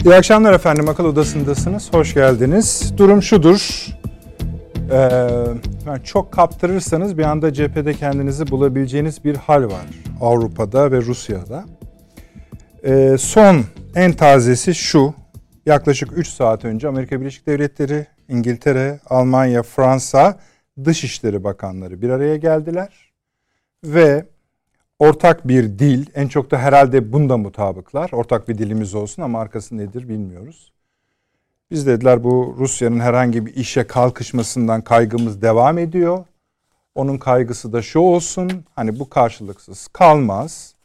İyi akşamlar efendim. Akıl Odası'ndasınız. Hoş geldiniz. Durum şudur. Çok kaptırırsanız bir anda cephede kendinizi bulabileceğiniz bir hal var. Avrupa'da ve Rusya'da. Son en tazesi şu. Yaklaşık 3 saat önce Amerika Birleşik Devletleri, İngiltere, Almanya, Fransa Dışişleri Bakanları bir araya geldiler. Ve ortak bir dil, en çok da herhalde bunda mutabıklar. Ortak bir dilimiz olsun ama arkası nedir bilmiyoruz. Biz dediler bu Rusya'nın herhangi bir işe kalkışmasından kaygımız devam ediyor. Onun kaygısı da şu olsun, hani bu karşılıksız kalmaz.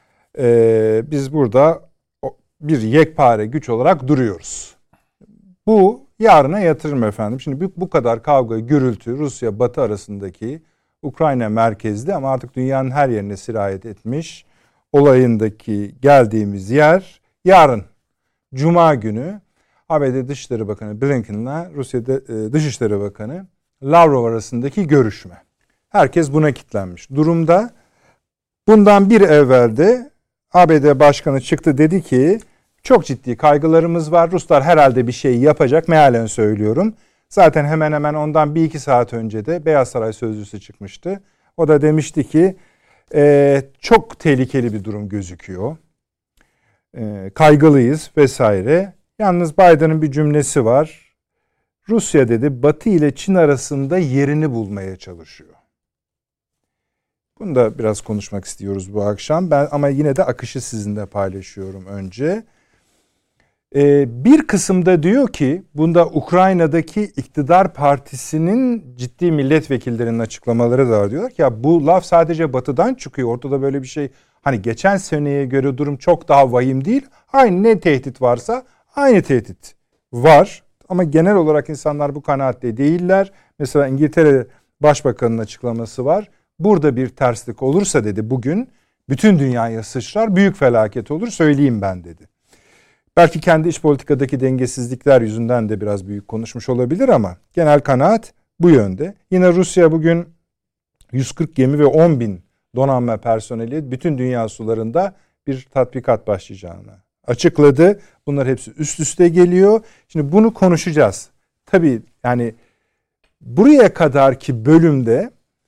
Biz burada bir yekpare güç olarak duruyoruz. Bu yarına yatırım efendim. Şimdi bu kadar kavga, gürültü Rusya Batı arasındaki Ukrayna merkezli ama artık dünyanın her yerine sirayet etmiş olayındaki geldiğimiz yer yarın Cuma günü ABD Dışişleri Bakanı Blinken'la Rusya Dışişleri Bakanı Lavrov arasındaki görüşme. Herkes buna kilitlenmiş durumda. Bundan bir evvel de ABD Başkanı çıktı, dedi ki çok ciddi kaygılarımız var. Ruslar herhalde bir şey yapacak, mealen söylüyorum. Zaten hemen hemen ondan 1-2 saat önce de Beyaz Saray sözcüsü çıkmıştı. O da demişti ki çok tehlikeli bir durum gözüküyor. Kaygılıyız vesaire. Yalnız Biden'ın bir cümlesi var. Rusya dedi Batı ile Çin arasında yerini bulmaya çalışıyor. Bunu da biraz konuşmak istiyoruz bu akşam. Ama yine de akışı sizinle paylaşıyorum önce. Bir kısımda diyor ki bunda Ukrayna'daki iktidar partisinin ciddi milletvekillerinin açıklamaları da var. Diyorlar ki ya bu laf sadece Batı'dan çıkıyor. Ortada böyle bir şey, hani geçen seneye göre durum çok daha vahim değil. Aynı ne tehdit varsa aynı tehdit var. Ama genel olarak insanlar bu kanaatte değiller. Mesela İngiltere Başbakanı'nın açıklaması var. Burada bir terslik olursa dedi bugün bütün dünyaya sıçrar, büyük felaket olur söyleyeyim ben dedi. Belki kendi iç politikadaki dengesizlikler yüzünden de biraz büyük konuşmuş olabilir ama genel kanaat bu yönde. Yine Rusya bugün 140 gemi ve 10.000 donanma personeli bütün dünya sularında bir tatbikat başlayacağını açıkladı. Bunlar hepsi üst üste geliyor. Şimdi bunu konuşacağız. Tabii yani buraya kadarki bölümde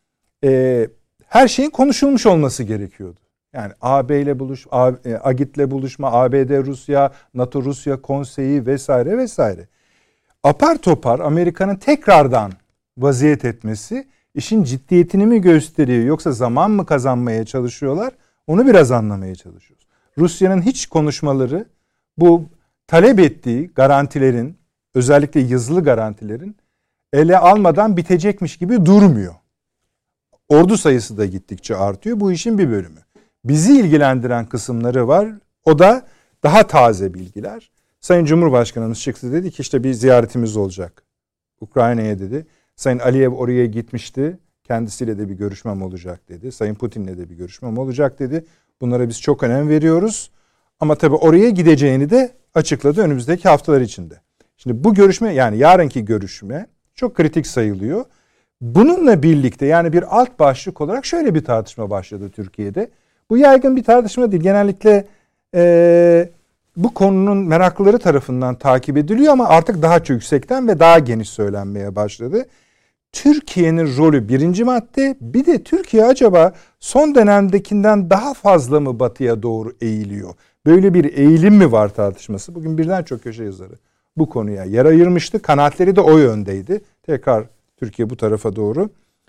her şeyin konuşulmuş olması gerekiyordu. Yani AB ile AGİT'le buluşma, ABD Rusya, NATO Rusya konseyi vesaire vesaire. Apar topar Amerika'nın tekrardan vaziyet etmesi işin ciddiyetini mi gösteriyor yoksa zaman mı kazanmaya çalışıyorlar? Onu biraz anlamaya çalışıyoruz. Rusya'nın hiç konuşmaları bu talep ettiği garantilerin, özellikle yazılı garantilerin ele almadan bitecekmiş gibi durmuyor. Ordu sayısı da gittikçe artıyor. Bu işin bir bölümü. Bizi ilgilendiren kısımları var. O da daha taze bilgiler. Sayın Cumhurbaşkanımız çıktı, dedi ki işte bir ziyaretimiz olacak Ukrayna'ya dedi. Sayın Aliyev oraya gitmişti. Kendisiyle de bir görüşmem olacak dedi. Sayın Putin'le de bir görüşmem olacak dedi. Bunlara biz çok önem veriyoruz. Ama tabii oraya gideceğini de açıkladı önümüzdeki haftalar içinde. Şimdi bu görüşme, yani yarınki görüşme çok kritik sayılıyor. Bununla birlikte yani bir alt başlık olarak şöyle bir tartışma başladı Türkiye'de. Bu yaygın bir tartışma değil. Genellikle bu konunun meraklıları tarafından takip ediliyor ama artık daha yüksekten ve daha geniş söylenmeye başladı. Türkiye'nin rolü birinci madde. Bir de Türkiye acaba son dönemdekinden daha fazla mı batıya doğru eğiliyor? Böyle bir eğilim mi var tartışması? Bugün birden çok köşe yazarı bu konuya yer ayırmıştı. Kanaatleri de o yöndeydi. Tekrar Türkiye bu tarafa doğru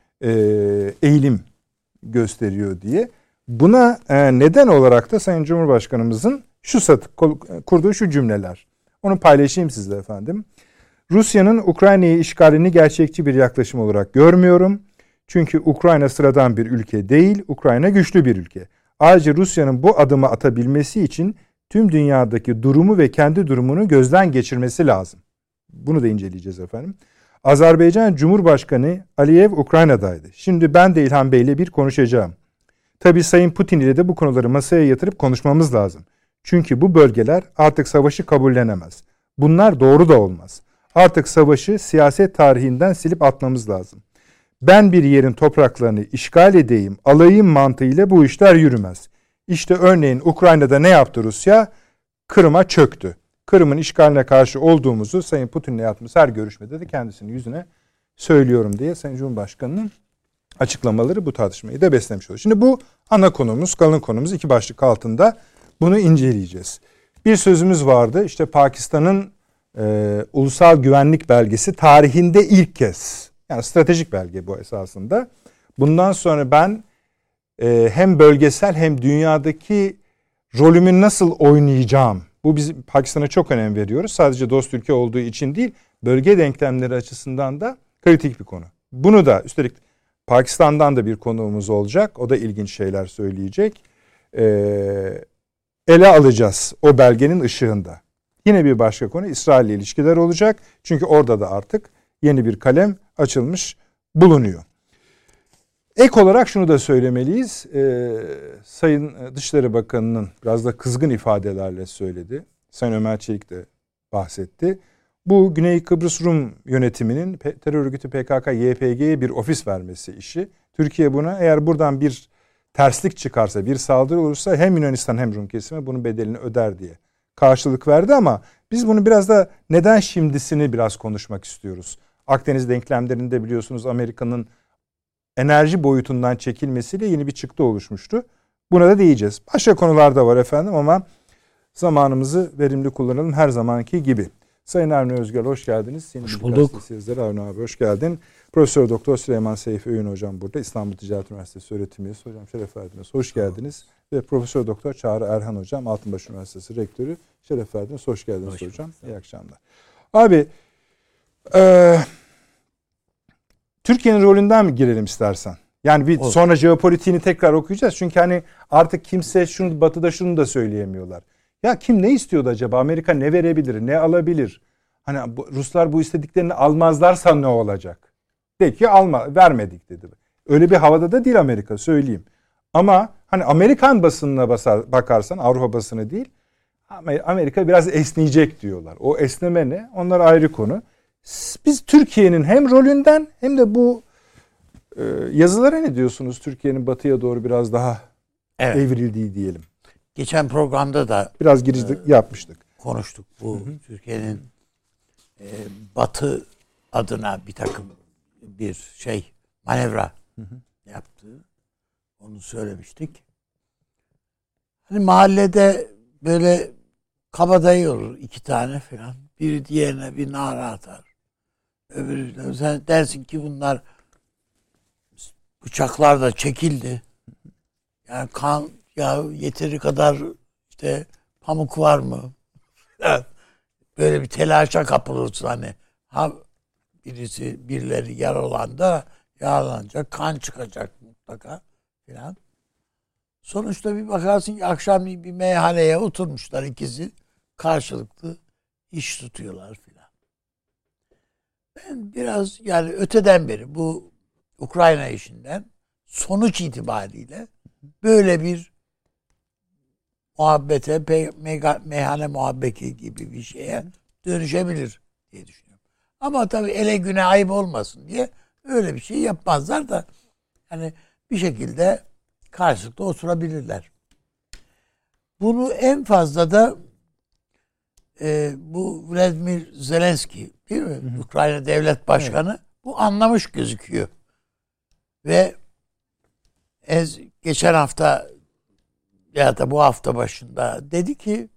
eğilim gösteriyor diye. Buna neden olarak da Sayın Cumhurbaşkanımızın kurduğu şu cümleler. Onu paylaşayım sizle efendim. Rusya'nın Ukrayna'yı işgalini gerçekçi bir yaklaşım olarak görmüyorum. Çünkü Ukrayna sıradan bir ülke değil, Ukrayna güçlü bir ülke. Ayrıca Rusya'nın bu adımı atabilmesi için tüm dünyadaki durumu ve kendi durumunu gözden geçirmesi lazım. Bunu da inceleyeceğiz efendim. Azerbaycan Cumhurbaşkanı Aliyev Ukrayna'daydı. Şimdi ben de İlhan Bey ile bir konuşacağım. Tabii Sayın Putin ile de bu konuları masaya yatırıp konuşmamız lazım. Çünkü bu bölgeler artık savaşı kabullenemez. Bunlar doğru da olmaz. Artık savaşı siyaset tarihinden silip atmamız lazım. Ben bir yerin topraklarını işgal edeyim, alayım mantığıyla bu işler yürümez. İşte örneğin Ukrayna'da ne yaptı Rusya? Kırım'a çöktü. Kırım'ın işgaline karşı olduğumuzu Sayın Putin'le yaptığımız her görüşmede de kendisinin yüzüne söylüyorum diye Sayın Cumhurbaşkanı'nın açıklamaları bu tartışmayı da beslemiş oluyor. Şimdi bu ana konumuz, kalın konumuz, iki başlık altında bunu inceleyeceğiz. Bir sözümüz vardı, işte Pakistan'ın ulusal güvenlik belgesi tarihinde ilk kez, yani stratejik belge bu esasında. Bundan sonra ben hem bölgesel hem dünyadaki rolümü nasıl oynayacağım, bu biz Pakistan'a çok önem veriyoruz. Sadece dost ülke olduğu için değil, bölge denklemleri açısından da kritik bir konu. Bunu da üstelik Pakistan'dan da bir konuğumuz olacak. O da ilginç şeyler söyleyecek. Ele alacağız o belgenin ışığında. Yine bir başka konu İsrail ile ilişkiler olacak. Çünkü orada da artık yeni bir kalem açılmış bulunuyor. Ek olarak şunu da söylemeliyiz. Sayın Dışişleri Bakanı'nın biraz da kızgın ifadelerle söyledi. Sayın Ömer Çelik de bahsetti. Bu Güney Kıbrıs Rum yönetiminin terör örgütü PKK-YPG'ye bir ofis vermesi işi. Türkiye buna eğer buradan bir terslik çıkarsa, bir saldırı olursa hem Yunanistan hem Rum kesimi bunun bedelini öder diye karşılık verdi ama biz bunu biraz da neden şimdisini biraz konuşmak istiyoruz. Akdeniz denklemlerinde biliyorsunuz Amerika'nın enerji boyutundan çekilmesiyle yeni bir çıktı oluşmuştu. Buna da değineceğiz. Başka konular da var efendim ama zamanımızı verimli kullanalım her zamanki gibi. Sayın Avni Özgür hoş geldiniz. Hoş bulduk. Sizlere Avni abi hoş geldin. Profesör Doktor Süleyman Seyfi Öğün hocam burada. İstanbul Ticaret Üniversitesi öğretim üyesi. Hocam şeref verdiniz. Hoş geldiniz. Ve Profesör Doktor Çağrı Erhan hocam Altınbaş Üniversitesi rektörü. Şeref verdiniz. Hoş geldiniz hoş hocam. Bulduk. İyi akşamlar. Abi Türkiye'nin rolünden mi girelim istersen? Yani bir sonra jeopolitiğini tekrar okuyacağız. Çünkü hani artık kimse şunu batıda şunu da söyleyemiyorlar. Ya kim ne istiyordu acaba? Amerika ne verebilir? Ne alabilir? Hani Ruslar bu istediklerini almazlarsa ne olacak? De ki vermedik dedi. Öyle bir havada da değil Amerika söyleyeyim. Ama hani Amerikan basınına bakarsan Avrupa basını değil. Amerika biraz esneyecek diyorlar. O esneme ne? Onlar ayrı konu. Biz Türkiye'nin hem rolünden hem de bu yazılara ne diyorsunuz? Türkiye'nin batıya doğru biraz daha evrildiği diyelim. Geçen programda da biraz giriş yapmıştık. Konuştuk. Bu Türkiye'nin batı adına bir takım bir manevra yaptığı onu söylemiştik. Hani mahallede böyle kabadayı olur iki tane falan. Biri diğerine bir nara atar. Öbürü de sen dersin ki bunlar bıçaklar da çekildi. Yani kan ya yeteri kadar işte pamuk var mı? Böyle bir telaşa kapılırsın hani. Birileri yaralanacak, kan çıkacak mutlaka filan. Sonuçta bir bakarsın ki akşam bir meyhaneye oturmuşlar ikisi karşılıklı iş tutuyorlar filan. Ben biraz yani öteden beri bu Ukrayna işinden sonuç itibariyle böyle bir muhabbete, meyhane muhabbeti gibi bir şeye dönüşebilir diye düşünüyorum. Ama tabii ele güne ayıp olmasın diye öyle bir şey yapmazlar da hani bir şekilde karşılıklı oturabilirler. Bunu en fazla da bu Vladimir Zelenski değil mi? Ukrayna Devlet Başkanı bu anlamış gözüküyor. Ve geçen hafta ya da bu hafta başında dedi ki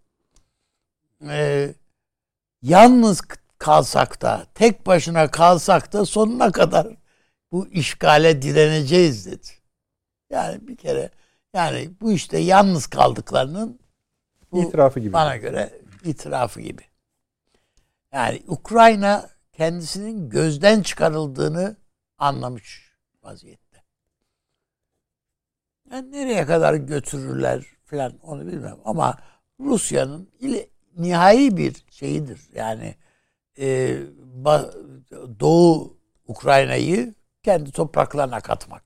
yalnız kalsak da tek başına kalsak da sonuna kadar bu işgale direneceğiz dedi. Yani bir kere yani bu işte yalnız kaldıklarının itirafı gibi. Bana göre itirafı gibi. Yani Ukrayna kendisinin gözden çıkarıldığını anlamış vaziyette. Yani nereye kadar götürürler falan onu bilmem ama Rusya'nın nihai bir şeyidir. Yani Doğu Ukrayna'yı kendi topraklarına katmak.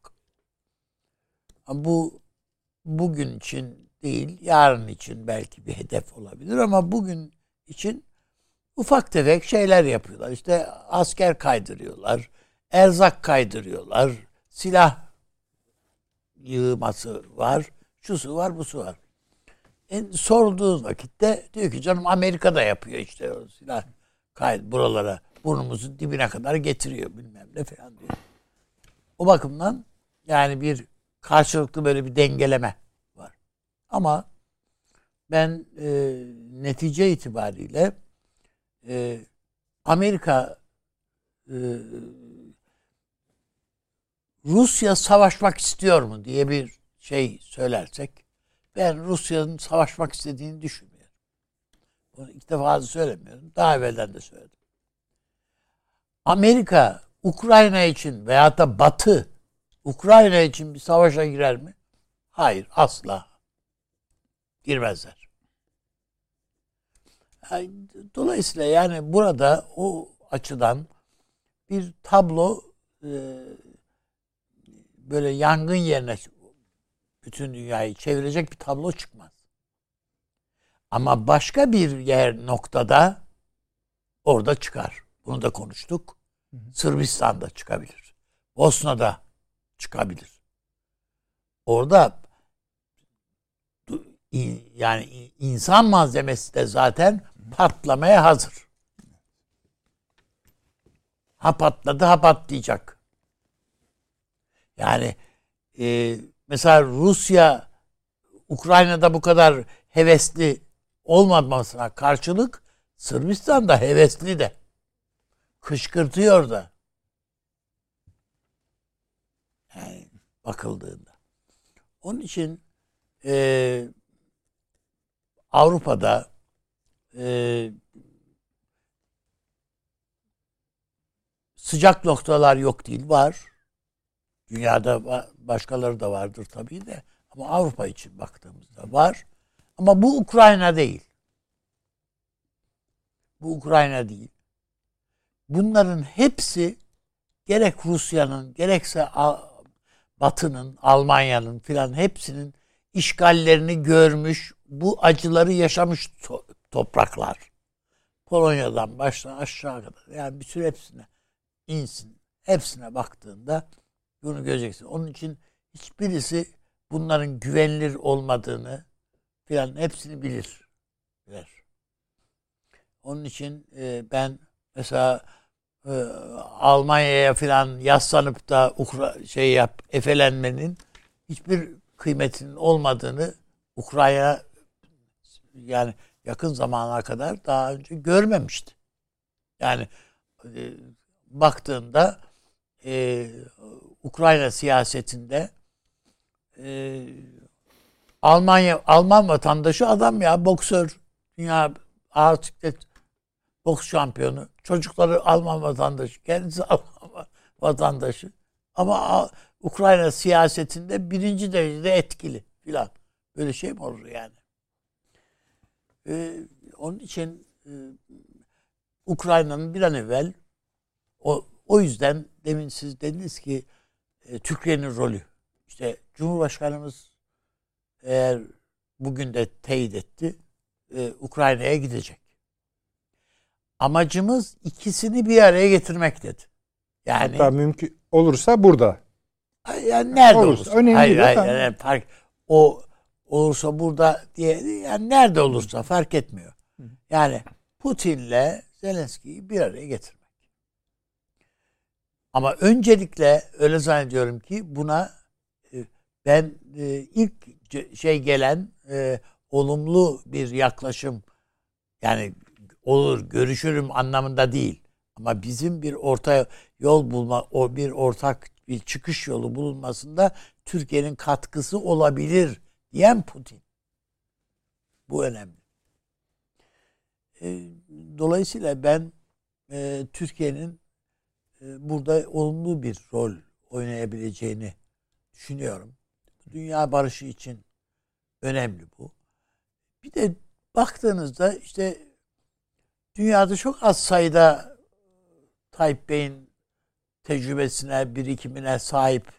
Bu bugün için değil, yarın için belki bir hedef olabilir ama bugün için ufak tefek şeyler yapıyorlar. İşte asker kaydırıyorlar, erzak kaydırıyorlar, silah yığması var, şusu var, busu var. sorduğu vakitte diyor ki canım Amerika da yapıyor işte o silah buralara burnumuzun dibine kadar getiriyor bilmem ne falan diyor. O bakımdan yani bir karşılıklı böyle bir dengeleme var. Ama ben netice itibariyle Amerika Rusya savaşmak istiyor mu diye bir şey söylersek ben Rusya'nın savaşmak istediğini düşünmüyorum. Bunu ilk defa söylemiyorum. Daha evvelden de söyledim. Amerika Ukrayna için veyahut da Batı Ukrayna için bir savaşa girer mi? Hayır, asla girmezler. Dolayısıyla yani burada o açıdan bir tablo böyle yangın yerine bütün dünyayı çevirecek bir tablo çıkmaz. Ama başka bir yer noktada orada çıkar. Bunu da konuştuk. Sırbistan'da çıkabilir. Bosna'da çıkabilir. Orada yani insan malzemesi de zaten patlamaya hazır. Ha patladı ha patlayacak. Yani mesela Rusya Ukrayna'da bu kadar hevesli olmamasına karşılık Sırbistan'da hevesli de. Kışkırtıyor da. Yani bakıldığında. Onun için Avrupa'da sıcak noktalar yok değil. Var. Dünyada başkaları da vardır tabii de. Ama Avrupa için baktığımızda var. Ama bu Ukrayna değil. Bu Ukrayna değil. Bunların hepsi gerek Rusya'nın gerekse Batı'nın, Almanya'nın filan hepsinin işgallerini görmüş, bu acıları yaşamış topraklar. Polonya'dan başla aşağı kadar. Yani bir sürü hepsine insin. Hepsine baktığında bunu göreceksin. Onun için hiçbirisi bunların güvenilir olmadığını filan hepsini bilir. Onun için ben mesela Almanya'ya filan yaslanıp da efelenmenin hiçbir kıymetinin olmadığını Ukrayna yani yakın zamana kadar daha önce görmemişti. Yani baktığında Ukrayna siyasetinde Alman vatandaşı adam ya boksör, dünya ağır siklet boks şampiyonu. Çocukları Alman vatandaşı. Kendisi Alman vatandaşı. Ama Ukrayna siyasetinde birinci derecede etkili filan. Böyle şey mi olur yani? Onun için Ukrayna'nın bir an evvel o yüzden demin siz dediniz ki Türkiye'nin rolü. İşte Cumhurbaşkanımız eğer bugün de teyit etti Ukrayna'ya gidecek. Amacımız ikisini bir araya getirmek dedi. Yani hatta mümkün olursa burada. Yani nerede olursa. Önemli hayır, değil. Yani o olursa burada diye yani nerede olursa fark etmiyor. Yani Putin'le Zelenski'yi bir araya getirmek. Ama öncelikle öyle zannediyorum ki buna ben ilk gelen olumlu bir yaklaşım yani olur görüşürüm anlamında değil. Ama bizim bir orta yol bulma, bir ortak bir çıkış yolu bulunmasında Türkiye'nin katkısı olabilir diyen Putin. Bu önemli. Dolayısıyla ben Türkiye'nin burada olumlu bir rol oynayabileceğini düşünüyorum. Dünya barışı için önemli bu. Bir de baktığınızda işte dünyada çok az sayıda Tayyip Bey'in tecrübesine, birikimine sahip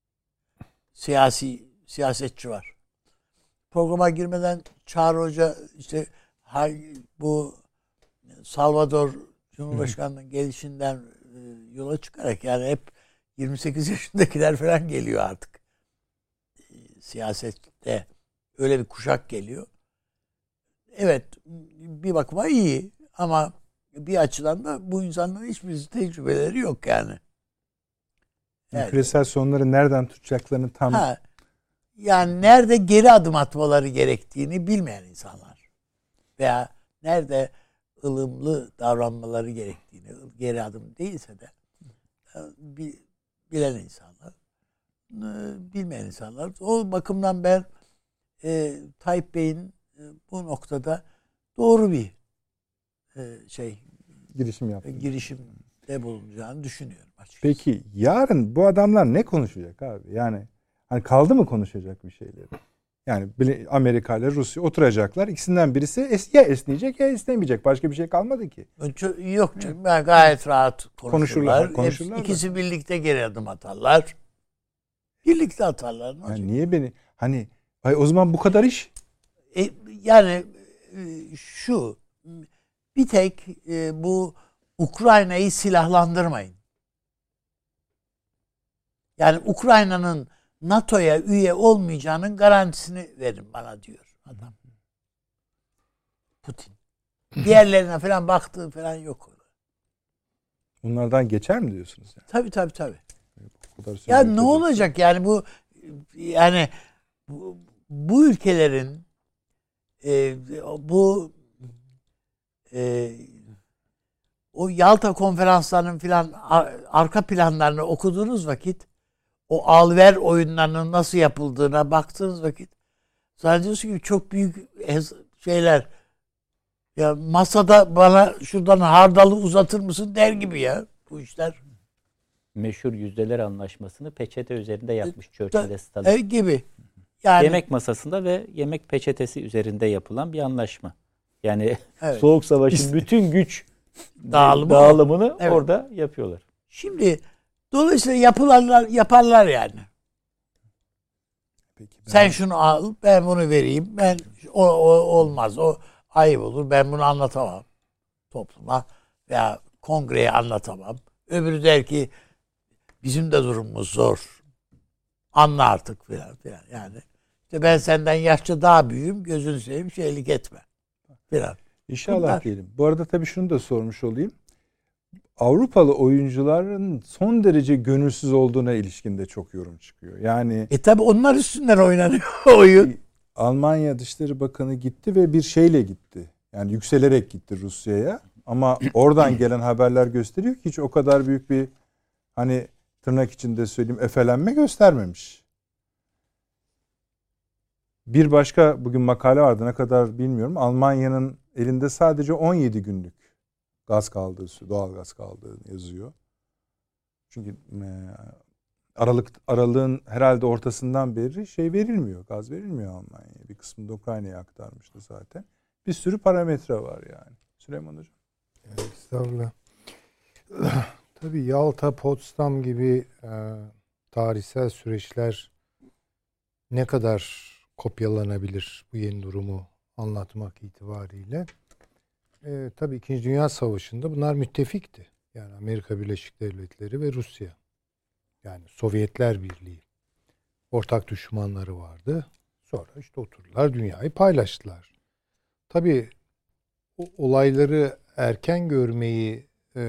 siyasetçi var. Programa girmeden Çağrı Hoca işte bu Salvador Cumhurbaşkanı'nın gelişinden yola çıkarak yani hep 28 yaşındakiler falan geliyor artık. Siyasette öyle bir kuşak geliyor. evet bir bakıma iyi ama bir açıdan da bu insanların hiçbir tecrübeleri yok yani. Evet. Küresel sorunları nereden tutacaklarını tam... Yani nerede geri adım atmaları gerektiğini bilmeyen insanlar. Veya nerede ılımlı davranmaları gerektiğini, geri adım değilse de bilen insanlar, bilmeyen insanlar. O bakımdan ben Tayyip Bey'in bu noktada doğru bir girişimde bulunacağını düşünüyorum açıkçası. Peki yarın bu adamlar ne konuşacak abi? Yani hani kaldı mı konuşacak bir şeyleri? Yani Amerika ile Rusya oturacaklar. İkisinden birisi ya esneyecek ya esnemeyecek. Başka bir şey kalmadı ki. Yok canım. Yani gayet rahat konuşurlar. İkisi birlikte geri adım atarlar. Birlikte atarlar. Yani niye hani o zaman bu kadar iş? Yani şu bir tek bu Ukrayna'yı silahlandırmayın. Yani Ukrayna'nın NATO'ya üye olmayacağının garantisini verin bana diyor adam. Putin. Diğerlerine falan baktığı falan yok. Bunlardan geçer mi diyorsunuz yani? Tabii. Ya ne olacak yani bu ülkelerin o Yalta konferanslarının filan arka planlarını okuduğunuz vakit o al-ver oyunlarının nasıl yapıldığına baktığınız vakit zannediyorsun ki çok büyük şeyler ya masada bana şuradan hardalı uzatır mısın der gibi ya bu işler. Meşhur yüzdeler anlaşmasını peçete üzerinde yapmış Churchill'le Stalin. Gibi. Yani, yemek masasında ve yemek peçetesi üzerinde yapılan bir anlaşma. Yani evet. Soğuk Savaş'ın bütün güç dağılımını evet. Orada yapıyorlar. Şimdi dolayısıyla yaparlar yani. Peki, sen şunu al, ben bunu vereyim. Ben o olmaz. O ayıp olur. Ben bunu anlatamam topluma veya kongreye anlatamam. Öbürü der ki bizim de durumumuz zor. Anla artık filan. Yani işte ben senden yaşça daha büyüğüm. Gözünü seveyim şeylik etme. Filan. İnşallah diyelim. Bu arada tabii şunu da sormuş olayım. Avrupalı oyuncuların son derece gönülsüz olduğuna ilişkin de çok yorum çıkıyor. Yani tabii onlar üstünden oynanıyor oyun. Almanya Dışişleri Bakanı gitti ve bir şeyle gitti. Yani yükselerek gitti Rusya'ya. Ama oradan gelen haberler gösteriyor ki hiç o kadar büyük bir hani tırnak içinde söyleyeyim efelenme göstermemiş. Bir başka bugün makale vardı, ne kadar bilmiyorum. Almanya'nın elinde sadece 17 günlük gaz kaldığı, doğal gaz kaldığını yazıyor. Çünkü aralığın herhalde ortasından beri verilmiyor, gaz verilmiyor Almanya'ya. Bir kısmını da Ukrayna'ya aktarmıştı zaten. Bir sürü parametre var yani. Süleyman Hocam. Estağfurullah. Tabii Yalta, Potsdam gibi tarihsel süreçler ne kadar kopyalanabilir bu yeni durumu anlatmak itibariyle? Tabii 2. Dünya Savaşı'nda bunlar müttefikti. Yani Amerika Birleşik Devletleri ve Rusya. Yani Sovyetler Birliği. Ortak düşmanları vardı. Sonra işte oturdular, dünyayı paylaştılar. Tabii olayları erken görmeyi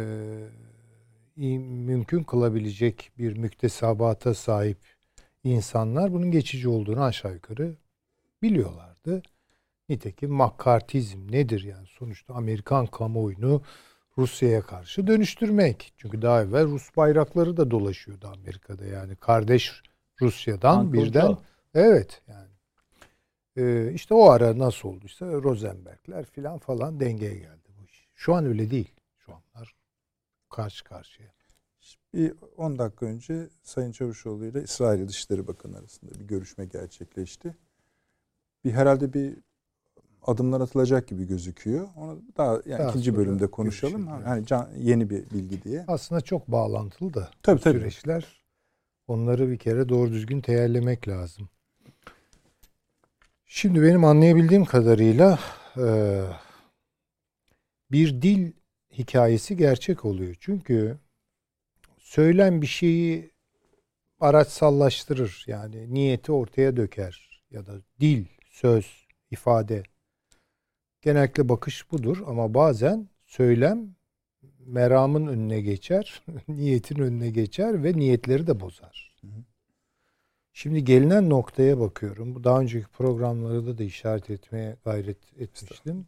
mümkün kılabilecek bir müktesebata sahip insanlar bunun geçici olduğunu aşağı yukarı biliyorlardı. Nitekim McCarthyizm nedir yani? Sonuçta Amerikan kamuoyunu Rusya'ya karşı dönüştürmek. Çünkü daha evvel Rus bayrakları da dolaşıyordu Amerika'da. Yani kardeş Rusya'dan Uncle birden Joe. Evet yani. İşte o ara nasıl olduysa Rosenberg'ler falan dengeye geldi bu iş. Şu an öyle değil. Şu anlar karşı karşıya. Bir 10 dakika önce Sayın Çavuşoğlu ile İsrail Dışişleri Bakanı arasında bir görüşme gerçekleşti. Herhalde bir adımlar atılacak gibi gözüküyor. Onu daha ikinci bölümde konuşalım. Hani yeni bir bilgi diye. Aslında çok bağlantılı da tabii. Süreçler. Onları bir kere doğru düzgün teyellemek lazım. Şimdi benim anlayabildiğim kadarıyla bir dil hikayesi gerçek oluyor. Çünkü söylen bir şeyi araçsallaştırır. Yani niyeti ortaya döker. Ya da dil, söz, ifade. Genellikle bakış budur ama bazen söylem meramın önüne geçer, niyetin önüne geçer ve niyetleri de bozar. Şimdi gelinen noktaya bakıyorum. Bu daha önceki programlarda da işaret etmeye gayret etmiştim.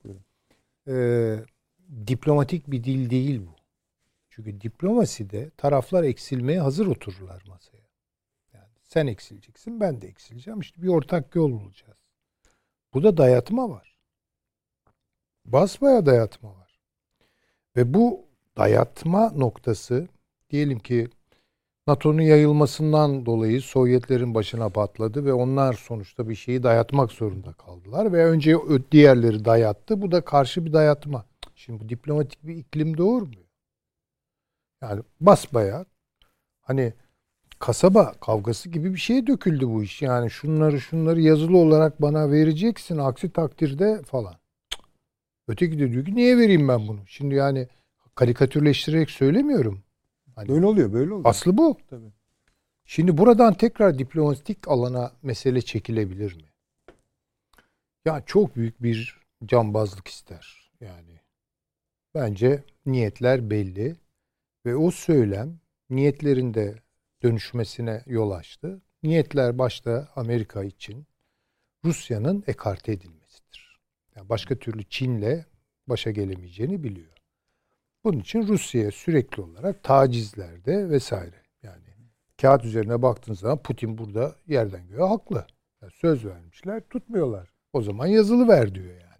Diplomatik bir dil değil bu. Çünkü diplomaside taraflar eksilmeye hazır otururlar masaya. Yani sen eksileceksin, ben de eksileceğim. İşte bir ortak yol bulacağız. Bu da dayatma var. Basbayağı dayatma var. Ve bu dayatma noktası diyelim ki NATO'nun yayılmasından dolayı Sovyetlerin başına patladı ve onlar sonuçta bir şeyi dayatmak zorunda kaldılar ve önce diğerleri dayattı. Bu da karşı bir dayatma. Şimdi bu diplomatik bir iklim doğurmuyor. Yani basbayağı hani kasaba kavgası gibi bir şeye döküldü bu iş. Yani şunları yazılı olarak bana vereceksin, aksi takdirde falan. Öteki de diyor ki niye vereyim ben bunu? Şimdi yani karikatürleştirerek söylemiyorum. Hani böyle oluyor. Aslı bu. Tabii. Şimdi buradan tekrar diplomatik alana mesele çekilebilir mi? Ya çok büyük bir cambazlık ister. Yani bence niyetler belli ve o söylem niyetlerinde dönüşmesine yol açtı. Niyetler başta Amerika için Rusya'nın ekarte edilmesidir. Yani başka türlü Çin'le başa gelemeyeceğini biliyor. Bunun için Rusya'ya sürekli olarak tacizlerde vesaire. Yani kağıt üzerine baktığınız zaman Putin burada yerden göğe haklı. Yani söz vermişler, tutmuyorlar. O zaman yazılı ver diyor yani.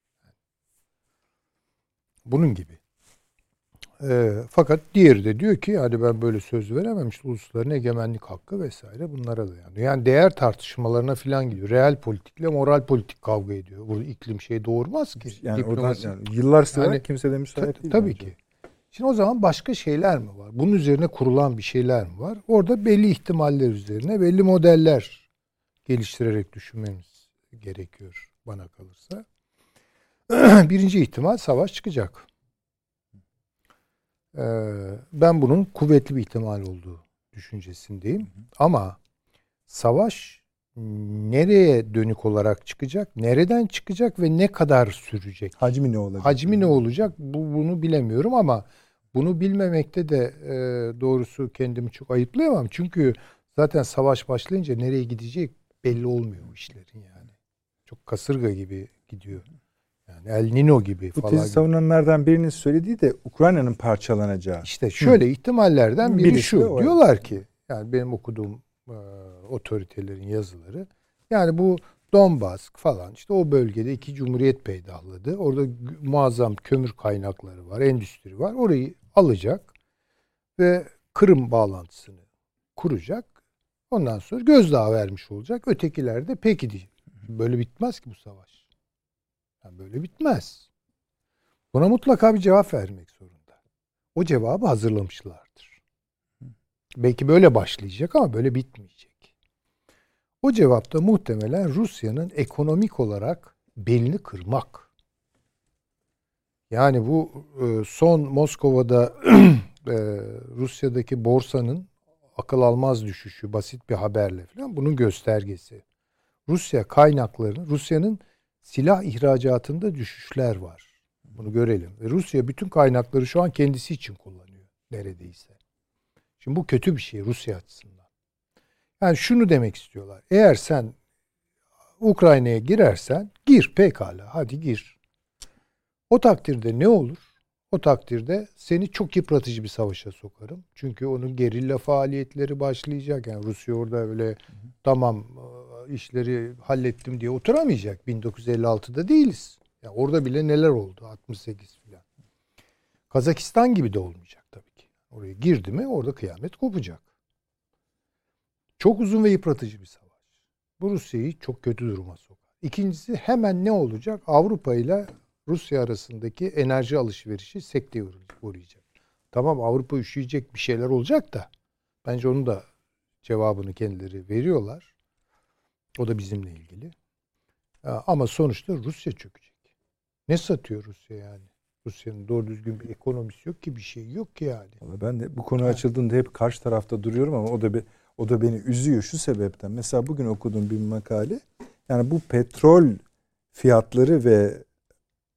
Bunun gibi. Fakat diğeri de diyor ki hadi ben böyle söz veremem. İşte ulusların egemenlik hakkı vesaire bunlara dayanıyor. Yani değer tartışmalarına falan gidiyor. Real politikle moral politik kavga ediyor. Burada iklim şey doğurmaz ki. Yani oradan yıllar sonra kimse de müsait değil. Tabii bence. ki. Şimdi o zaman başka şeyler mi var? Bunun üzerine kurulan bir şeyler mi var? Orada belli ihtimaller üzerine belli modeller geliştirerek düşünmemiz gerekiyor bana kalırsa. Birinci ihtimal savaş çıkacak. Ben bunun kuvvetli bir ihtimal olduğu düşüncesindeyim. Ama savaş nereye dönük olarak çıkacak, nereden çıkacak ve ne kadar sürecek? Hacmi ne olacak? Hacmi ne olacak? Bunu bilemiyorum ama bunu bilmemekte de doğrusu kendimi çok ayıplayamam. Çünkü zaten savaş başlayınca nereye gidecek belli olmuyor bu işlerin yani. Çok kasırga gibi gidiyor. Yani El Nino gibi bu falan. Bu tezi savunanlardan birinin söylediği de Ukrayna'nın parçalanacağı. İşte şöyle ihtimallerden biri şu. Diyorlar ki yani benim okuduğum otoritelerin yazıları yani bu Donbas falan işte o bölgede iki cumhuriyet peydahladı. Orada muazzam kömür kaynakları var, endüstri var. Orayı alacak ve Kırım bağlantısını kuracak. Ondan sonra gözdağı vermiş olacak. Ötekiler de peki diyecek. Böyle bitmez ki bu savaş. Yani böyle bitmez. Buna mutlaka bir cevap vermek zorunda. O cevabı hazırlamışlardır. Belki böyle başlayacak ama böyle bitmeyecek. O cevapta muhtemelen Rusya'nın ekonomik olarak belini kırmak. Yani bu son Moskova'da Rusya'daki borsanın akıl almaz düşüşü basit bir haberle falan bunun göstergesi. Rusya kaynaklarının, Rusya'nın silah ihracatında düşüşler var. Bunu görelim. Ve Rusya bütün kaynakları şu an kendisi için kullanıyor neredeyse. Şimdi bu kötü bir şey Rusya açısından. Yani şunu demek istiyorlar. Eğer sen Ukrayna'ya girersen gir pekala hadi gir. O takdirde ne olur? O takdirde seni çok yıpratıcı bir savaşa sokarım. Çünkü onun gerilla faaliyetleri başlayacak. Yani Rusya orada öyle tamam işleri hallettim diye oturamayacak. 1956'da değiliz. Yani orada bile neler oldu? 68 falan. Kazakistan gibi de olmayacak tabii ki. Oraya girdi mi orada kıyamet kopacak. Çok uzun ve yıpratıcı bir savaş. Bu Rusya'yı çok kötü duruma sokar. İkincisi hemen ne olacak? Avrupa ile Rusya arasındaki enerji alışverişi sekteye uğrayacak. Tamam Avrupa üşüyecek bir şeyler olacak da bence onun da cevabını kendileri veriyorlar. O da bizimle ilgili. Ama sonuçta Rusya çökecek. Ne satıyor Rusya yani? Rusya'nın doğru düzgün bir ekonomisi yok ki bir şey yok ki yani. Vallahi ben de bu konu açıldığında hep karşı tarafta duruyorum ama o da beni üzüyor şu sebepten. Mesela bugün okuduğum bir makale yani bu petrol fiyatları ve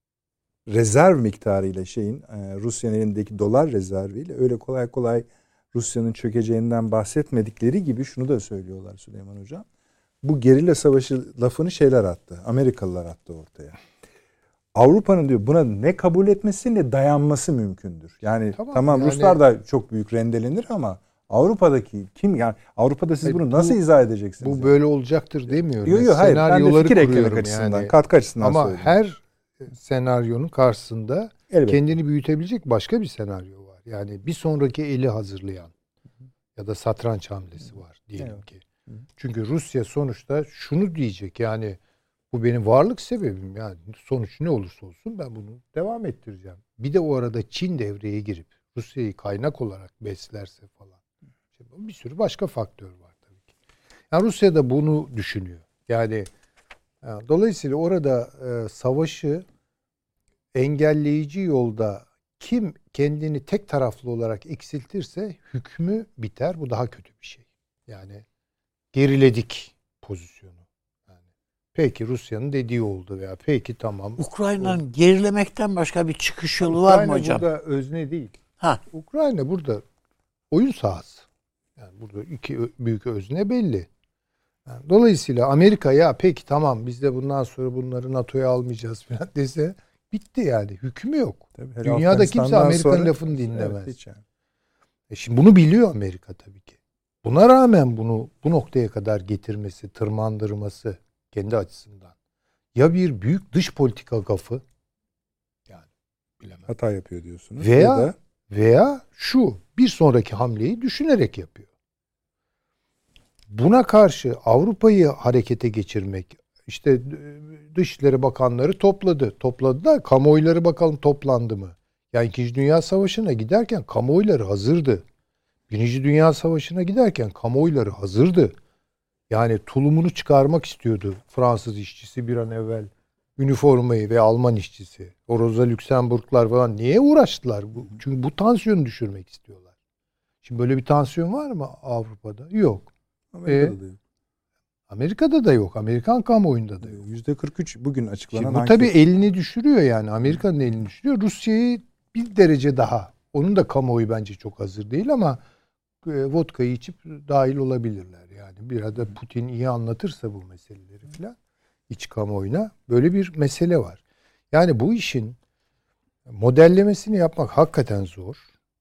rezerv miktarıyla Rusya'nın elindeki dolar rezerviyle öyle kolay kolay Rusya'nın çökeceğinden bahsetmedikleri gibi şunu da söylüyorlar Süleyman Hocam. Bu gerilla savaşı lafını şeyler attı. Amerikalılar attı ortaya. Avrupa'nın diyor buna ne kabul etmesi ne dayanması mümkündür. Yani tamam yani, Ruslar da çok büyük rendelenir ama Avrupa'daki kim yani Avrupa'da siz bunu nasıl izah edeceksiniz? Bu böyle olacaktır demiyorum. Yok hayır. Ben de fikir eklemek açısından, yani. Katkı açısından ama söylüyorum. her senaryonun karşısında kendini büyütebilecek başka bir senaryo var. Yani bir sonraki eli hazırlayan ya da satranç hamlesi var diyelim ki. Çünkü Rusya sonuçta şunu diyecek yani bu benim varlık sebebim yani sonuç ne olursa olsun ben bunu devam ettireceğim. Bir de o arada Çin devreye girip Rusya'yı kaynak olarak beslerse falan. Bir sürü başka faktör var tabii ki. Yani Rusya da bunu düşünüyor. Yani dolayısıyla orada savaşı engelleyici yolda kim kendini tek taraflı olarak eksiltirse hükmü biter. Bu daha kötü bir şey. Yani geriledik pozisyonu. Yani peki Rusya'nın dediği oldu veya peki tamam. Ukrayna'nın gerilemekten başka bir çıkış yolu var mı hocam? Ukrayna burada özne değil. Ukrayna burada oyun sahası. Yani burada iki büyük özne belli. Yani dolayısıyla Amerika ya peki tamam biz de bundan sonra bunları NATO'ya almayacağız falan dese bitti yani. Hükmü yok. Tabii, dünyada kimse Amerika'nın lafını dinlemez. Evet, yani. Şimdi bunu biliyor Amerika tabii ki. Buna rağmen bunu bu noktaya kadar getirmesi, tırmandırması kendi açısından. Ya bir büyük dış politika gafı yani bilemem. Hata yapıyor diyorsunuz. Veya şu bir sonraki hamleyi düşünerek yapıyor. Buna karşı Avrupa'yı harekete geçirmek işte Dışişleri Bakanları topladı da kamuoyları bakalım toplandı mı? Yani 2. Dünya Savaşı'na giderken kamuoyları hazırdı. 1. Dünya Savaşı'na giderken kamuoyları hazırdı. Yani tulumunu çıkarmak istiyordu Fransız işçisi bir an evvel üniformayı ve Alman işçisi. O Rosa Luxemburglar falan niye uğraştılar? Çünkü bu tansiyonu düşürmek istiyorlar. Şimdi böyle bir tansiyon var mı Avrupa'da? Yok. Amerika'da da yok. Amerika'da da yok. Amerikan kamuoyunda da yok. %43 bugün açıklanan bu tabii elini düşürüyor yani. Amerika'nın elini düşürüyor. Rusya'yı bir derece daha. Onun da kamuoyu bence çok hazır değil ama vodkayı içip dahil olabilirler. Yani biraz da Putin iyi anlatırsa bu meseleleri falan iç kamuoyuna böyle bir mesele var. Yani bu işin modellemesini yapmak hakikaten zor.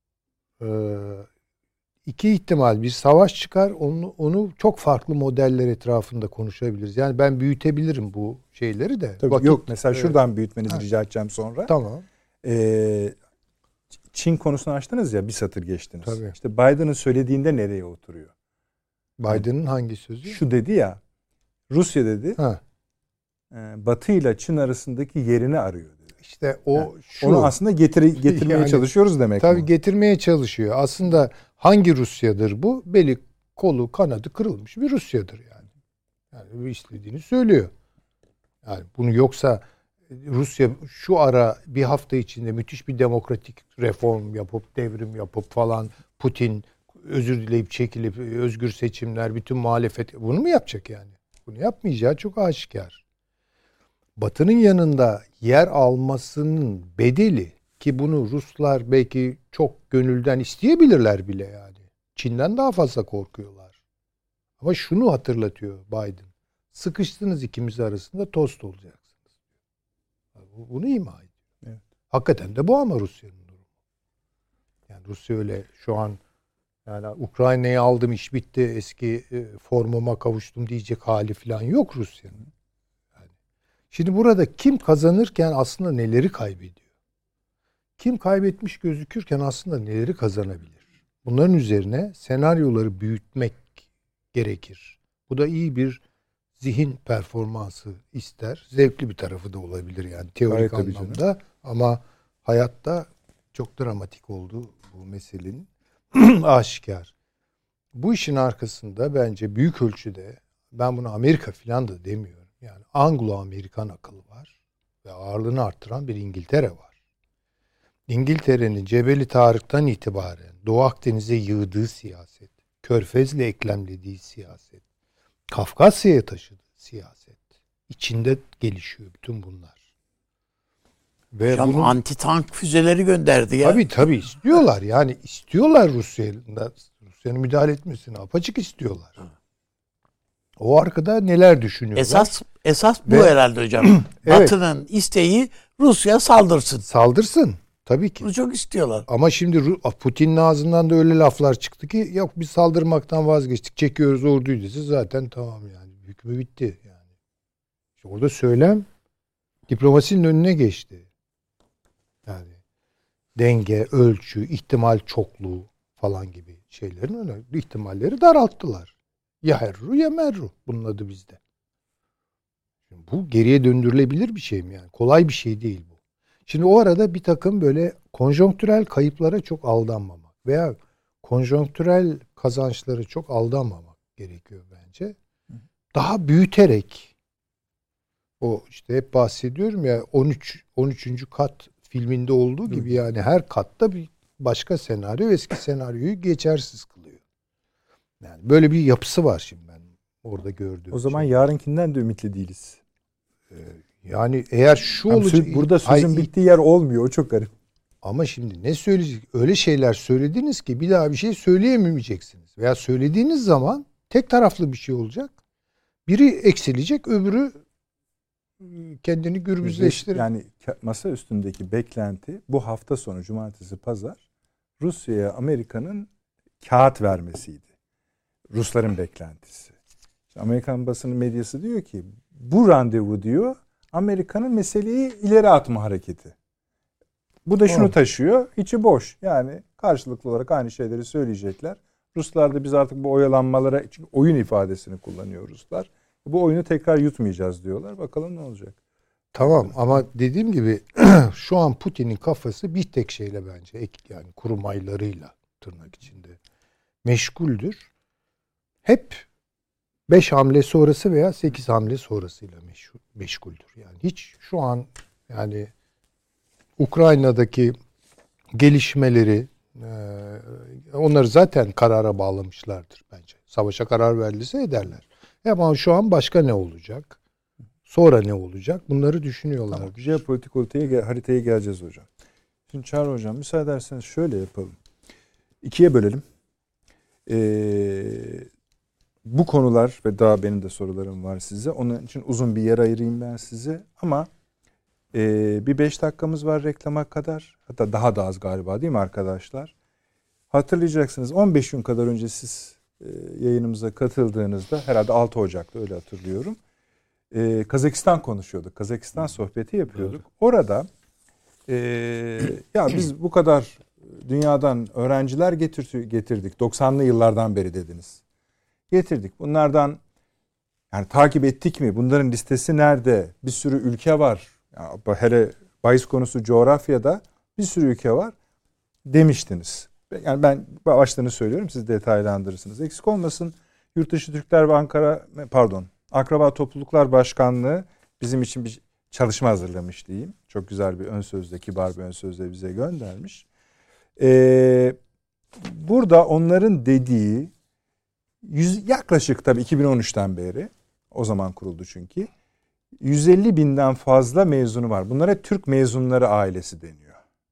İki ihtimal bir savaş çıkar onu çok farklı modeller etrafında konuşabiliriz. Yani ben büyütebilirim bu şeyleri de. Tabii yok mesela şuradan büyütmenizi rica edeceğim sonra. Tamam. Çin konusunu açtınız ya bir satır geçtiniz. Tabii. İşte Biden'ın söylediğinde nereye oturuyor? Biden'ın hangi sözü? Şu dedi ya Rusya dedi Batı ile Çin arasındaki yerini arıyor dedi. İşte o yani, onu aslında getirmeye yani, çalışıyoruz demek. Tabii getirmeye çalışıyor. Aslında hangi Rusya'dır bu? Beli kolu kanadı kırılmış bir Rusya'dır yani. Yani istediğini söylüyor. Yani bunu yoksa Rusya şu ara bir hafta içinde müthiş bir demokratik reform yapıp devrim yapıp falan Putin özür dileyip çekilip özgür seçimler bütün muhalefet bunu mu yapacak yani? Bunu yapmayacağı çok aşikar. Batı'nın yanında yer almasının bedeli ki bunu Ruslar belki çok gönülden isteyebilirler bile yani. Çin'den daha fazla korkuyorlar. Ama şunu hatırlatıyor Biden. Sıkıştınız ikimiz arasında tost olacaksınız. Bunu ima ediyor. Evet. Hakikaten de bu ama Rusya'nın durumu. Yani Rusya öyle şu an yani Ukrayna'yı aldım iş bitti eski formuma kavuştum diyecek hali falan yok Rusya'nın. Yani. Şimdi burada kim kazanırken aslında neleri kaybediyor? Kim kaybetmiş gözükürken aslında neleri kazanabilir? Bunların üzerine senaryoları büyütmek gerekir. Bu da iyi bir zihin performansı ister. Zevkli bir tarafı da olabilir yani teorik anlamda. Ama hayatta çok dramatik oldu bu meselenin. Aşikar. Bu işin arkasında bence büyük ölçüde ben bunu Amerika falan da demiyorum. Yani Anglo-Amerikan akılı var ve ağırlığını arttıran bir İngiltere var. İngiltere'nin Cebeli Tarık'tan itibaren Doğu Akdeniz'e yığdığı siyaset, Körfez'le eklemlediği siyaset, Kafkasya'ya taşıdığı siyaset, içinde gelişiyor bütün bunlar. Ve bunu anti tank füzeleri gönderdi ya. Tabii istiyorlar. Yani istiyorlar Rusya'nın müdahale etmesini. Apaçık istiyorlar. O arkada neler düşünüyorlar? Esas bu herhalde hocam. Evet. Batı'nın isteği Rusya saldırsın. Saldırsın. Tabii ki. Bunu çok istiyorlar. Ama şimdi Putin'in ağzından da öyle laflar çıktı ki yok biz saldırmaktan vazgeçtik. Çekiyoruz orduyu dese zaten tamam yani. Hükmü bitti yani. İşte orada söylem diplomasinin önüne geçti. Yani denge, ölçü, ihtimal çokluğu falan gibi şeylerin önemli ihtimalleri daralttılar. Ya herru ya merru bunun adı bizde. Bu geriye döndürülebilir bir şey mi yani? Kolay bir şey değil bu. Şimdi o arada bir takım böyle konjonktürel kayıplara çok aldanmamak veya konjonktürel kazançları çok aldanmamak gerekiyor bence. Daha büyüterek o işte hep bahsediyorum ya 13. kat filminde olduğu gibi yani her katta bir başka senaryo eski senaryoyu geçersiz kılıyor. Yani böyle bir yapısı var şimdi ben orada gördüğüm. O zaman yarınkinden de ümitli değiliz. Yani eğer şu olacak... Burada sözün bittiği yer olmuyor. O çok garip. Ama şimdi ne söyleyecek? Öyle şeyler söylediniz ki bir daha bir şey söyleyemeyeceksiniz. Veya söylediğiniz zaman tek taraflı bir şey olacak. Biri eksilecek, öbürü kendini gürbüzleştirir. Yani masa üstündeki beklenti bu hafta sonu cumartesi pazar Rusya'ya Amerika'nın kağıt vermesiydi. Rusların beklentisi. İşte Amerikan basını medyası diyor ki bu randevu diyor Amerika'nın meseleyi ileri atma hareketi. Bu da şunu taşıyor. İçi boş. Yani karşılıklı olarak aynı şeyleri söyleyecekler. Ruslar da biz artık bu oyalanmalara çünkü oyun ifadesini kullanıyor Ruslar. Bu oyunu tekrar yutmayacağız diyorlar. Bakalım ne olacak. Tamam ama dediğim gibi şu an Putin'in kafası bir tek şeyle bence yani kurmaylarıyla tırnak içinde meşguldür. Hep 5 hamle sonrası veya 8 hamle sonrasıyla meşguldür. Yani hiç şu an yani Ukrayna'daki gelişmeleri onları zaten karara bağlamışlardır bence. Savaşa karar verdiyse ederler. Ama şu an başka ne olacak? Sonra ne olacak? Bunları düşünüyorlar. Tamam, jeopolitik haritaya geleceğiz hocam. Şimdi Çağrı hocam müsaade ederseniz şöyle yapalım. 2'ye bölelim. Bu konular ve daha benim de sorularım var size. Onun için uzun bir yer ayırayım ben size. Ama bir 5 dakikamız var reklama kadar. Hatta daha da az galiba değil mi arkadaşlar? Hatırlayacaksınız 15 gün kadar önce siz yayınımıza katıldığınızda herhalde 6 Ocak'ta öyle hatırlıyorum. Kazakistan konuşuyorduk. Kazakistan sohbeti yapıyorduk. Evet. Orada ya biz bu kadar dünyadan öğrenciler getirdik. 90'lı yıllardan beri dediniz. Getirdik. Bunlardan yani takip ettik mi? Bunların listesi nerede? Bir sürü ülke var. Yani hele bahis konusu coğrafyada bir sürü ülke var demiştiniz. Yani ben başlarını söylüyorum. Siz detaylandırırsınız. Eksik olmasın. Yurtdışı Türkler ve Akraba Topluluklar Başkanlığı bizim için bir çalışma hazırlamış diyeyim. Çok güzel bir ön sözde, kibar bir ön sözde bize göndermiş. Burada onların dediği yaklaşık tabii 2013'ten beri o zaman kuruldu çünkü 150 binden fazla mezunu var. Bunlara Türk mezunları ailesi deniyor.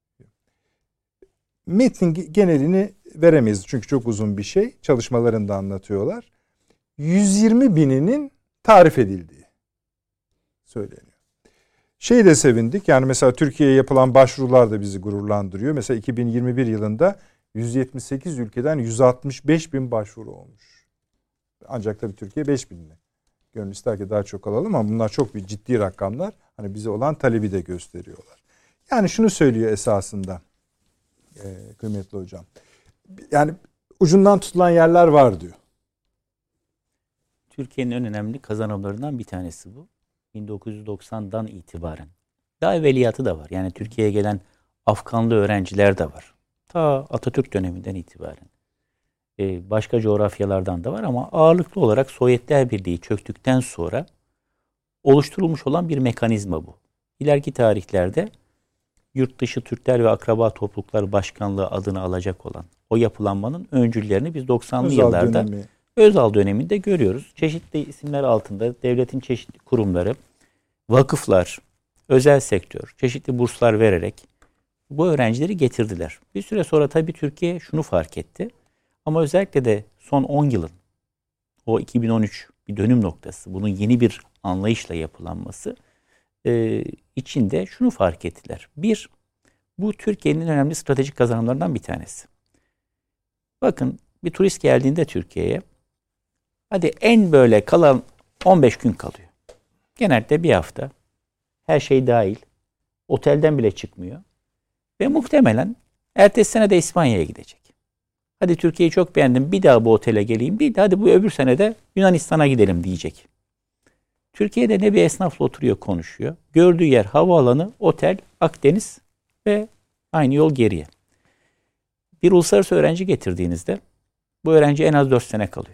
Metnin genelini veremeyiz çünkü çok uzun bir şey. Çalışmalarını da anlatıyorlar. 120 bininin tarif edildiği söyleniyor. Şeyi de sevindik. Yani mesela Türkiye'ye yapılan başvurular da bizi gururlandırıyor. Mesela 2021 yılında 178 ülkeden 165 bin başvuru olmuş. Ancak tabii Türkiye 5 binli. Gönül ister ki daha çok alalım ama bunlar çok bir ciddi rakamlar. Hani bize olan talebi de gösteriyorlar. Yani şunu söylüyor esasında kıymetli hocam. Yani ucundan tutulan yerler var diyor. Türkiye'nin en önemli kazanımlarından bir tanesi bu. 1990'dan itibaren. Daha evveliyatı da var. Yani Türkiye'ye gelen Afganlı öğrenciler de var. Ta Atatürk döneminden itibaren. Başka coğrafyalardan da var ama ağırlıklı olarak Sovyetler Birliği çöktükten sonra oluşturulmuş olan bir mekanizma bu. İleriki tarihlerde Yurtdışı Türkler ve Akraba Topluluklar Başkanlığı adını alacak olan o yapılanmanın öncüllerini biz 90'lı yıllarda Özal döneminde görüyoruz. Çeşitli isimler altında devletin çeşitli kurumları, vakıflar, özel sektör çeşitli burslar vererek bu öğrencileri getirdiler. Bir süre sonra tabii Türkiye şunu fark etti. Ama özellikle de son 10 yılın o 2013 bir dönüm noktası, bunun yeni bir anlayışla yapılanması içinde şunu fark ettiler. Bir, bu Türkiye'nin önemli stratejik kazanımlarından bir tanesi. Bakın bir turist geldiğinde Türkiye'ye, hadi en böyle kalan 15 gün kalıyor. Genelde bir hafta, her şey dahil, otelden bile çıkmıyor. Ve muhtemelen ertesi sene de İspanya'ya gidecek. Hadi Türkiye'yi çok beğendim, bir daha bu otele geleyim değil de hadi bu öbür sene de Yunanistan'a gidelim diyecek. Türkiye'de ne bir esnafla oturuyor konuşuyor. Gördüğü yer havaalanı, otel, Akdeniz ve aynı yol geriye. Bir uluslararası öğrenci getirdiğinizde bu öğrenci en az 4 sene kalıyor.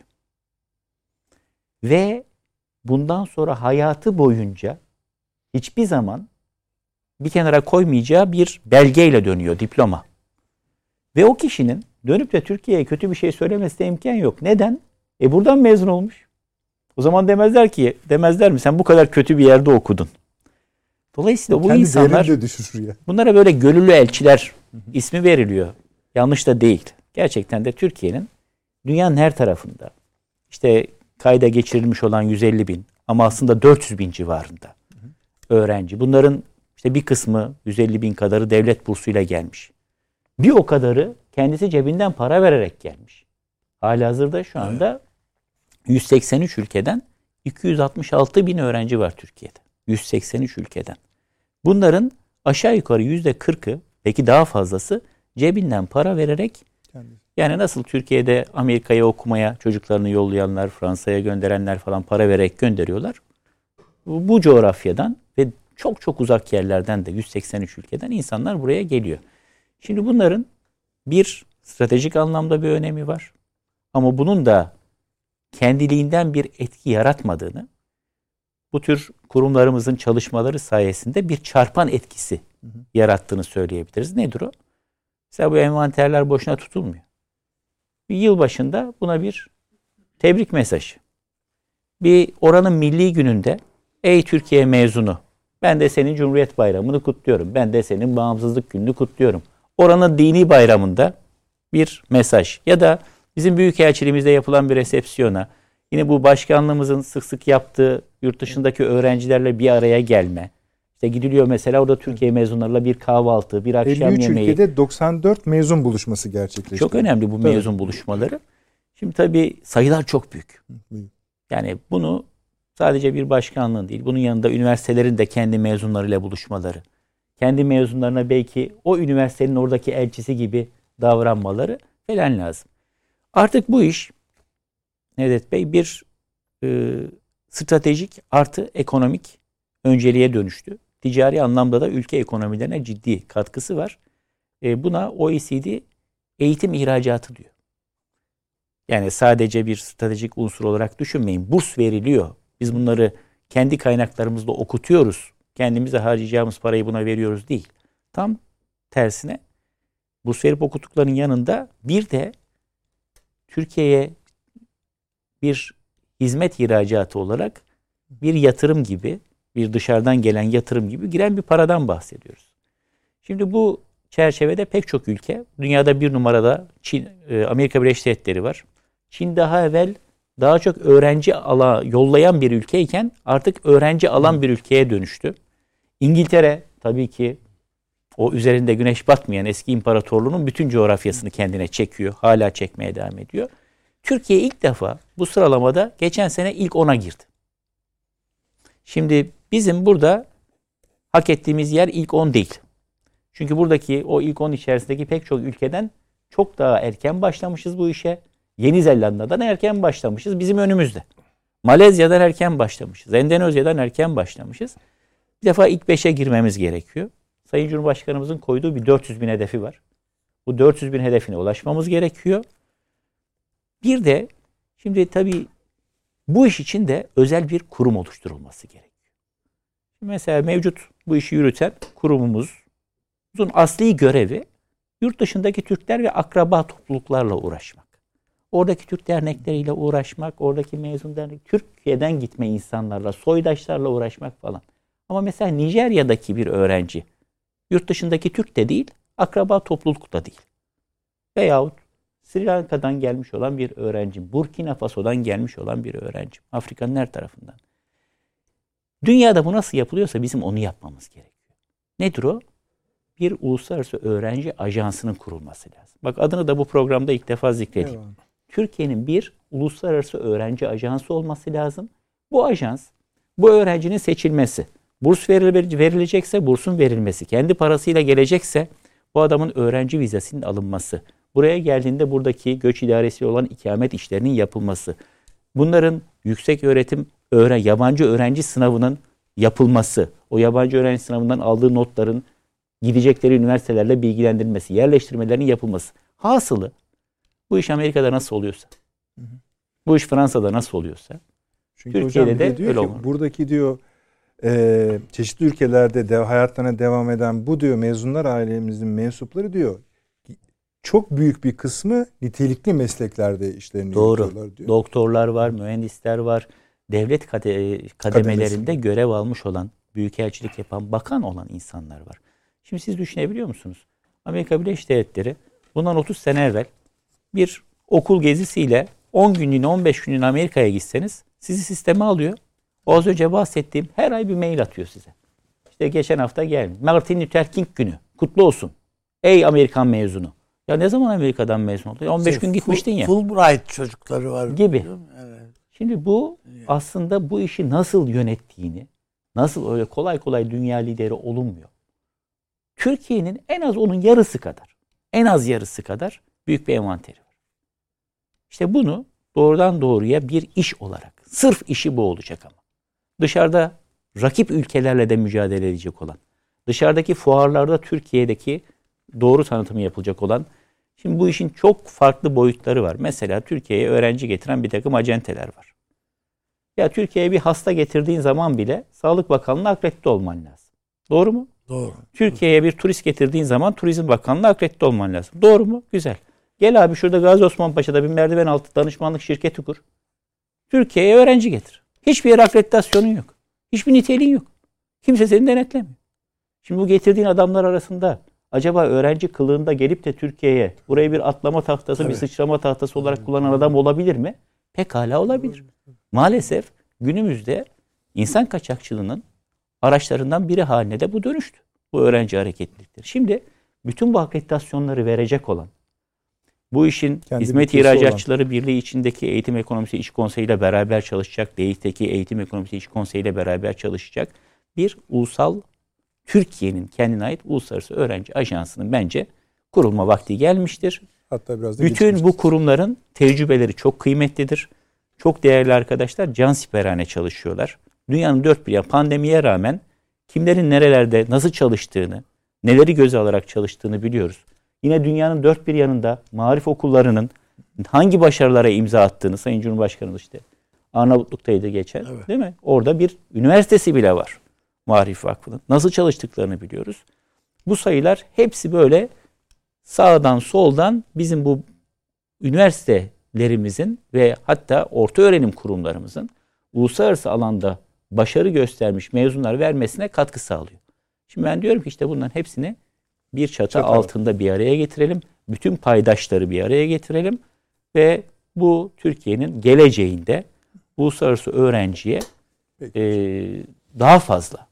Ve bundan sonra hayatı boyunca hiçbir zaman bir kenara koymayacağı bir belgeyle dönüyor, diploma. Ve o kişinin dönüp de Türkiye'ye kötü bir şey söylemesi de imkan yok. Neden? Buradan mezun olmuş. O zaman demezler mi sen bu kadar kötü bir yerde okudun. Dolayısıyla bu insanlar, bunlara böyle gönüllü elçiler ismi veriliyor. Yanlış da değil. Gerçekten de Türkiye'nin dünyanın her tarafında işte kayda geçirilmiş olan 150 bin ama aslında 400 bin civarında öğrenci. Bunların işte bir kısmı 150 bin kadarı devlet bursuyla gelmiş. Bir o kadarı kendisi cebinden para vererek gelmiş. Halihazırda şu anda 183 ülkeden 266 bin öğrenci var Türkiye'de. 183 ülkeden. Bunların aşağı yukarı %40'ı, belki daha fazlası cebinden para vererek, yani nasıl Türkiye'de Amerika'ya okumaya çocuklarını yollayanlar, Fransa'ya gönderenler falan para vererek gönderiyorlar. Bu coğrafyadan ve çok çok uzak yerlerden de 183 ülkeden insanlar buraya geliyor. Şimdi bunların bir stratejik anlamda bir önemi var. Ama bunun da kendiliğinden bir etki yaratmadığını, bu tür kurumlarımızın çalışmaları sayesinde bir çarpan etkisi yarattığını söyleyebiliriz. Nedir o? Mesela bu envanterler boşuna tutulmuyor. Bir yıl başında buna bir tebrik mesajı. Bir oranın milli gününde, ey Türkiye mezunu, ben de senin Cumhuriyet Bayramı'nı kutluyorum. Ben de senin Bağımsızlık Günü'nü kutluyorum. Oranın dini bayramında bir mesaj ya da bizim Büyükelçiliğimizde yapılan bir resepsiyona, yine bu başkanlığımızın sık sık yaptığı yurt dışındaki öğrencilerle bir araya gelme. İşte gidiliyor mesela orada Türkiye mezunlarıyla bir kahvaltı, bir akşam 53 yemeği. 53 ülkede 94 mezun buluşması gerçekleşti. Çok önemli bu mezun buluşmaları. Şimdi tabii sayılar çok büyük. Yani bunu sadece bir başkanlığın değil, bunun yanında üniversitelerin de kendi mezunlarıyla buluşmaları, kendi mezunlarına belki o üniversitenin oradaki elçisi gibi davranmaları falan lazım. Artık bu iş Nevdet Bey bir stratejik artı ekonomik önceliğe dönüştü. Ticari anlamda da ülke ekonomilerine ciddi katkısı var. Buna OECD eğitim ihracatı diyor. Yani sadece bir stratejik unsur olarak düşünmeyin. Burs veriliyor. Biz bunları kendi kaynaklarımızla okutuyoruz. Kendimize harcayacağımız parayı buna veriyoruz değil. Tam tersine burs verip okuttuklarının yanında bir de Türkiye'ye bir hizmet ihracatı olarak bir yatırım gibi, bir dışarıdan gelen yatırım gibi giren bir paradan bahsediyoruz. Şimdi bu çerçevede pek çok ülke, dünyada bir numarada Çin, Amerika Birleşik Devletleri var. Çin daha evvel daha çok öğrenci yollayan bir ülkeyken artık öğrenci alan bir ülkeye dönüştü. İngiltere tabii ki o üzerinde güneş batmayan eski imparatorluğunun bütün coğrafyasını kendine çekiyor. Hala çekmeye devam ediyor. Türkiye ilk defa bu sıralamada geçen sene ilk 10'a girdi. Şimdi bizim burada hak ettiğimiz yer ilk 10 değil. Çünkü buradaki o ilk 10 içerisindeki pek çok ülkeden çok daha erken başlamışız bu işe. Yeni Zelanda'dan erken başlamışız bizim önümüzde. Malezya'dan erken başlamışız. Endonezya'dan erken başlamışız. Bir defa ilk 5'e girmemiz gerekiyor. Sayın Cumhurbaşkanımızın koyduğu bir 400 bin hedefi var. Bu 400 bin hedefine ulaşmamız gerekiyor. Bir de şimdi tabii bu iş için de özel bir kurum oluşturulması gerekiyor. Şimdi mesela mevcut bu işi yürüten kurumumuzun asli görevi yurt dışındaki Türkler ve akraba topluluklarla uğraşmak. Oradaki Türk dernekleriyle uğraşmak, oradaki mezun dernek, Türkiye'den gitme insanlarla, soydaşlarla uğraşmak falan. Ama mesela Nijerya'daki bir öğrenci yurt dışındaki Türk de değil, akraba topluluk da değil. Veyahut Sri Lanka'dan gelmiş olan bir öğrencim, Burkina Faso'dan gelmiş olan bir öğrencim, Afrika'nın her tarafından. Dünyada bu nasıl yapılıyorsa bizim onu yapmamız gerekiyor. Nedir o? Bir uluslararası öğrenci ajansının kurulması lazım. Bak adını da bu programda ilk defa zikredeyim. Evet. Türkiye'nin bir uluslararası öğrenci ajansı olması lazım. Bu ajans, bu öğrencinin seçilmesi, burs verilecekse bursun verilmesi, kendi parasıyla gelecekse bu adamın öğrenci vizesinin alınması, buraya geldiğinde buradaki göç idaresi olan ikamet işlerinin yapılması, bunların yüksek öğretim yabancı öğrenci sınavının yapılması, o yabancı öğrenci sınavından aldığı notların gidecekleri üniversitelerle bilgilendirilmesi, yerleştirmelerinin yapılması. Hasılı bu iş Amerika'da nasıl oluyorsa, bu iş Fransa'da nasıl oluyorsa, çünkü Türkiye'de hocam, de diyor öyle ki, olmalı. buradaki diyor çeşitli ülkelerde hayatlarına devam eden bu diyor mezunlar ailemizin mensupları diyor çok büyük bir kısmı nitelikli mesleklerde işlerini yürütüyorlar diyor. Doktorlar var, mühendisler var, devlet kademelerinde görev almış olan, büyükelçilik yapan, bakan olan insanlar var. Şimdi siz düşünebiliyor musunuz? Amerika Birleşik Devletleri bundan 30 sene evvel bir okul gezisiyle 10 günlüğüne 15 günlüğüne Amerika'ya gitseniz sizi sisteme alıyor. O az önce bahsettiğim her ay bir mail atıyor size. İşte geçen hafta gelmiş. Martin Luther King günü. Kutlu olsun. Ey Amerikan mezunu. Ya ne zaman Amerika'dan mezun oldun? 15 gün gitmiştin ya. Fulbright çocukları var. Gibi. Evet. Şimdi bu aslında bu işi nasıl yönettiğini, nasıl öyle kolay kolay dünya lideri olunmuyor. Türkiye'nin en az onun yarısı kadar, en az yarısı kadar büyük bir envanteri var. İşte bunu doğrudan doğruya bir iş olarak, sırf işi bu olacak ama. Dışarıda rakip ülkelerle de mücadele edecek olan, dışarıdaki fuarlarda Türkiye'deki doğru tanıtımı yapılacak olan, şimdi bu işin çok farklı boyutları var. Mesela Türkiye'ye öğrenci getiren bir takım acenteler var. Ya Türkiye'ye bir hasta getirdiğin zaman bile Sağlık Bakanlığı'na akredite olman lazım. Doğru mu? Doğru. Türkiye'ye bir turist getirdiğin zaman Turizm Bakanlığı'na akredite olman lazım. Doğru mu? Güzel. Gel abi şurada Gazi Osman Paşa'da bir merdiven altı danışmanlık şirketi kur. Türkiye'ye öğrenci getir. Hiçbir yere akreditasyonun yok. Hiçbir niteliğin yok. Kimse seni denetlemiyor. Şimdi bu getirdiğin adamlar arasında acaba öğrenci kılığında gelip de Türkiye'ye burayı bir atlama tahtası, bir sıçrama tahtası olarak kullanan adam olabilir mi? Pekala olabilir. Maalesef günümüzde insan kaçakçılığının araçlarından biri haline de bu dönüştü. Bu öğrenci hareketlilikleri. Şimdi bütün bu akreditasyonları verecek olan, bu işin kendi Hizmet İhracatçıları Birliği içindeki Eğitim Ekonomisi İş Konseyi ile beraber çalışacak, DEİK'teki Eğitim Ekonomisi İş Konseyi ile beraber çalışacak bir ulusal, Türkiye'nin kendine ait uluslararası öğrenci ajansının bence kurulma vakti gelmiştir. Hatta biraz da bütün bu kurumların tecrübeleri çok kıymetlidir. Çok değerli arkadaşlar, cansiperhane çalışıyorlar. Dünyanın dört bir yanı pandemiye rağmen kimlerin nerelerde nasıl çalıştığını, neleri göze alarak çalıştığını biliyoruz. Yine dünyanın dört bir yanında marif okullarının hangi başarılara imza attığını Sayın Cumhurbaşkanımız işte Arnavutluk'taydı geçen, evet, değil mi? Orada bir üniversitesi bile var. Marif Vakfı'nın. Nasıl çalıştıklarını biliyoruz. Bu sayılar hepsi böyle sağdan soldan bizim bu üniversitelerimizin ve hatta orta öğrenim kurumlarımızın uluslararası alanda başarı göstermiş mezunlar vermesine katkı sağlıyor. Şimdi ben diyorum ki işte bunların hepsini bir çatı altında bir araya getirelim. Bütün paydaşları bir araya getirelim ve bu Türkiye'nin geleceğinde uluslararası öğrenciye daha fazla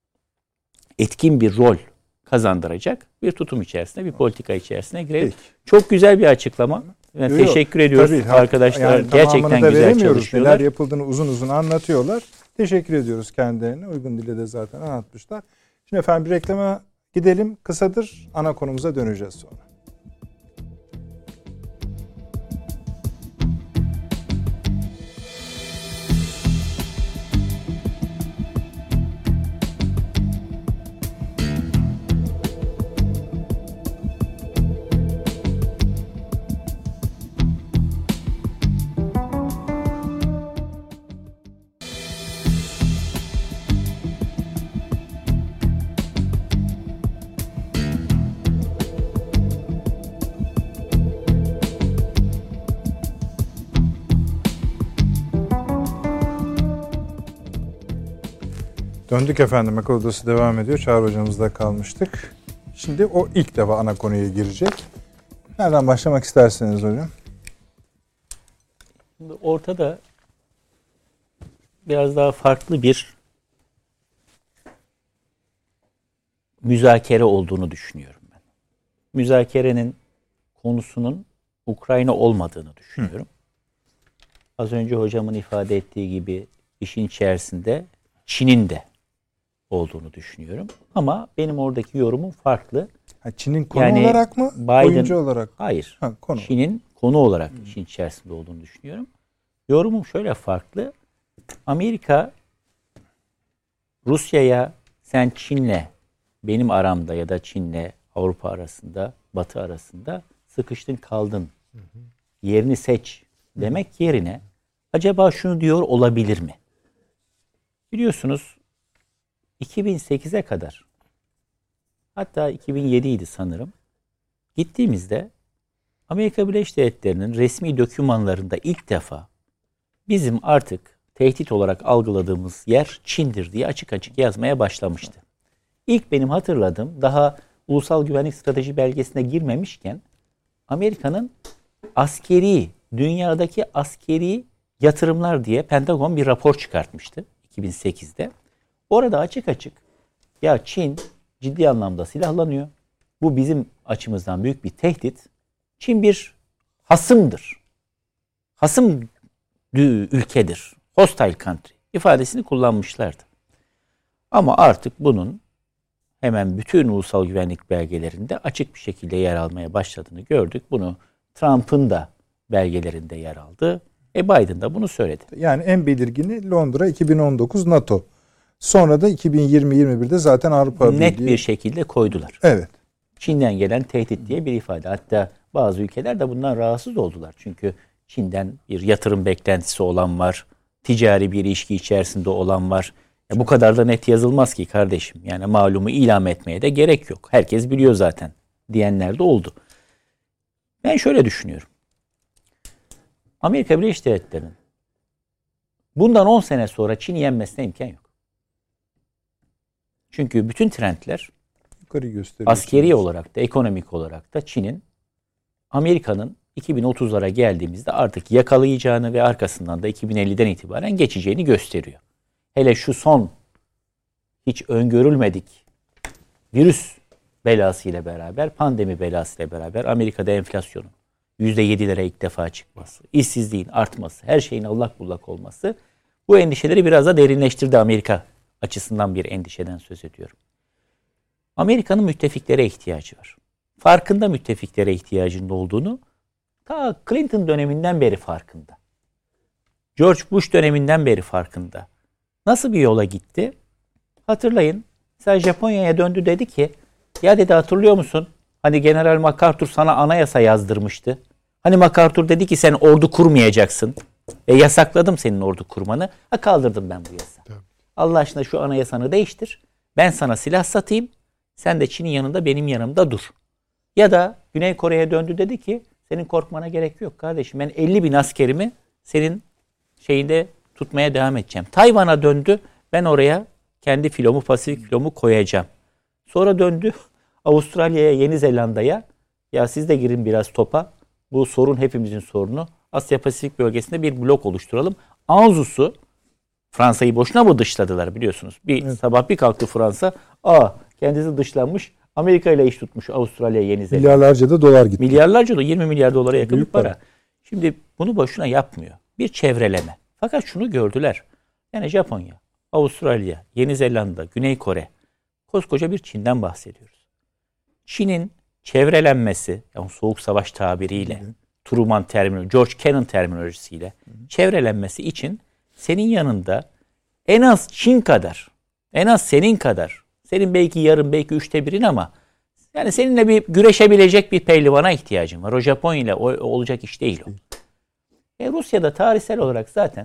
etkin bir rol kazandıracak bir tutum içerisine, bir politika içerisine girelim. Peki. Çok güzel bir açıklama. Yani teşekkür ediyoruz tabii, arkadaşlar. Yani gerçekten güzel çalışıyorlar. Neler yapıldığını uzun uzun anlatıyorlar. Teşekkür ediyoruz kendilerine. Uygun dille de zaten anlatmışlar. Şimdi efendim bir reklama gidelim. Kısadır. Ana konumuza döneceğiz sonra. Döndük efendim. Akıl Odası devam ediyor. Çağrı hocamızda kalmıştık. Şimdi o ilk defa ana konuya girecek. Nereden başlamak isterseniz hocam? Şimdi ortada biraz daha farklı bir müzakere olduğunu düşünüyorum ben. Müzakerenin konusunun Ukrayna olmadığını düşünüyorum. Az önce hocamın ifade ettiği gibi işin içerisinde Çin'in de olduğunu düşünüyorum. Ama benim oradaki yorumum farklı. Çin'in konu olarak mı? Biden, oyuncu olarak? Hayır. Konu. Çin'in konu olarak işin içerisinde olduğunu düşünüyorum. Yorumum şöyle farklı. Amerika Rusya'ya sen Çin'le benim aramda ya da Çin'le Avrupa arasında, Batı arasında sıkıştın kaldın. Yerini seç demek yerine acaba şunu diyor olabilir mi? Biliyorsunuz 2008'e kadar, hatta 2007 idi sanırım, gittiğimizde Amerika Birleşik Devletleri'nin resmi dokümanlarında ilk defa bizim artık tehdit olarak algıladığımız yer Çin'dir diye açık açık yazmaya başlamıştı. İlk benim hatırladığım, daha Ulusal Güvenlik Strateji belgesine girmemişken Amerika'nın askeri, dünyadaki askeri yatırımlar diye Pentagon bir rapor çıkartmıştı 2008'de. Orada açık açık ya Çin ciddi anlamda silahlanıyor. Bu bizim açımızdan büyük bir tehdit. Çin bir hasımdır. Hasım ülkedir. Hostile country ifadesini kullanmışlardı. Ama artık bunun hemen bütün ulusal güvenlik belgelerinde açık bir şekilde yer almaya başladığını gördük. Bunu Trump'ın da belgelerinde yer aldı. Biden da bunu söyledi. Yani en belirgini Londra 2019 NATO. Sonra da 2020-21'de zaten Avrupa Birliği. Net bir şekilde koydular. Evet. Çin'den gelen tehdit diye bir ifade. Hatta bazı ülkeler de bundan rahatsız oldular. Çünkü Çin'den bir yatırım beklentisi olan var. Ticari bir ilişki içerisinde olan var. Bu kadar da net yazılmaz ki kardeşim. Yani malumu ilan etmeye de gerek yok. Herkes biliyor zaten diyenler de oldu. Ben şöyle düşünüyorum. Amerika Birleşik Devletleri'nin bundan 10 sene sonra Çin'i yenmesine imkan yok. Çünkü bütün trendler askeri olarak da ekonomik olarak da Çin'in Amerika'nın 2030'lara geldiğimizde artık yakalayacağını ve arkasından da 2050'den itibaren geçeceğini gösteriyor. Hele şu son hiç öngörülmedik virüs belasıyla beraber, pandemi belasıyla beraber Amerika'da enflasyonun %7'lere ilk defa çıkması, işsizliğin artması, her şeyin allak bullak olması bu endişeleri biraz da derinleştirdi. Amerika açısından bir endişeden söz ediyorum. Amerika'nın müttefiklere ihtiyacı var. Farkında müttefiklere ihtiyacının olduğunu ta Clinton döneminden beri farkında. George Bush döneminden beri farkında. Nasıl bir yola gitti? Hatırlayın. Mesela Japonya'ya döndü, dedi ki ya dedi, hatırlıyor musun? Hani General MacArthur sana anayasa yazdırmıştı. Hani MacArthur dedi ki sen ordu kurmayacaksın. Yasakladım senin ordu kurmanı. Kaldırdım ben bu yasa. Tabii. Allah aşkına şu anayasanı değiştir. Ben sana silah satayım. Sen de Çin'in yanında benim yanımda dur. Ya da Güney Kore'ye döndü, dedi ki senin korkmana gerek yok kardeşim. Ben 50.000 askerimi senin şeyinde tutmaya devam edeceğim. Tayvan'a döndü. Ben oraya kendi filomu, Pasifik filomu koyacağım. Sonra döndü Avustralya'ya, Yeni Zelanda'ya. Ya siz de girin biraz topa. Bu sorun hepimizin sorunu. Asya Pasifik bölgesinde bir blok oluşturalım. Anzusu, Fransa'yı boşuna mı dışladılar biliyorsunuz. Evet. Sabah bir kalktı Fransa. Kendisi dışlanmış. Amerika ile iş tutmuş Avustralya, Yeni Zelanda. Milyarlarca da dolar gitti. Milyarlarca da 20 milyar dolara yakın bir para. Şimdi bunu boşuna yapmıyor. Bir çevreleme. Fakat şunu gördüler. Yani Japonya, Avustralya, Yeni Zelanda, Güney Kore. Koskoca bir Çin'den bahsediyoruz. Çin'in çevrelenmesi, yani Soğuk Savaş tabiriyle, Truman terminolojisi, George Kennan terminolojisiyle çevrelenmesi için senin yanında en az Çin kadar, en az senin kadar, senin belki yarın, belki 1/3'ün ama yani seninle bir güreşebilecek bir pehlivana ihtiyacın var. O Japonya ile olacak iş değil o. Rusya da tarihsel olarak zaten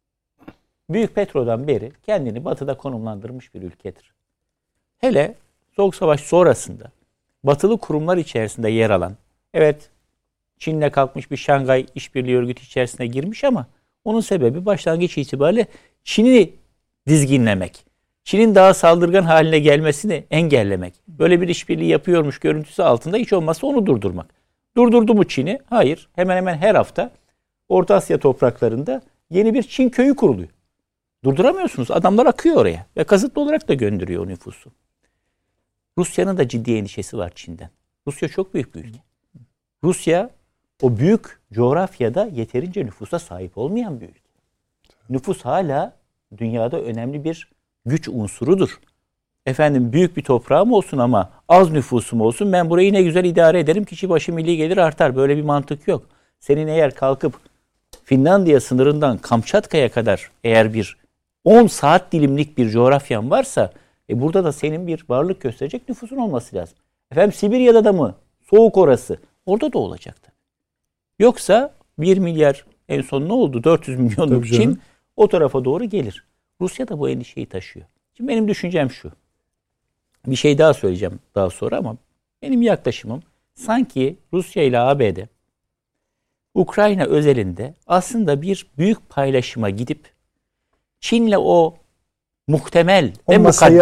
Büyük Petro'dan beri kendini batıda konumlandırmış bir ülkedir. Hele Soğuk Savaş sonrasında batılı kurumlar içerisinde yer alan, evet Çin'le kalkmış bir Şangay İşbirliği Örgütü içerisine girmiş ama onun sebebi başlangıç itibariyle Çin'i dizginlemek, Çin'in daha saldırgan haline gelmesini engellemek. Böyle bir işbirliği yapıyormuş görüntüsü altında hiç olmazsa onu durdurmak. Durdurdu mu Çin'i? Hayır. Hemen hemen her hafta Orta Asya topraklarında yeni bir Çin köyü kuruluyor. Durduramıyorsunuz. Adamlar akıyor oraya. Ve kasıtlı olarak da gönderiyor o nüfusu. Rusya'nın da ciddi endişesi var Çin'den. Rusya çok büyük bir ülke. Rusya o büyük coğrafyada yeterince nüfusa sahip olmayan bir ülke. Nüfus hala dünyada önemli bir güç unsurudur. Efendim büyük bir toprağım olsun ama az nüfusum olsun, ben burayı ne güzel idare ederim, kişi başı milli gelir artar. Böyle bir mantık yok. Senin eğer kalkıp Finlandiya sınırından Kamçatka'ya kadar eğer bir 10 saat dilimlik bir coğrafyan varsa burada da senin bir varlık gösterecek nüfusun olması lazım. Efendim Sibirya'da da mı? Soğuk orası. Orada da olacak tabii. Yoksa 1 milyar en son ne oldu? 400 milyonluk Çin o tarafa doğru gelir. Rusya da bu endişeyi taşıyor. Şimdi benim düşüncem şu. Bir şey daha söyleyeceğim daha sonra ama benim yaklaşımım sanki Rusya ile ABD Ukrayna özelinde aslında bir büyük paylaşıma gidip Çin'le o muhtemel ve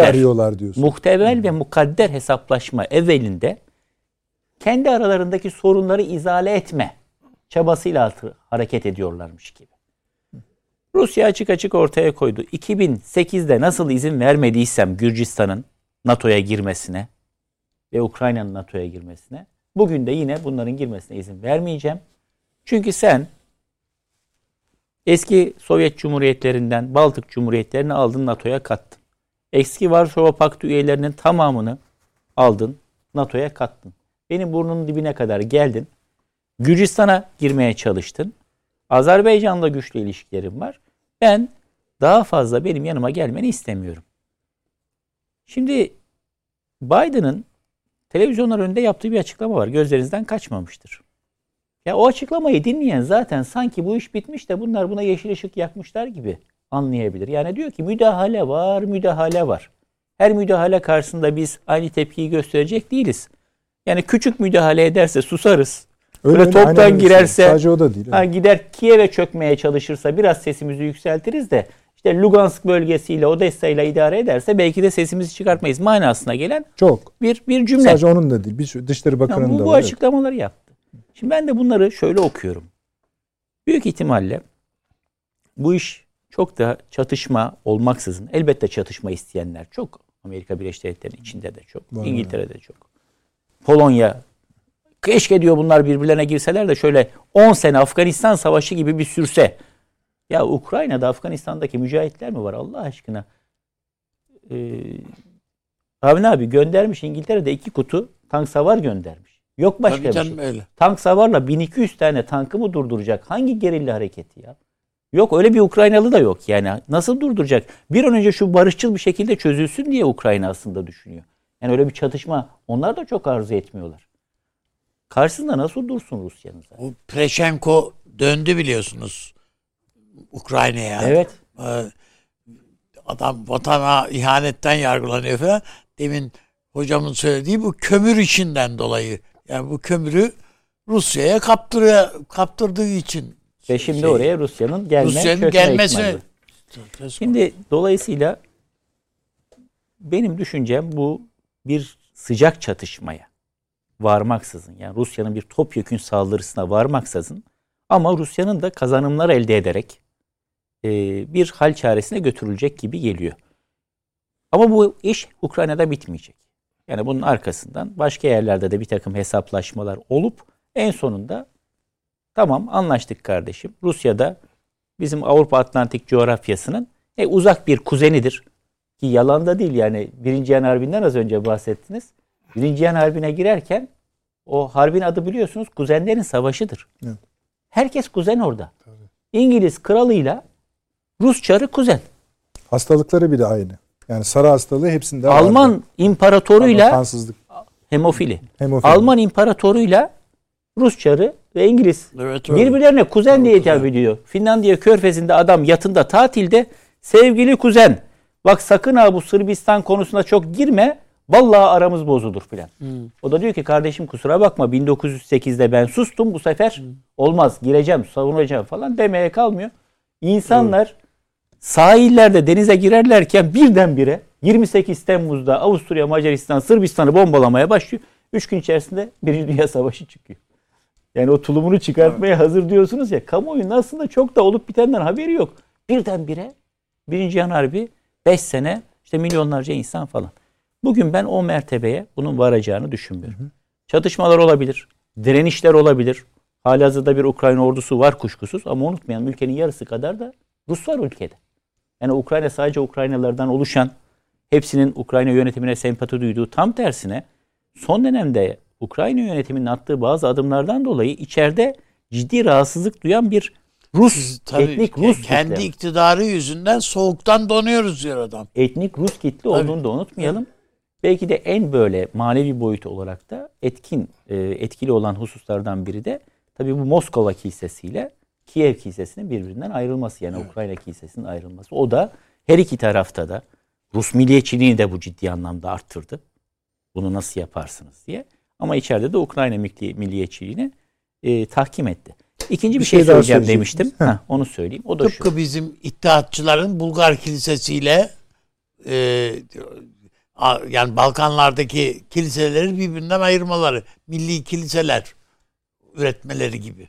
mukadder hesaplaşma evvelinde kendi aralarındaki sorunları izale etme çabasıyla hareket ediyorlarmış gibi. Rusya açık açık ortaya koydu. 2008'de nasıl izin vermediysem Gürcistan'ın NATO'ya girmesine ve Ukrayna'nın NATO'ya girmesine, bugün de yine bunların girmesine izin vermeyeceğim. Çünkü sen eski Sovyet Cumhuriyetlerinden Baltık Cumhuriyetlerini aldın, NATO'ya kattın. Eski Varşova Paktı üyelerinin tamamını aldın, NATO'ya kattın. Benim burnumun dibine kadar geldin. Gürcistan'a girmeye çalıştın. Azerbaycan'la güçlü ilişkilerim var. Ben daha fazla benim yanıma gelmeni istemiyorum. Şimdi Biden'ın televizyonlar önünde yaptığı bir açıklama var. Gözlerinizden kaçmamıştır. Ya o açıklamayı dinleyen zaten sanki bu iş bitmiş de bunlar buna yeşil ışık yakmışlar gibi anlayabilir. Yani diyor ki müdahale var, müdahale var. Her müdahale karşısında biz aynı tepkiyi gösterecek değiliz. Yani küçük müdahale ederse susarız. Böyle toptan girerse, sadece o da değil. Gider Kiev'e çökmeye çalışırsa biraz sesimizi yükseltiriz de işte Lugansk bölgesiyle Odessa'yla idare ederse belki de sesimizi çıkartmayız manasına gelen çok bir cümle. Sadece onun da değil. Bir Dışişleri Bakanı'nın da var. Bu açıklamaları yaptı. Şimdi ben de bunları şöyle okuyorum. Büyük ihtimalle bu iş çok da çatışma olmaksızın, elbette çatışma isteyenler çok. Amerika Birleşik Devletleri'nin içinde de çok. Var İngiltere'de çok. Polonya, keşke diyor bunlar birbirlerine girseler de şöyle 10 sene Afganistan Savaşı gibi bir sürse. Ya Ukrayna'da Afganistan'daki mücahitler mi var Allah aşkına? Avni abi göndermiş, İngiltere'de 2 kutu tank savar göndermiş. Yok başka bir şey. Öyle. Tank savarla 1200 tane tankı mı durduracak? Hangi gerilla hareketi ya? Yok öyle bir Ukraynalı da yok yani. Nasıl durduracak? Bir an önce şu barışçıl bir şekilde çözülsün diye Ukrayna aslında düşünüyor. Yani öyle bir çatışma onlar da çok arzu etmiyorlar. Karşısında nasıl dursun Rusya'nın zaten? O Preşenko döndü biliyorsunuz Ukrayna'ya. Evet. Adam vatana ihanetten yargılanıyor falan. Demin hocamın söylediği bu kömür işinden dolayı. Yani bu kömürü Rusya'ya kaptırdığı için. Ve şimdi oraya Rusya'nın gelmesi. Şimdi dolayısıyla benim düşüncem bu bir sıcak çatışmaya varmaksızın, yani Rusya'nın bir topyekün saldırısına varmaksızın ama Rusya'nın da kazanımlar elde ederek bir hal çaresine götürülecek gibi geliyor. Ama bu iş Ukrayna'da bitmeyecek. Yani bunun arkasından başka yerlerde de bir takım hesaplaşmalar olup en sonunda tamam anlaştık kardeşim. Rusya'da bizim Avrupa Atlantik coğrafyasının uzak bir kuzenidir. Ki yalan da değil yani 1. Cihan Harbi'nden az önce bahsettiniz. 1. Cihan Harbi'ne girerken o harbin adı biliyorsunuz kuzenlerin savaşıdır. Evet. Herkes kuzen orada. Tabii. İngiliz kralıyla Rus çarı kuzen. Hastalıkları bir de aynı. Yani sarı hastalığı hepsinde var. Alman imparatoruyla hemofili. Alman imparatoruyla Rus çarı ve İngiliz birbirlerine kuzen diye hitap ediyor. Finlandiya Körfezi'nde adam yatında tatilde sevgili kuzen bak sakın ha bu Sırbistan konusuna çok girme. Vallahi aramız bozulur filan. O da diyor ki kardeşim kusura bakma 1908'de ben sustum bu sefer olmaz gireceğim savunacağım falan demeye kalmıyor. İnsanlar sahillerde denize girerlerken birdenbire 28 Temmuz'da Avusturya, Macaristan, Sırbistan'ı bombalamaya başlıyor. 3 gün içerisinde Birinci Dünya Savaşı çıkıyor. Yani o tulumunu çıkartmaya hazır diyorsunuz ya. Kamuoyunun aslında çok da olup bitenden haberi yok. Birdenbire Birinci Cihan Harbi 5 sene işte milyonlarca insan falan. Bugün ben o mertebeye bunun varacağını düşünmüyorum. Çatışmalar olabilir. Direnişler olabilir. Halihazırda bir Ukrayna ordusu var kuşkusuz. Ama unutmayalım ülkenin yarısı kadar da Rus var ülkede. Yani Ukrayna sadece Ukraynalılardan oluşan, hepsinin Ukrayna yönetimine sempati duyduğu, tam tersine son dönemde Ukrayna yönetiminin attığı bazı adımlardan dolayı içeride ciddi rahatsızlık duyan bir Rus, etnik Rus kendi kitle. iktidarı yüzünden soğuktan donuyoruz diyor adam. Etnik Rus kitle olduğunu da unutmayalım. Belki de en böyle manevi boyutu olarak da etkili olan hususlardan biri de tabii bu Moskova kilisesiyle Kiev kilisesinin birbirinden ayrılması. Yani Ukrayna kilisesinin ayrılması. O da her iki tarafta da Rus milliyetçiliğini de bu ciddi anlamda arttırdı. Bunu nasıl yaparsınız diye. Ama içeride de Ukrayna milliyetçiliğini tahkim etti. İkinci bir şey söyleyeceğim demiştim. Onu söyleyeyim. O da tıpkı bizim İttihatçıların Bulgar kilisesiyle yani Balkanlardaki kiliseleri birbirinden ayırmaları, milli kiliseler üretmeleri gibi.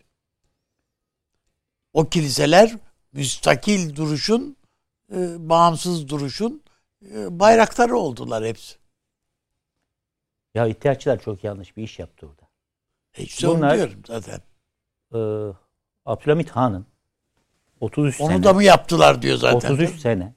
O kiliseler müstakil duruşun, bağımsız duruşun bayrakları oldular hepsi. Ya İttihatçılar çok yanlış bir iş yaptı orada. İşte onu diyorum zaten. Abdülhamit Han'ın 33 sene. Onu da mı yaptılar diyor zaten. 33 sene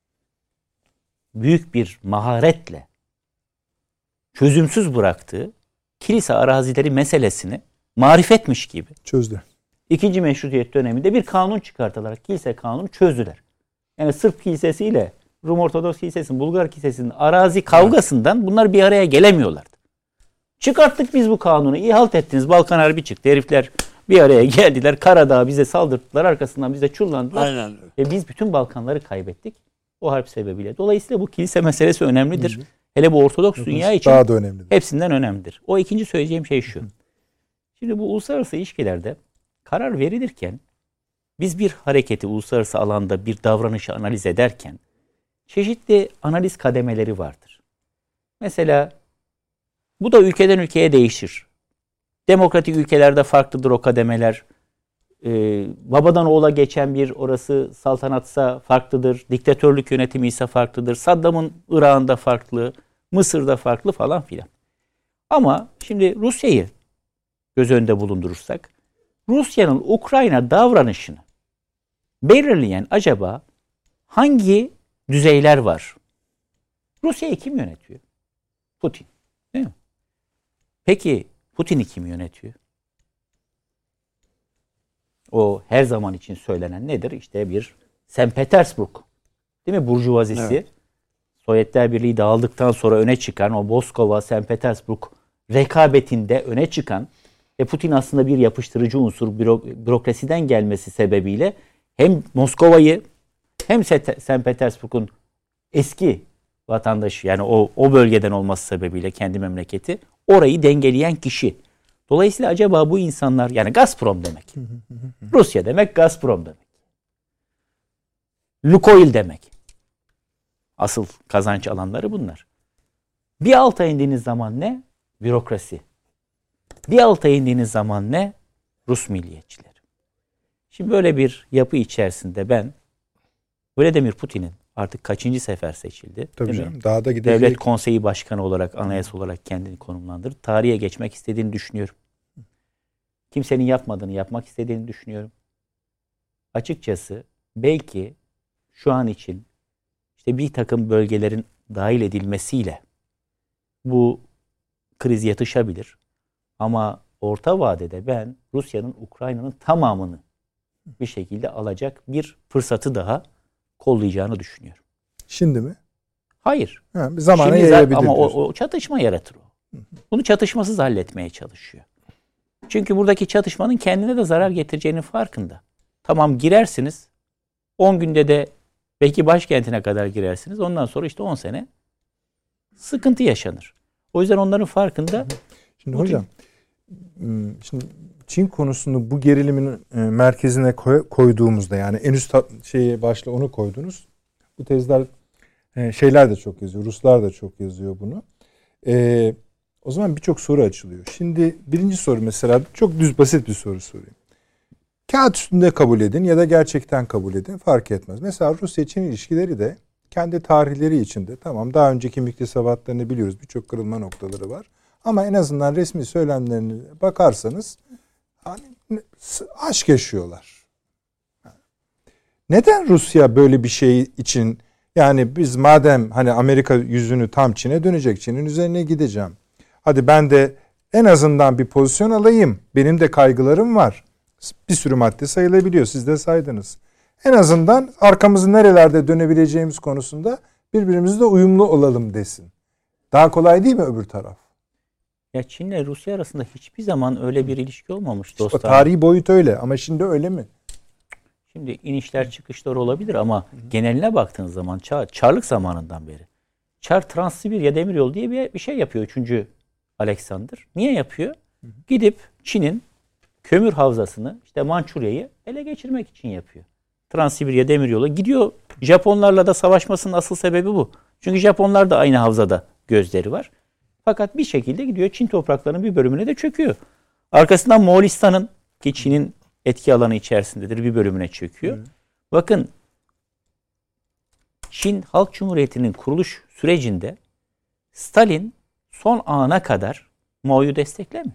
büyük bir maharetle çözümsüz bıraktığı kilise arazileri meselesini marifetmiş gibi çözdü. İkinci Meşrutiyet döneminde bir kanun çıkartılarak kilise kanunu çözdüler. Yani Sırp kilisesiyle Rum Ortodoks Kilisesi'nin, Bulgar Kilisesi'nin arazi kavgasından bunlar bir araya gelemiyorlardı. Çıkarttık biz bu kanunu. İyi halt ettiniz. Balkan Harbi çıktı. Herifler bir araya geldiler. Karadağ bize saldırdılar. Arkasından bize çullandılar. Aynen. Ve biz bütün Balkanları kaybettik. O harp sebebiyle. Dolayısıyla bu kilise meselesi önemlidir. Hele bu Ortodoks dünya için daha da önemlidir. Hepsinden önemlidir. O ikinci söyleyeceğim şey şu. Şimdi bu uluslararası ilişkilerde karar verilirken biz bir hareketi uluslararası alanda bir davranışı analiz ederken çeşitli analiz kademeleri vardır. Mesela bu da ülkeden ülkeye değişir. Demokratik ülkelerde farklıdır o kademeler. Babadan oğula geçen bir orası saltanatsa farklıdır. Diktatörlük yönetimi ise farklıdır. Saddam'ın Irak'ında farklı, Mısır'da farklı falan filan. Ama şimdi Rusya'yı göz önünde bulundurursak Rusya'nın Ukrayna davranışını belirleyen acaba hangi düzeyler var? Rusya'yı kim yönetiyor? Putin. Değil mi? Peki Putin'i kim yönetiyor? O her zaman için söylenen nedir? İşte bir St. Petersburg, değil mi? Burjuvazisi. Evet. Sovyetler Birliği dağıldıktan sonra öne çıkan o Moskova, St. Petersburg rekabetinde öne çıkan Putin aslında bir yapıştırıcı unsur, bürokrasiden gelmesi sebebiyle hem Moskova'yı hem St. Petersburg'un eski vatandaşı, yani o bölgeden olması sebebiyle kendi memleketi, orayı dengeleyen kişi. Dolayısıyla acaba bu insanlar, yani Gazprom demek. Rusya demek, Gazprom demek. Lukoil demek. Asıl kazanç alanları bunlar. Bir alta indiğiniz zaman ne? Bürokrasi. Bir alta indiğiniz zaman ne? Rus milliyetçileri. Şimdi böyle bir yapı içerisinde ben Vladimir Putin'in artık kaçıncı sefer seçildi? Tabii canım, daha da gidecek. Devlet Konseyi Başkanı olarak, anayasa olarak kendini konumlandırdı. Tarihe geçmek istediğini düşünüyorum. Kimsenin yapmadığını yapmak istediğini düşünüyorum. Açıkçası belki şu an için işte bir takım bölgelerin dahil edilmesiyle bu kriz yatışabilir. Ama orta vadede ben Rusya'nın Ukrayna'nın tamamını bir şekilde alacak bir fırsatı daha kollayacağını düşünüyorum. Şimdi mi? Hayır. Bir zamana yayabilir. Ama o çatışma yaratır o. Bunu çatışmasız halletmeye çalışıyor. Çünkü buradaki çatışmanın kendine de zarar getireceğinin farkında. Tamam, girersiniz. 10 günde de belki başkentine kadar girersiniz. Ondan sonra işte 10 sene sıkıntı yaşanır. O yüzden onların farkında. Şimdi hocam, şimdi Çin konusunu bu gerilimin merkezine koyduğumuzda, yani en üst başta onu koydunuz. Bu tezler Şeyler de çok yazıyor. Ruslar da çok yazıyor bunu. O zaman birçok soru açılıyor. Şimdi birinci soru mesela çok düz basit bir soru sorayım. Kağıt üstünde kabul edin ya da gerçekten kabul edin fark etmez. Mesela Rusya-Çin ilişkileri de kendi tarihleri içinde tamam daha önceki müktesebatlarını biliyoruz. Birçok kırılma noktaları var. Ama en azından resmi söylemlerine bakarsanız hani, aşk yaşıyorlar. Neden Rusya böyle bir şey için yani biz madem hani Amerika yüzünü tam Çin'e dönecek, Çin'in üzerine gideceğim. Hadi ben de en azından bir pozisyon alayım. Benim de kaygılarım var. Bir sürü madde sayılabiliyor. Siz de saydınız. En azından arkamızı nerelerde dönebileceğimiz konusunda birbirimizle uyumlu olalım desin. Daha kolay değil mi öbür taraf? Ya Çin'le Rusya arasında hiçbir zaman öyle bir ilişki olmamış dostlar. O tarihi boyut öyle ama şimdi öyle mi? Şimdi inişler çıkışlar olabilir ama geneline baktığınız zaman Çarlık zamanından beri Çar Transsibirya Demiryolu diye bir şey yapıyor 3. Alexander. Niye yapıyor? Gidip Çin'in kömür havzasını işte Mançurya'yı ele geçirmek için yapıyor. Transsibirya Demiryolu gidiyor. Japonlarla da savaşmasının asıl sebebi bu. Çünkü Japonlar da aynı havzada gözleri var. Fakat bir şekilde gidiyor Çin topraklarının bir bölümüne de çöküyor. Arkasından Moğolistan'ın ki Çin'in etki alanı içerisindedir bir bölümüne çöküyor. Bakın Çin Halk Cumhuriyeti'nin kuruluş sürecinde Stalin son ana kadar Mao'yu desteklemiyor.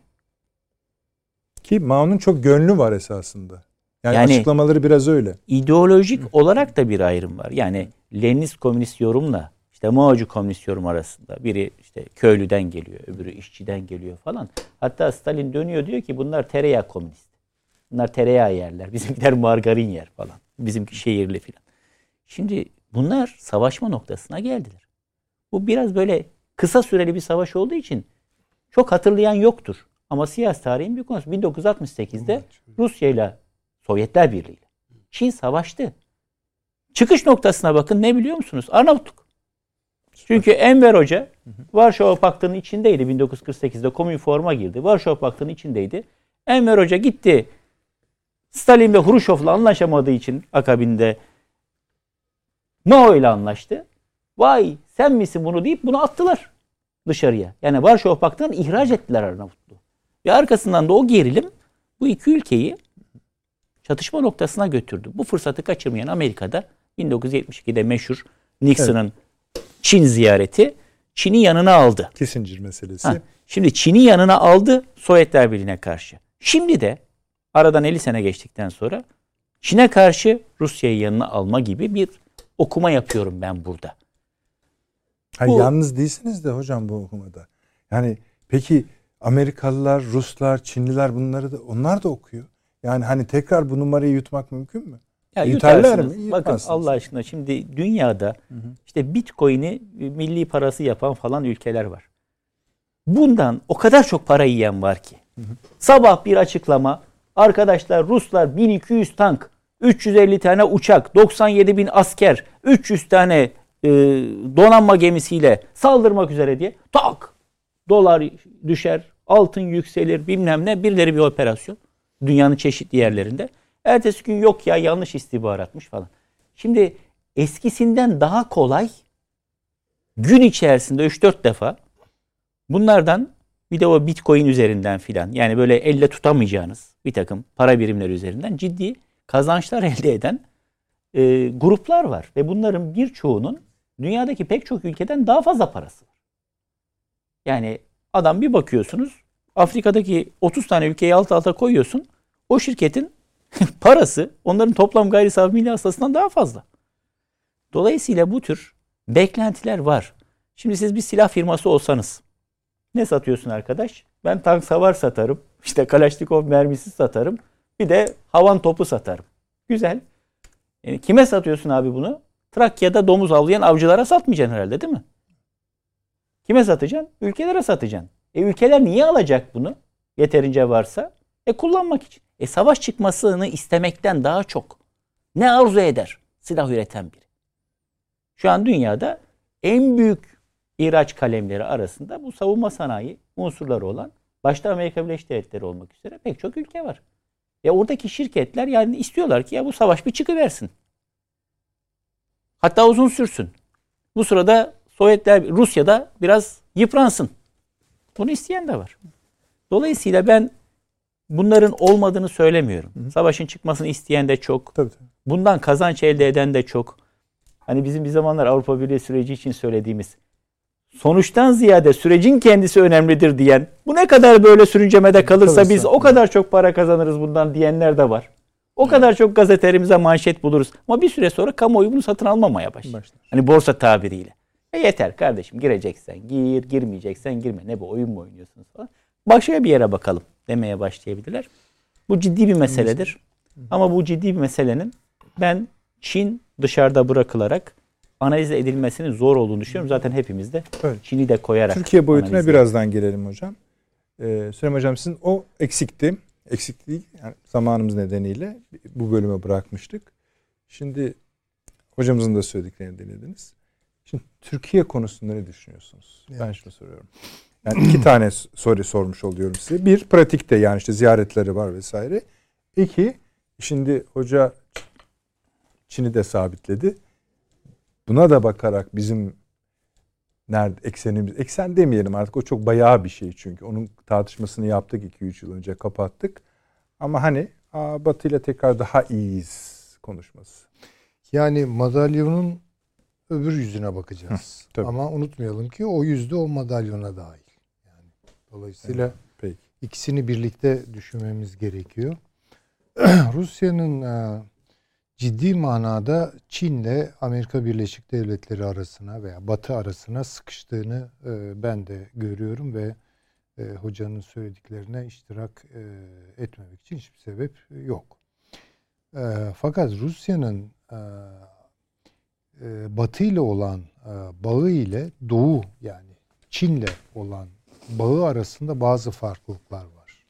Ki Mao'nun çok gönlü var esasında. Yani açıklamaları biraz öyle. İdeolojik olarak da bir ayrım var. Yani Leninist komünist yorumla işte Mao'cu komünist yorum arasında biri işte köylüden geliyor, öbürü işçiden geliyor falan. Hatta Stalin dönüyor diyor ki bunlar tereyağı komünist. Bunlar tereyağı yerler. Bizimkiler margarin yer falan. Bizimki şehirli falan. Şimdi bunlar savaşma noktasına geldiler. Bu biraz böyle kısa süreli bir savaş olduğu için çok hatırlayan yoktur. Ama siyasi tarihin bir konusu. 1968'de Rusya ile Sovyetler Birliği ile Çin savaştı. Çıkış noktasına bakın ne biliyor musunuz? Arnavutluk. Çünkü Enver Hoca Varşova Paktı'nın içindeydi. 1948'de Komünform'a girdi. Varşova Paktı'nın içindeydi. Enver Hoca gitti. Stalin ve Hruşov'la anlaşamadığı için akabinde Mao ile anlaştı. Vay sen misin bunu deyip bunu attılar dışarıya. Yani Varşova Paktı'ndan ihraç ettiler Arnavutluğu. Ve arkasından da o gerilim bu iki ülkeyi çatışma noktasına götürdü. Bu fırsatı kaçırmayan Amerika'da 1972'de meşhur Nixon'ın Çin ziyareti Çin'i yanına aldı. Kissinger meselesi. Şimdi Çin'i yanına aldı Sovyetler Birliği'ne karşı. Şimdi de aradan 50 sene geçtikten sonra Çin'e karşı Rusya'yı yanına alma gibi bir okuma yapıyorum ben burada. Yalnız değilsiniz de hocam bu okumada. Yani peki Amerikalılar, Ruslar, Çinliler bunları da onlar da okuyor. Yani hani tekrar bu numarayı yutmak mümkün mü? Ya yutarlar mı? Bakın Allah aşkına şimdi dünyada işte Bitcoin'i milli parası yapan falan ülkeler var. Bundan o kadar çok para yiyen var ki. Sabah bir açıklama. Arkadaşlar Ruslar 1200 tank, 350 tane uçak, 97 bin asker, 300 tane donanma gemisiyle saldırmak üzere diye tak dolar düşer, altın yükselir bilmem ne birileri bir operasyon dünyanın çeşitli yerlerinde. Ertesi gün yok ya yanlış istihbaratmış falan. Şimdi eskisinden daha kolay gün içerisinde 3-4 defa bunlardan bir de o Bitcoin üzerinden filan yani böyle elle tutamayacağınız bir takım para birimleri üzerinden ciddi kazançlar elde eden gruplar var. Ve bunların birçoğunun dünyadaki pek çok ülkeden daha fazla parası var. Yani adam bir bakıyorsunuz Afrika'daki 30 tane ülkeyi alt alta koyuyorsun. O şirketin parası onların toplam gayri safi milli hasılasından daha fazla. Dolayısıyla bu tür beklentiler var. Şimdi siz bir silah firması olsanız ne satıyorsun arkadaş? Ben tank savar satarım. İşte Kalaşnikov mermisi satarım. Bir de havan topu satarım. Güzel. Yani kime satıyorsun abi bunu? Trakya'da domuz avlayan avcılara satmayacaksın herhalde değil mi? Kime satacaksın? Ülkelere satacaksın. Ülkeler niye alacak bunu? Yeterince varsa. Kullanmak için. Savaş çıkmasını istemekten daha çok ne arzu eder silah üreten biri? Şu an dünyada en büyük ihraç kalemleri arasında bu savunma sanayi unsurları olan başta Amerika Birleşik Devletleri olmak üzere pek çok ülke var. Oradaki şirketler yani istiyorlar ki ya bu savaş bir çıkıversin. Hatta uzun sürsün. Bu sırada Rusya'da biraz yıpransın. Bunu isteyen de var. Dolayısıyla ben bunların olmadığını söylemiyorum. Savaşın çıkmasını isteyen de çok. Tabii. Bundan kazanç elde eden de çok. Hani bizim bir zamanlar Avrupa Birliği süreci için söylediğimiz sonuçtan ziyade sürecin kendisi önemlidir diyen, bu ne kadar böyle sürüncemede kalırsa biz o kadar çok para kazanırız bundan diyenler de var. O kadar çok gazetelerimize manşet buluruz. Ama bir süre sonra kamuoyu bunu satın almamaya başlar. Hani borsa tabiriyle. Yeter kardeşim, gireceksen gir, girmeyeceksen girme. Ne bu, oyun mu oynuyorsunuz falan. Başka bir yere bakalım demeye başlayabilirler. Bu ciddi bir meseledir. Ama bu ciddi bir meselenin ben Çin dışarıda bırakılarak analiz edilmesinin zor olduğunu düşünüyorum. Zaten hepimiz de Çin'i de koyarak. Türkiye boyutuna birazdan gelelim hocam. Süleyman Hocam, sizin o eksikti. Eksikliği yani zamanımız nedeniyle bu bölüme bırakmıştık. Şimdi hocamızın da söylediklerini dinlediniz. Şimdi Türkiye konusunda ne düşünüyorsunuz? Evet. Ben şunu soruyorum. Yani 2 tane soru sormuş oluyorum size. Bir, pratikte, yani işte ziyaretleri var vesaire. 2, şimdi hoca Çin'i de sabitledi. Buna da bakarak bizim eksenimiz, eksen demeyelim artık, o çok bayağı bir şey çünkü. Onun tartışmasını yaptık 2-3 yıl önce, kapattık. Ama hani Batı ile tekrar daha iyiyiz konuşması. Yani madalyonun öbür yüzüne bakacağız. Ama unutmayalım ki o yüzde o madalyona dahil. Yani dolayısıyla ikisini birlikte düşünmemiz gerekiyor. Rusya'nın ciddi manada Çin'le Amerika Birleşik Devletleri arasına veya Batı arasına sıkıştığını ben de görüyorum ve hocanın söylediklerine iştirak etmemek için hiçbir sebep yok. Fakat Rusya'nın Batı ile olan bağı ile Doğu, yani Çin'le olan bağı arasında bazı farklılıklar var.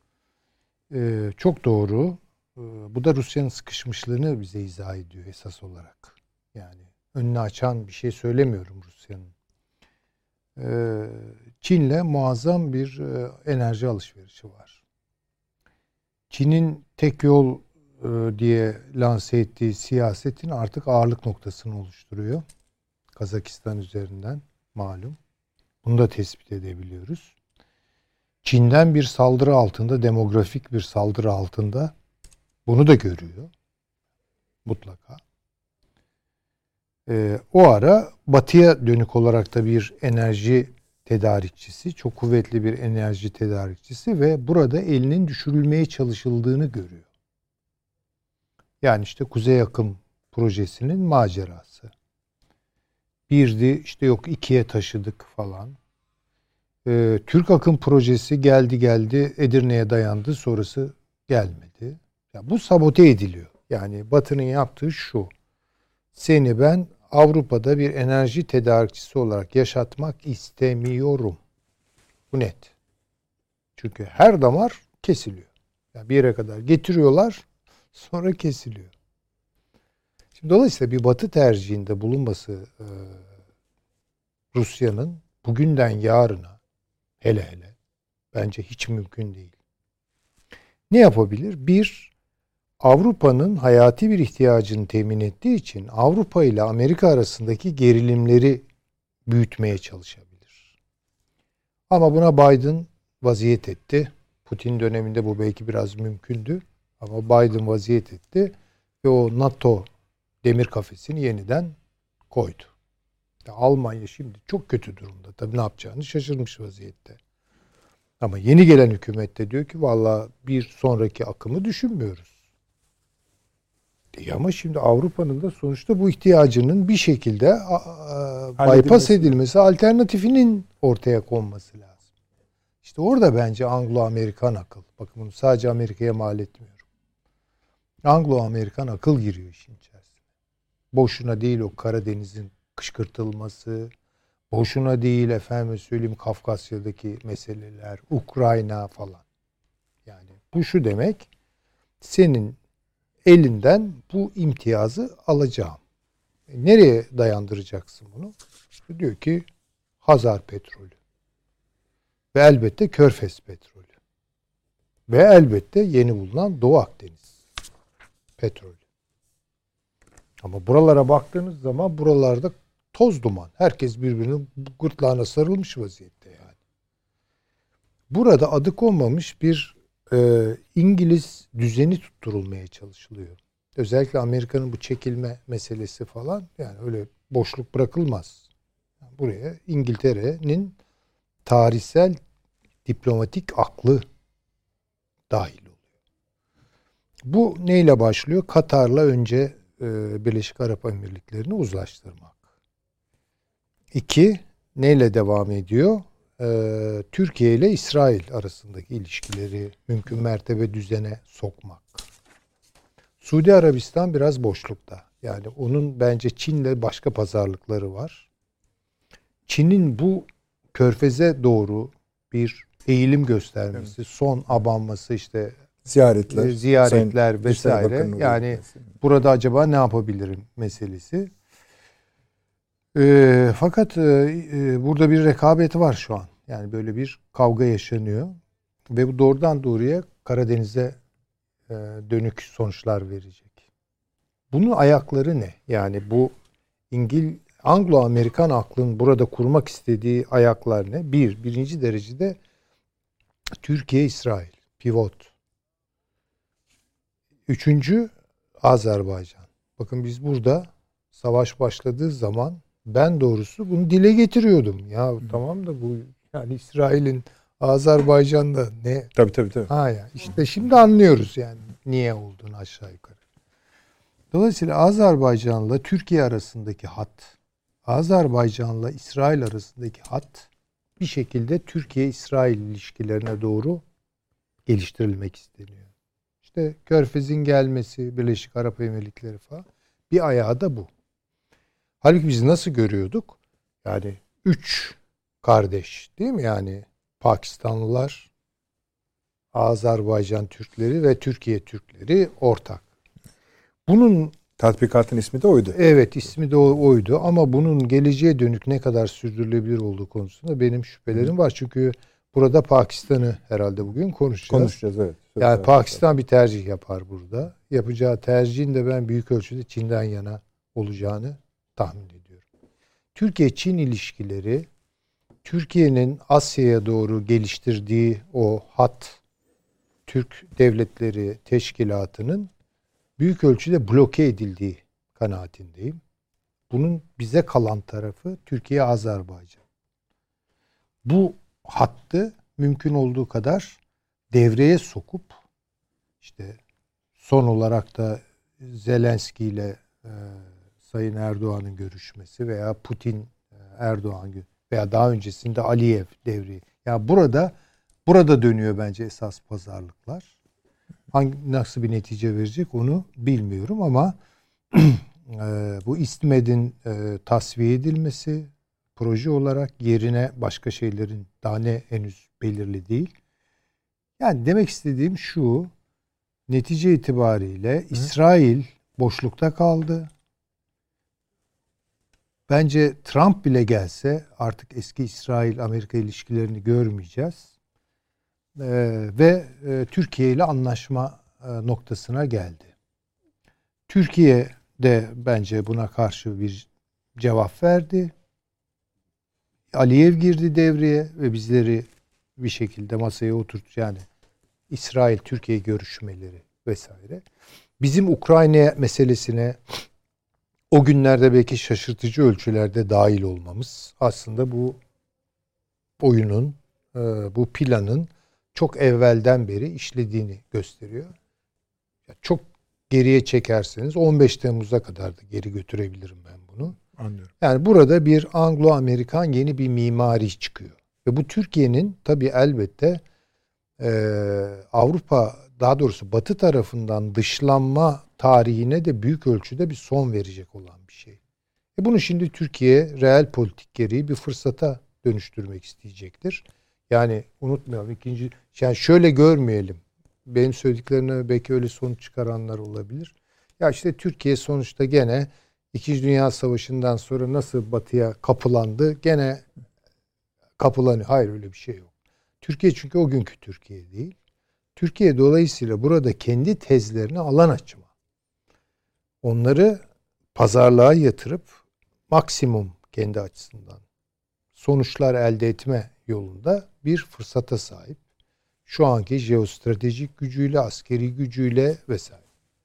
Çok doğru. Bu da Rusya'nın sıkışmışlığını bize izah ediyor esas olarak. Yani önünü açan bir şey söylemiyorum Rusya'nın. Çin'le muazzam bir enerji alışverişi var. Çin'in tek yol diye lanse ettiği siyasetin artık ağırlık noktasını oluşturuyor. Kazakistan üzerinden malum. Bunu da tespit edebiliyoruz. Çin'den bir saldırı altında, demografik bir saldırı altında, bunu da görüyor. Mutlaka. O ara Batı'ya dönük olarak da bir enerji tedarikçisi, çok kuvvetli bir enerji tedarikçisi ve burada elinin düşürülmeye çalışıldığını görüyor. Yani işte Kuzey Akım projesinin macerası. Birdi, işte yok 2'ye taşıdık falan. Türk Akım projesi geldi Edirne'ye dayandı, sonrası gelmedi. Ya bu sabote ediliyor. Yani Batı'nın yaptığı şu: seni ben Avrupa'da bir enerji tedarikçisi olarak yaşatmak istemiyorum. Bu net. Çünkü her damar kesiliyor. Yani bir yere kadar getiriyorlar, sonra kesiliyor. Şimdi dolayısıyla bir Batı tercihinde bulunması Rusya'nın bugünden yarına hele bence hiç mümkün değil. Ne yapabilir? Bir, Avrupa'nın hayati bir ihtiyacını temin ettiği için Avrupa ile Amerika arasındaki gerilimleri büyütmeye çalışabilir. Ama buna Biden vaziyet etti. Putin döneminde bu belki biraz mümkündü. Ama Biden vaziyet etti ve o NATO demir kafesini yeniden koydu. Almanya şimdi çok kötü durumda. Tabii ne yapacağını şaşırmış vaziyette. Ama yeni gelen hükümet de diyor ki vallahi bir sonraki akımı düşünmüyoruz. Ama şimdi Avrupa'nın da sonuçta bu ihtiyacının bir şekilde bypass edilmesi, alternatifinin ortaya konması lazım. İşte orada bence Anglo-Amerikan akıl. Bakın bunu sadece Amerika'ya mal etmiyorum. Anglo-Amerikan akıl giriyor işin içerisine. Boşuna değil o Karadeniz'in kışkırtılması, boşuna değil efendim söyleyeyim Kafkasya'daki meseleler, Ukrayna falan. Yani bu şu demek: senin elinden bu imtiyazı alacağım. Nereye dayandıracaksın bunu? İşte diyor ki Hazar petrolü. Ve elbette Körfez petrolü. Ve elbette yeni bulunan Doğu Akdeniz petrolü. Ama buralara baktığınız zaman buralarda toz duman. Herkes birbirinin gırtlağına sarılmış vaziyette yani. Burada adı konmamış bir İngiliz düzeni tutturulmaya çalışılıyor. Özellikle Amerika'nın bu çekilme meselesi falan, yani öyle boşluk bırakılmaz. Buraya İngiltere'nin tarihsel diplomatik aklı dahil oluyor. Bu neyle başlıyor? Katar'la önce Birleşik Arap Emirlikleri'ni uzlaştırmak. 2, neyle devam ediyor? Türkiye ile İsrail arasındaki ilişkileri mümkün mertebe düzene sokmak. Suudi Arabistan biraz boşlukta. Yani onun bence Çin'le başka pazarlıkları var. Çin'in bu körfeze doğru bir eğilim göstermesi, evet, son abanması, işte ziyaretler vesaire. Yani burada acaba ne yapabilirim meselesi. Fakat burada bir rekabet var şu an. Yani böyle bir kavga yaşanıyor. Ve bu doğrudan doğruya Karadeniz'e dönük sonuçlar verecek. Bunun ayakları ne? Yani bu Anglo-Amerikan aklın burada kurmak istediği ayaklar ne? Birinci derecede Türkiye-İsrail, pivot. 3. Azerbaycan. Bakın biz burada savaş başladığı zaman ben doğrusu bunu dile getiriyordum. Ya tamam da bu yani İsrail'in Azerbaycan'da ne? Tabii. Ha ya işte şimdi anlıyoruz yani niye olduğunu aşağı yukarı. Dolayısıyla Azerbaycan'la Türkiye arasındaki hat, Azerbaycan'la İsrail arasındaki hat bir şekilde Türkiye-İsrail ilişkilerine doğru geliştirilmek isteniyor. İşte Körfez'in gelmesi, Birleşik Arap Emirlikleri falan, bir ayağı da bu. Halbuki biz nasıl görüyorduk? Yani 3 kardeş değil mi? Yani Pakistanlılar, Azerbaycan Türkleri ve Türkiye Türkleri ortak. Bunun tatbikatın ismi de oydu. Evet, ismi de oydu ama bunun geleceğe dönük ne kadar sürdürülebilir olduğu konusunda benim şüphelerim var. Çünkü burada Pakistan'ı herhalde bugün konuşacağız. Evet. Yani Pakistan bir tercih yapar burada. Yapacağı tercihin de ben büyük ölçüde Çin'den yana olacağını tahmin ediyorum. Türkiye-Çin ilişkileri, Türkiye'nin Asya'ya doğru geliştirdiği o hat, Türk Devletleri Teşkilatı'nın büyük ölçüde bloke edildiği kanaatindeyim. Bunun bize kalan tarafı Türkiye-Azerbaycan. Bu hattı mümkün olduğu kadar devreye sokup, işte son olarak da Zelenski ile Sayın Erdoğan'ın görüşmesi veya Putin Erdoğan veya daha öncesinde Aliyev devri. Yani burada dönüyor bence esas pazarlıklar. Nasıl bir netice verecek onu bilmiyorum ama bu İSTİMED'in tasfiye edilmesi, proje olarak yerine başka şeylerin daha ne henüz belirli değil. Yani demek istediğim şu, netice itibariyle İsrail boşlukta kaldı. Bence Trump bile gelse artık eski İsrail-Amerika ilişkilerini görmeyeceğiz. Ve Türkiye ile anlaşma noktasına geldi. Türkiye de bence buna karşı bir cevap verdi. Aliyev girdi devreye ve bizleri bir şekilde masaya oturttu. Yani İsrail-Türkiye görüşmeleri vesaire. Bizim Ukrayna meselesine o günlerde belki şaşırtıcı ölçülerde dahil olmamız aslında bu oyunun, bu planın çok evvelden beri işlediğini gösteriyor. Çok geriye çekerseniz 15 Temmuz'a kadar da geri götürebilirim ben bunu. Anlıyorum. Yani burada bir Anglo-Amerikan yeni bir mimari çıkıyor. Ve bu Türkiye'nin tabii elbette Avrupa, daha doğrusu Batı tarafından dışlanma tarihine de büyük ölçüde bir son verecek olan bir şey. Bunu şimdi Türkiye reel politik gereği bir fırsata dönüştürmek isteyecektir. Yani unutmayalım, yani şöyle görmeyelim. Benim söylediklerine belki öyle sonuç çıkaranlar olabilir. Ya işte Türkiye sonuçta gene 2. Dünya Savaşı'ndan sonra nasıl Batı'ya kapılandı, gene kapılanıyor. Hayır, öyle bir şey yok. Türkiye çünkü o günkü Türkiye değil. Türkiye dolayısıyla burada kendi tezlerine alan açma. Onları pazarlığa yatırıp maksimum kendi açısından sonuçlar elde etme yolunda bir fırsata sahip. Şu anki jeostratejik gücüyle, askeri gücüyle vesaire.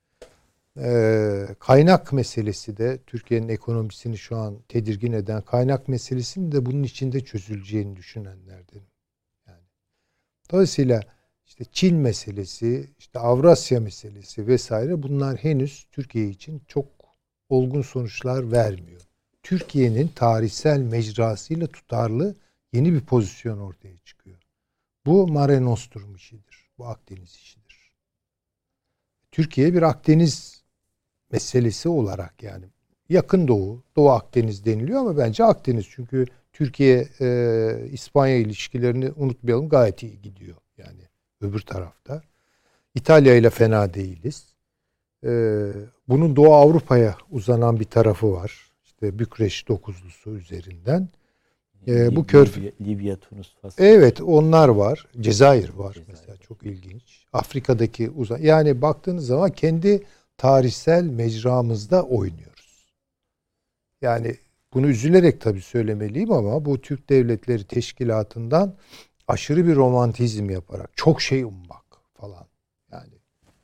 Kaynak meselesi de Türkiye'nin ekonomisini şu an tedirgin eden kaynak meselesinin de bunun içinde çözüleceğini düşünenlerdenim. Yani dolayısıyla işte Çin meselesi, işte Avrasya meselesi vesaire bunlar henüz Türkiye için çok olgun sonuçlar vermiyor. Türkiye'nin tarihsel mecrasıyla tutarlı yeni bir pozisyon ortaya çıkıyor. Bu Mare Nostrum işidir. Bu Akdeniz işidir. Türkiye bir Akdeniz meselesi olarak yani yakın Doğu, Doğu Akdeniz deniliyor ama bence Akdeniz. Çünkü Türkiye İspanya ilişkilerini unutmayalım gayet iyi gidiyor. Yani öbür tarafta. İtalya ile fena değiliz. Bunun Doğu Avrupa'ya uzanan bir tarafı var. İşte Bükreş dokuzlusu üzerinden. Bu Libya, Tunus, Fasıl. Evet, onlar var. Cezayir var mesela, çok ilginç. Afrika'daki yani baktığınız zaman kendi tarihsel mecramızda oynuyoruz. Yani bunu üzülerek tabii söylemeliyim ama bu Türk Devletleri Teşkilatı'ndan aşırı bir romantizm yaparak çok şey ummak falan. Yani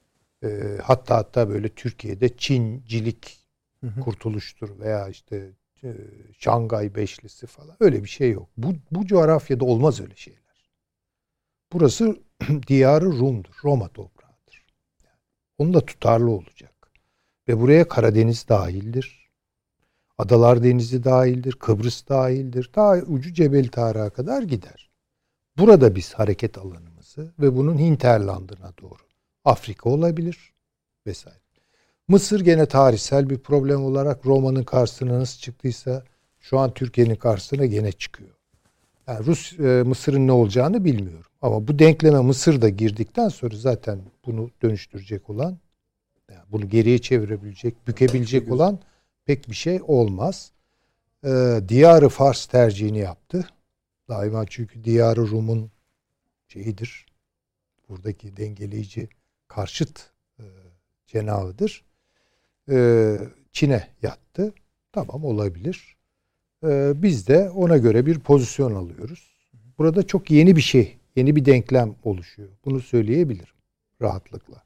hatta böyle Türkiye'de Çincilik kurtuluştur veya işte Şangay Beşlisi falan öyle bir şey yok. Bu coğrafyada olmaz öyle şeyler. Burası diyarı Rum'dur. Roma toprağıdır. Onun da tutarlı olacak. Ve buraya Karadeniz dahildir. Adalar Denizi dahildir. Kıbrıs dahildir. Ta ucu Cebeli Tarık'a kadar gider. Burada biz hareket alanımızı ve bunun hinterlandına doğru. Afrika olabilir vesaire. Mısır gene tarihsel bir problem olarak Roma'nın karşısına nasıl çıktıysa şu an Türkiye'nin karşısına gene çıkıyor. Yani Mısır'ın ne olacağını bilmiyorum. Ama bu denkleme Mısır da girdikten sonra zaten bunu dönüştürecek olan, yani bunu geriye çevirebilecek, bükebilecek olan pek bir şey olmaz. Diyar-ı Fars tercihini yaptı. Daima çünkü Diyar-ı Rum'un şeyidir. Buradaki dengeleyici karşıt cenahıdır. Çin'e yattı. Tamam, olabilir. Biz de ona göre bir pozisyon alıyoruz. Burada çok yeni bir şey, yeni bir denklem oluşuyor. Bunu söyleyebilirim rahatlıkla.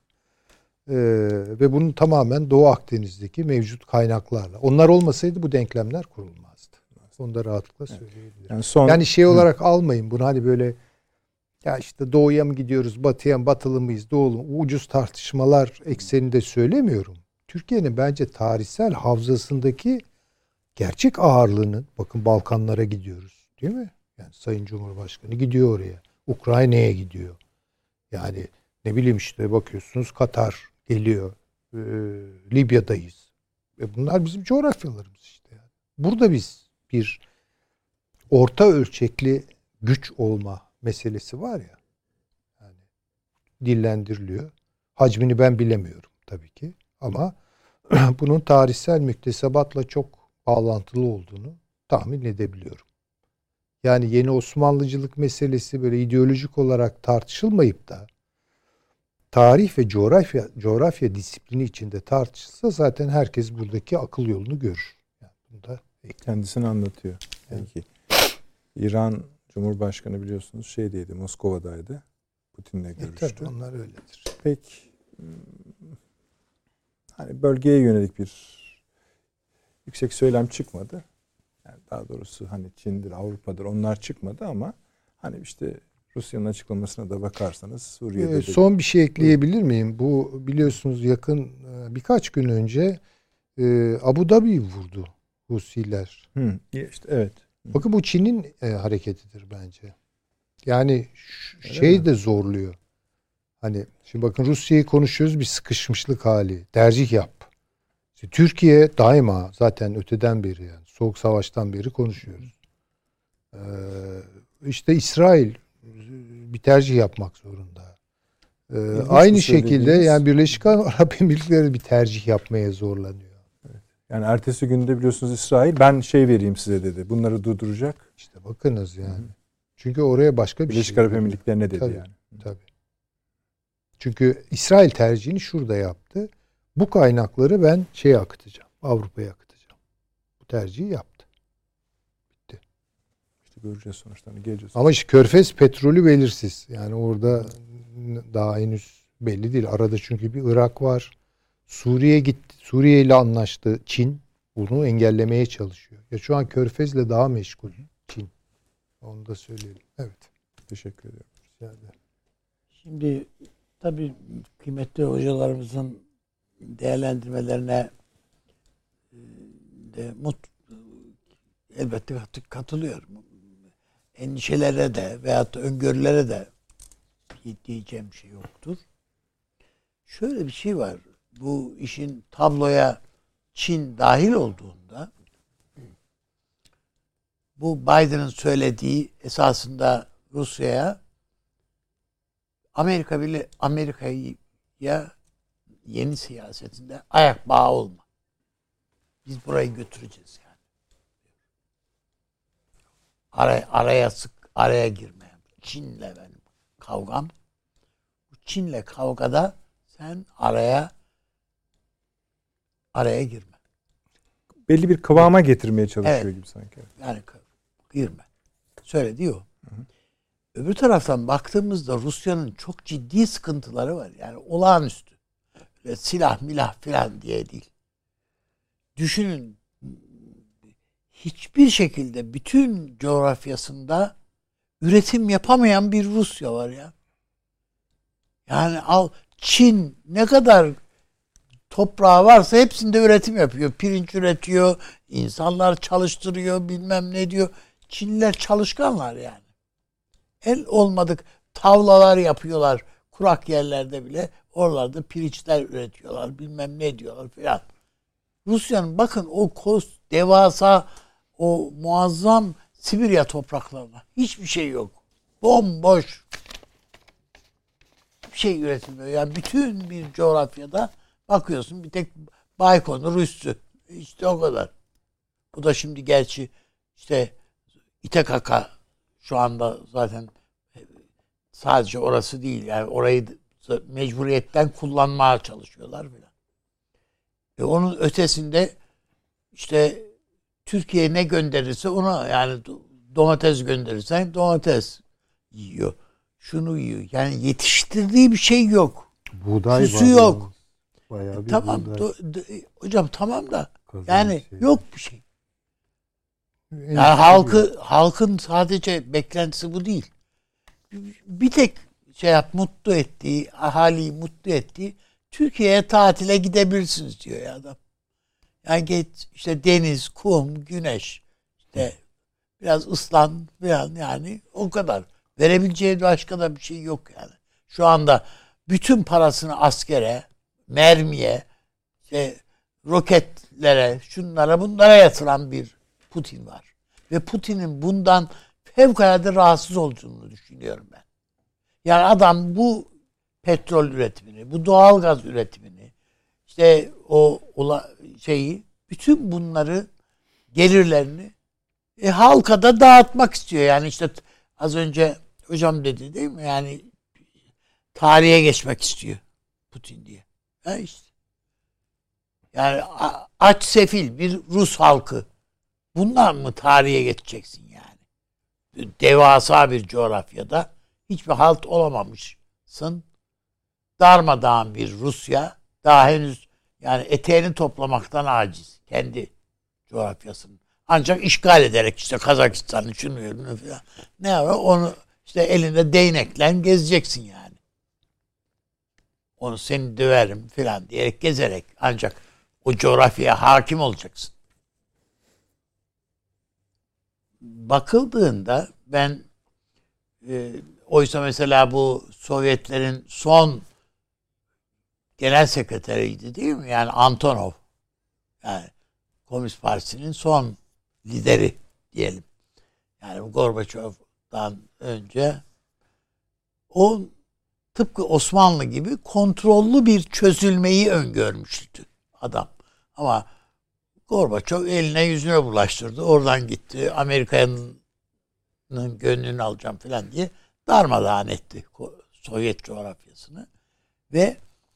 Ve bunun tamamen Doğu Akdeniz'deki mevcut kaynaklarla. Onlar olmasaydı bu denklemler kurulmazdı. Onu da rahatlıkla söyleyebilirim. Yani şey olarak almayın bunu, hani böyle ya işte doğuya mı gidiyoruz, batıya mı, batılı mıyız, doğulu mu? Ucuz tartışmalar ekseninde söylemiyorum. Türkiye'nin bence tarihsel havzasındaki gerçek ağırlığının, bakın Balkanlara gidiyoruz değil mi? Yani Sayın Cumhurbaşkanı gidiyor oraya. Ukrayna'ya gidiyor. Yani ne bileyim işte bakıyorsunuz Katar geliyor. Libya'dayız. Ve bunlar bizim coğrafyalarımız işte. Yani. Burada biz bir orta ölçekli güç olma meselesi var ya. Yani dillendiriliyor. Hacmini ben bilemiyorum tabii ki. Ama bunun tarihsel müktesebatla çok bağlantılı olduğunu tahmin edebiliyorum. Yani yeni Osmanlıcılık meselesi böyle ideolojik olarak tartışılmayıp da tarih ve coğrafya disiplini içinde tartışılsa zaten herkes buradaki akıl yolunu görür. Yani bunu da kendisini anlatıyor. Yani. Peki. İran Cumhurbaşkanı biliyorsunuz şeydeydi, Moskova'daydı. Putin'le görüştü. Tabii onlar öyledir. Pek hani bölgeye yönelik bir yüksek söylem çıkmadı. Yani daha doğrusu hani Çin'dir, Avrupa'dır onlar çıkmadı ama hani işte Rusya'nın açıklamasına da bakarsanız Suriye'de son bir şey ekleyebilir miyim? Bu biliyorsunuz yakın birkaç gün önce Abu Dhabi'yi vurdu Husiler. İşte evet. Bakın bu Çin'in hareketidir bence. Yani şey de zorluyor. Hani şimdi bakın Rusya'yı konuşuyoruz, bir sıkışmışlık hali. Tercih yap. İşte Türkiye daima zaten öteden beri yani Soğuk Savaş'tan beri konuşuyoruz. İşte İsrail bir tercih yapmak zorunda. Aynı şekilde yani Birleşik Arap Emirlikleri bir tercih yapmaya zorlanıyor. Evet. Yani ertesi günde biliyorsunuz İsrail ben şey vereyim size dedi. Bunları durduracak. İşte bakınız yani. Hı-hı. Çünkü oraya başka bir Birleşik Arap Emirlikleri'ne dedi tabii, yani. Tabii. Çünkü İsrail tercihini şurada yaptı. Bu kaynakları ben şeye akıtacağım. Avrupa'ya akıtacağım. Bu tercihi yaptı. göreceğiz sonuçlarını. Geleceğiz. Ama işte Körfez petrolü belirsiz. Yani orada daha henüz belli değil. Arada çünkü bir Irak var. Suriye gitti. Suriye ile anlaştı Çin. Bunu engellemeye çalışıyor. Ya şu an Körfez'le daha meşgul Çin. Onu da söyleyelim. Evet. Teşekkür ediyorum. Rica ederim. Şimdi tabii kıymetli hocalarımızın değerlendirmelerine de elbette katılıyorum. Endişelere de veyahut da öngörülere de diyeceğim şey yoktur. Şöyle bir şey var. Bu işin tabloya Çin dahil olduğunda bu Biden'ın söylediği esasında Rusya'ya Amerika'ya yeni siyasetinde ayak bağı olma. Biz burayı götüreceğiz yani. Araya girme. Çin'le benim kavgam. Çin'le kavgada sen araya girme. Belli bir kıvama getirmeye çalışıyor Evet. gibi sanki. Yani girme. Söylediği o. Öbür taraftan baktığımızda Rusya'nın çok ciddi sıkıntıları var. Yani olağanüstü. Böyle silah milah filan diye değil. Düşünün, hiçbir şekilde bütün coğrafyasında üretim yapamayan bir Rusya var ya. Yani Çin ne kadar toprağı varsa hepsinde üretim yapıyor. Pirinç üretiyor, insanlar çalıştırıyor, bilmem ne diyor. Çinliler çalışkanlar yani. El olmadık tavlalar yapıyorlar kurak yerlerde bile. Oralarda pirinçler üretiyorlar, bilmem ne diyorlar filan. Rusya'nın bakın o devasa, o muazzam Sibirya topraklarına hiçbir şey yok. Bomboş. Bir şey üretilmiyor. Yani bütün bir coğrafyada bakıyorsun bir tek Baykonur üssü. İşte o kadar. Bu da şimdi gerçi işte İTKK şu anda zaten sadece orası değil. Yani orayı mecburiyetten kullanmaya çalışıyorlar bile. Onun ötesinde işte Türkiye ne gönderirse ona, yani domates gönderirsen domates yiyor. Şunu yiyor. Yani yetiştirdiği bir şey yok. Buğday Süsü var. yok. Bayağı bir Tamam hocam, tamam da yani şey. yok bir şey. Yani halkın sadece beklentisi bu değil. Bir tek mutlu ettiği, ahaliyi mutlu ettiği, Türkiye'ye tatile gidebilirsiniz diyor ya adam. Yani git işte deniz, kum, güneş, işte biraz ıslan falan, yani o kadar. Verebileceği başka da bir şey yok yani. Şu anda bütün parasını askere, mermiye, roketlere, şunlara bunlara yatıran bir Putin var. Ve Putin'in bundan fevkalade rahatsız olduğunu düşünüyorum ben. Yani adam bu petrol üretimini, bu doğalgaz üretimini, işte bütün bunları, gelirlerini halka da dağıtmak istiyor. Yani işte az önce hocam dedi değil mi? Yani tarihe geçmek istiyor Putin diye. Ha işte. Yani aç sefil bir Rus halkı. Bundan mı tarihe geçeceksin yani? Devasa bir coğrafyada hiçbir halt olamamışsın. Darmadağın bir Rusya, daha henüz yani eteğini toplamaktan aciz. Kendi coğrafyasını. Ancak işgal ederek işte Kazakistan'ı, şunu falan. Ne var? Onu işte elinde değnekle gezeceksin yani. Onu seni döverim falan diyerek gezerek ancak o coğrafyaya hakim olacaksın. Bakıldığında ben oysa mesela bu Sovyetlerin son genel sekreteriydi değil mi? Yani Antonov. Yani Komünist Partisi'nin son lideri diyelim. Yani Gorbaçov'dan önce o tıpkı Osmanlı gibi kontrollü bir çözülmeyi öngörmüştü adam. Ama Gorbaçov eline yüzüne bulaştırdı. Oradan gitti. Amerika'nın gönlünü alacağım falan diye darmadağın etti Sovyet coğrafyasını. Ve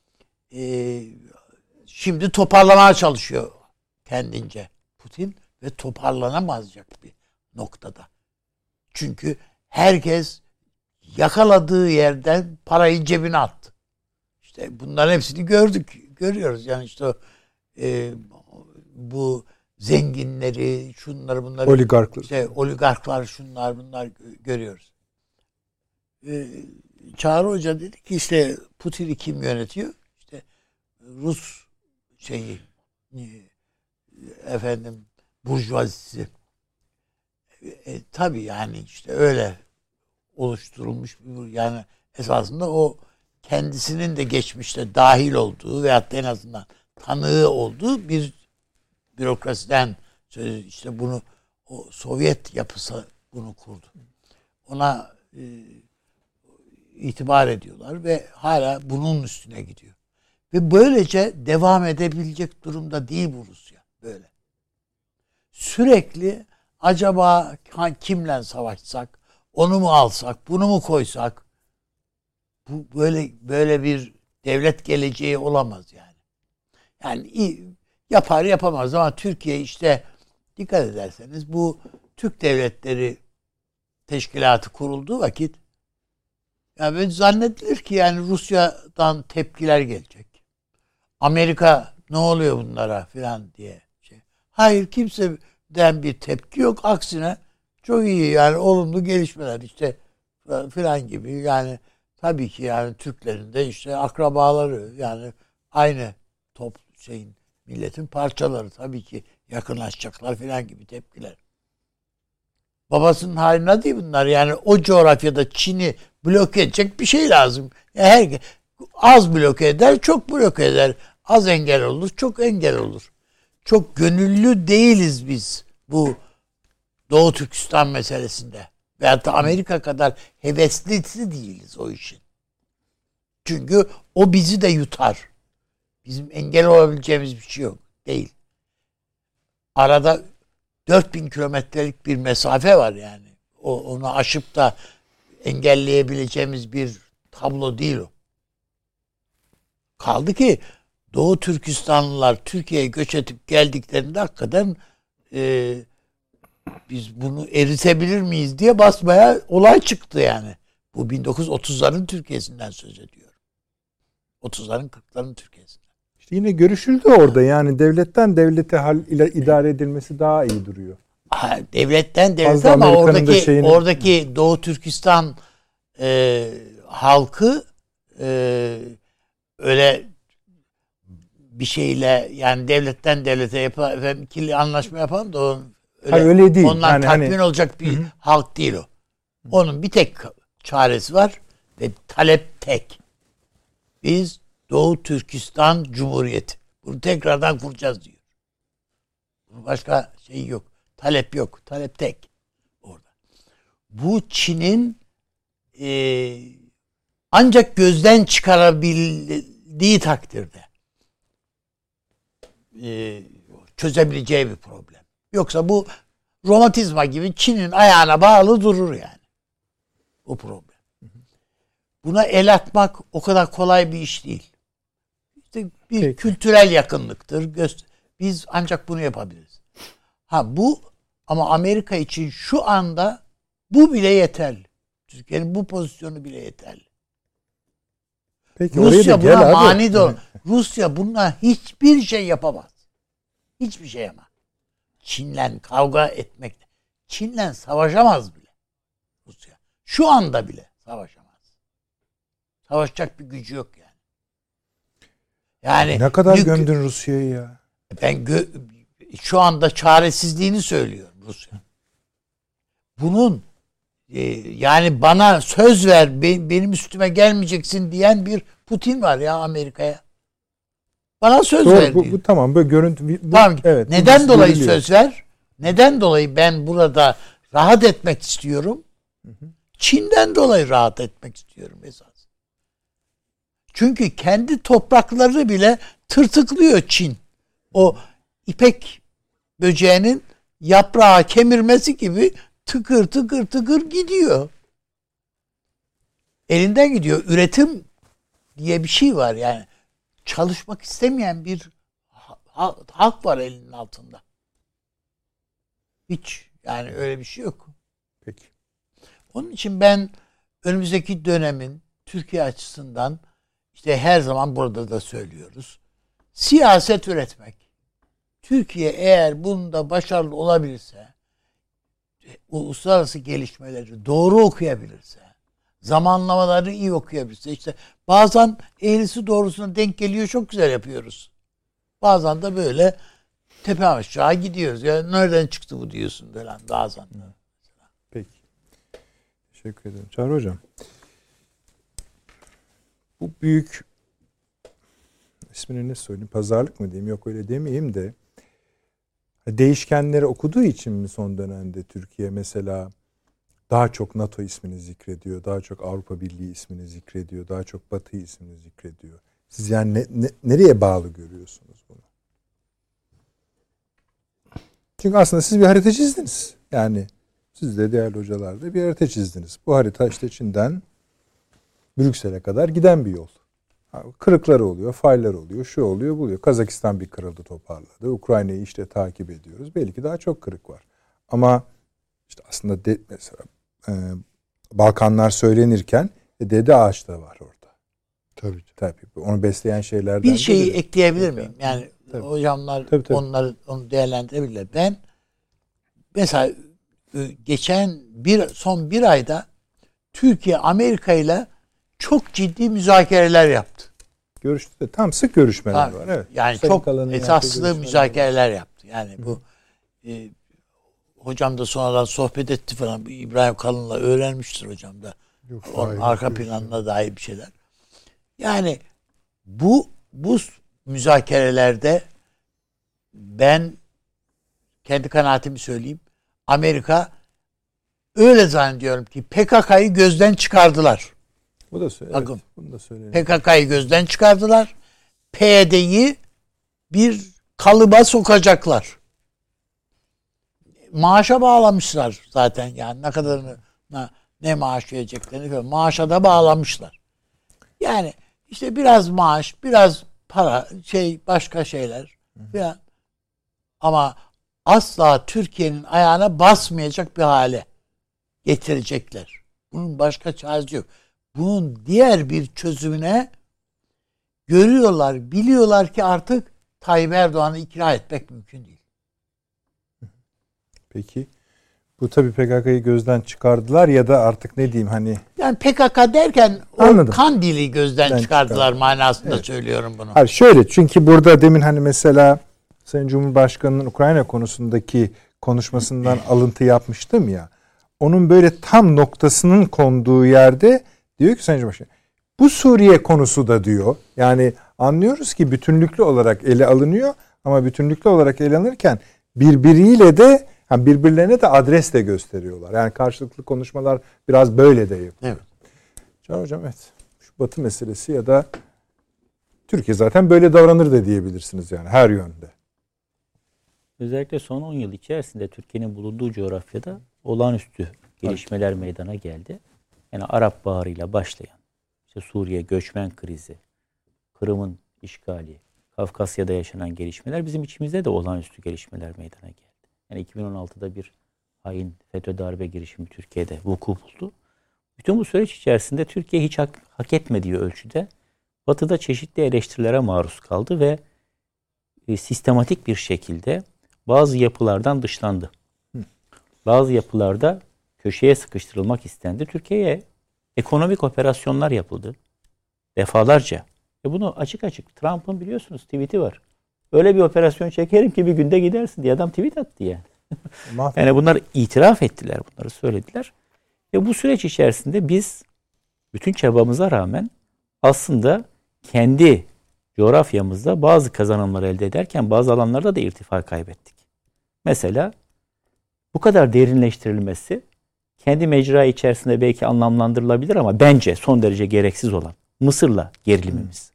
şimdi toparlamaya çalışıyor kendince Putin ve toparlanamayacak bir noktada. Çünkü herkes yakaladığı yerden parayı cebine attı. İşte bunların hepsini görüyoruz. Yani işte bu zenginleri, şunları bunları, oligarklar, işte oligarklar, şunlar bunlar görüyoruz. Çağrı Hoca dedi ki işte Putin'i kim yönetiyor? İşte Rus burjuvazisi. Tabii yani işte öyle oluşturulmuş bir, yani esasında o kendisinin de geçmişte dahil olduğu veyahut da en azından tanığı olduğu bir bürokrasiden işte bunu o Sovyet yapısı bunu kurdu. Ona itibar ediyorlar ve hala bunun üstüne gidiyor. Ve böylece devam edebilecek durumda değil bu Rusya. Böyle. Sürekli acaba kimle savaşsak, onu mu alsak, bunu mu koysak, bu böyle bir devlet geleceği olamaz yani. Yani yapar yapamaz ama Türkiye işte dikkat ederseniz bu Türk Devletleri Teşkilatı kurulduğu vakit yani zannedilir ki yani Rusya'dan tepkiler gelecek. Amerika ne oluyor bunlara filan diye. Hayır, kimseden bir tepki yok. Aksine çok iyi yani olumlu gelişmeler işte filan gibi. Yani tabii ki yani Türklerin de işte akrabaları yani aynı milletin parçaları tabii ki yakınlaşacaklar filan gibi tepkiler. Babasının haline değil bunlar. Yani o coğrafyada Çin'i bloke edecek bir şey lazım. Yani az bloke eder, çok bloke eder. Az engel olur, çok engel olur. Çok gönüllü değiliz biz bu Doğu Türkistan meselesinde. Veyahut da Amerika kadar heveslisi değiliz o işin. Çünkü o bizi de yutar. Bizim engel olabileceğimiz bir şey yok. Değil. Arada 4000 kilometrelik bir mesafe var yani. Onu aşıp da engelleyebileceğimiz bir tablo değil o. Kaldı ki Doğu Türkistanlılar Türkiye'ye göç edip geldiklerinde hakikaten biz bunu eritebilir miyiz diye basmaya olay çıktı yani. Bu 1930'ların Türkiye'sinden söz ediyorum. 30'ların 40'ların Türkiye'sinden. İşte yine görüşüldü orada yani devletten devlete idare edilmesi daha iyi duruyor. Devletten devlete ama oradaki Doğu Türkistan halkı öyle bir şeyle yani devletten devlete ikili anlaşma yapan da öyle değil. Ondan yani tatmin olacak bir halk değil o. Onun bir tek çaresi var ve talep tek. Biz Doğu Türkistan Cumhuriyeti. Bunu tekrardan kuracağız diyor. Başka şey yok. Talep yok. Talep tek. Orada. Bu Çin'in ancak gözden çıkarabildiği takdirde çözebileceği bir problem. Yoksa bu romatizma gibi Çin'in ayağına bağlı durur yani. O problem. Buna el atmak o kadar kolay bir iş değil. İşte bir kültürel yakınlıktır. Biz ancak bunu yapabiliriz. Ama Amerika için şu anda bu bile yeterli. Türkiye'nin bu pozisyonu bile yeterli. Peki, Rusya buna mani de Rusya bununla hiçbir şey yapamaz. Hiçbir şey yapamaz. Çin'le kavga etmek. Çin'le savaşamaz bile Rusya. Şu anda bile savaşamaz. Savaşacak bir gücü yok yani. Yani ne kadar gömdün Rusya'yı ya? Ben şu anda çaresizliğini söylüyorum Rusya. Bunun yani bana söz ver, benim üstüme gelmeyeceksin diyen bir Putin var ya Amerika'ya. Bana söz ver diyor. Bu tamam böyle görüntü. Tamam. Evet, neden dolayı görülüyor. Söz ver? Neden dolayı ben burada rahat etmek istiyorum? Çin'den dolayı rahat etmek istiyorum esas. Çünkü kendi toprakları bile tırtıklıyor Çin. O ipek böceğinin yaprağı kemirmesi gibi tıkır tıkır tıkır gidiyor. Elinden gidiyor. Üretim diye bir şey var yani. Çalışmak istemeyen bir halk var elinin altında. Hiç yani öyle bir şey yok. Peki. Onun için ben önümüzdeki dönemin Türkiye açısından işte her zaman burada da söylüyoruz. Siyaset üretmek. Türkiye eğer bunda başarılı olabilirse, uluslararası gelişmeleri doğru okuyabilirse, zamanlamaları iyi okuyabilirse, işte bazen eğrisi doğrusuna denk geliyor, çok güzel yapıyoruz. Bazen de böyle tepe aşağı gidiyoruz. Ya nereden çıktı bu diyorsun falan bazen. Peki. Teşekkür ederim. Çağrı Hocam. Bu büyük ismini ne söyleyeyim? Pazarlık mı diyeyim? Yok öyle demeyeyim de değişkenleri okuduğu için mi son dönemde Türkiye mesela daha çok NATO ismini zikrediyor, daha çok Avrupa Birliği ismini zikrediyor, daha çok Batı ismini zikrediyor? Siz yani nereye bağlı görüyorsunuz bunu? Çünkü aslında siz bir harita çizdiniz. Yani siz de değerli hocalar da bir harita çizdiniz. Bu harita işte Çin'den Brüksel'e kadar giden bir yol. Kırıkları oluyor, faylar oluyor, şu oluyor, bu oluyor. Kazakistan bir kırıldı, toparladı. Ukrayna'yı işte takip ediyoruz. Belki daha çok kırık var. Ama işte aslında mesela Balkanlar söylenirken Dede Ağaç da var orada. Tabii. Tabii. Onu besleyen şeylerden bir şeyi ekleyebilir miyim? Yani tabii. hocamlar Tabii. onu değerlendirebilirler. Ben mesela son bir ayda Türkiye Amerika ile çok ciddi müzakereler yaptı. Görüştü de tam sık görüşmeler var. Evet. Yani Sayın çok Kalan'ın esaslı yaptığı müzakereler yaptı. Yani bu hocam da sonradan sohbet etti falan. İbrahim Kalın'la öğrenmiştir hocam da. Yok, Onun arka planına dair bir şeyler. Yani bu müzakerelerde ben kendi kanaatimi söyleyeyim. Amerika öyle zannediyorum ki PKK'yı gözden çıkardılar. Bu da söyledi. Bakın, bunu da söyleyelim. PKK'yı gözden çıkardılar. PYD'yi bir kalıba sokacaklar. Maaşa bağlamışlar zaten, yani ne kadarını ne maaş vereceklerini falan. Maaşa da bağlamışlar. Yani işte biraz maaş, biraz para, başka şeyler falan. Ama asla Türkiye'nin ayağına basmayacak bir hale getirecekler. Bunun başka çaresi yok. Bunun diğer bir çözümüne görüyorlar, biliyorlar ki artık Tayyip Erdoğan'ı ikna etmek mümkün değil. Peki. Bu tabii PKK'yı gözden çıkardılar ya da artık ne diyeyim hani... Yani PKK derken Anladım. o Kandil'i gözden çıkardılar manasında söylüyorum bunu. Hayır, şöyle, çünkü burada demin hani mesela Sayın Cumhurbaşkanı'nın Ukrayna konusundaki konuşmasından alıntı yapmıştım ya. Onun böyle tam noktasının konduğu yerde diyor ki Sayın Cumhurbaşkanı, bu Suriye konusu da diyor. Yani anlıyoruz ki bütünlüklü olarak ele alınıyor ama bütünlüklü olarak ele alınırken birbiriyle de birbirlerine de adres de gösteriyorlar. Yani karşılıklı konuşmalar biraz böyle de yapıyor. Evet. Can Hocam, evet. Şu Batı meselesi ya da Türkiye zaten böyle davranır da diyebilirsiniz yani her yönde. Özellikle son 10 yıl içerisinde Türkiye'nin bulunduğu coğrafyada olağanüstü gelişmeler meydana geldi. Yani Arap Baharı'yla başlayan, işte Suriye göçmen krizi, Kırım'ın işgali, Kafkasya'da yaşanan gelişmeler, bizim içimizde de olağanüstü gelişmeler meydana geldi. Yani 2016'da bir hain FETÖ darbe girişimi Türkiye'de vuku buldu. Bütün bu süreç içerisinde Türkiye hiç hak etmediği ölçüde Batı'da çeşitli eleştirilere maruz kaldı ve sistematik bir şekilde bazı yapılardan dışlandı. Bazı yapılarda köşeye sıkıştırılmak istendi. Türkiye'ye ekonomik operasyonlar yapıldı. Defalarca. Bunu açık açık, Trump'ın biliyorsunuz tweet'i var. Öyle bir operasyon çekerim ki bir günde gidersin diye adam tweet attı yani. Yani bunlar itiraf ettiler, bunları söylediler. Ve bu süreç içerisinde biz bütün çabamıza rağmen aslında kendi coğrafyamızda bazı kazanımlar elde ederken bazı alanlarda da irtifa kaybettik. Mesela bu kadar derinleştirilmesi kendi mecra içerisinde belki anlamlandırılabilir ama bence son derece gereksiz olan Mısır'la gerilimimiz,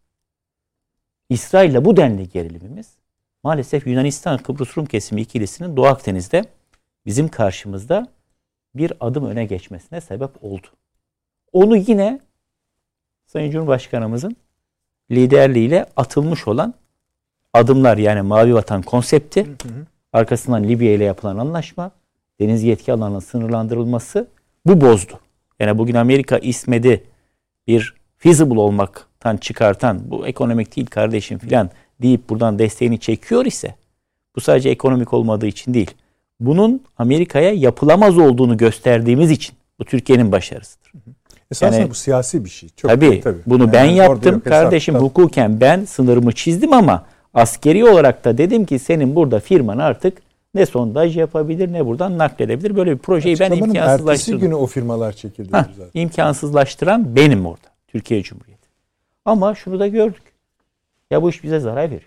İsrail'le bu denli gerilimimiz maalesef Yunanistan-Kıbrıs Rum kesimi ikilisinin Doğu Akdeniz'de bizim karşımızda bir adım öne geçmesine sebep oldu. Onu yine Sayın Cumhurbaşkanımızın liderliğiyle atılmış olan adımlar, yani Mavi Vatan konsepti, arkasından Libya ile yapılan anlaşma, deniz yetki alanının sınırlandırılması, bu bozdu. Yani bugün Amerika İSMED'i bir feasible olmaktan çıkartan, bu ekonomik değil kardeşim filan deyip buradan desteğini çekiyor ise, bu sadece ekonomik olmadığı için değil, bunun Amerika'ya yapılamaz olduğunu gösterdiğimiz için bu Türkiye'nin başarısıdır. Esasında Yani, bu siyasi bir şey. Çok tabii. Bunu yani ben yaptım kardeşim, hesapta. hukuken ben sınırımı çizdim ama askeri olarak da dedim ki senin burada firman artık ne sondaj yapabilir ne buradan nakledebilir. Böyle bir projeyi ben imkansızlaştırdım. Ertesi günü o firmalar çekildi zaten. İmkansızlaştıran benim orada. Türkiye Cumhuriyeti. Ama şunu da gördük. Ya bu iş bize zarar veriyor.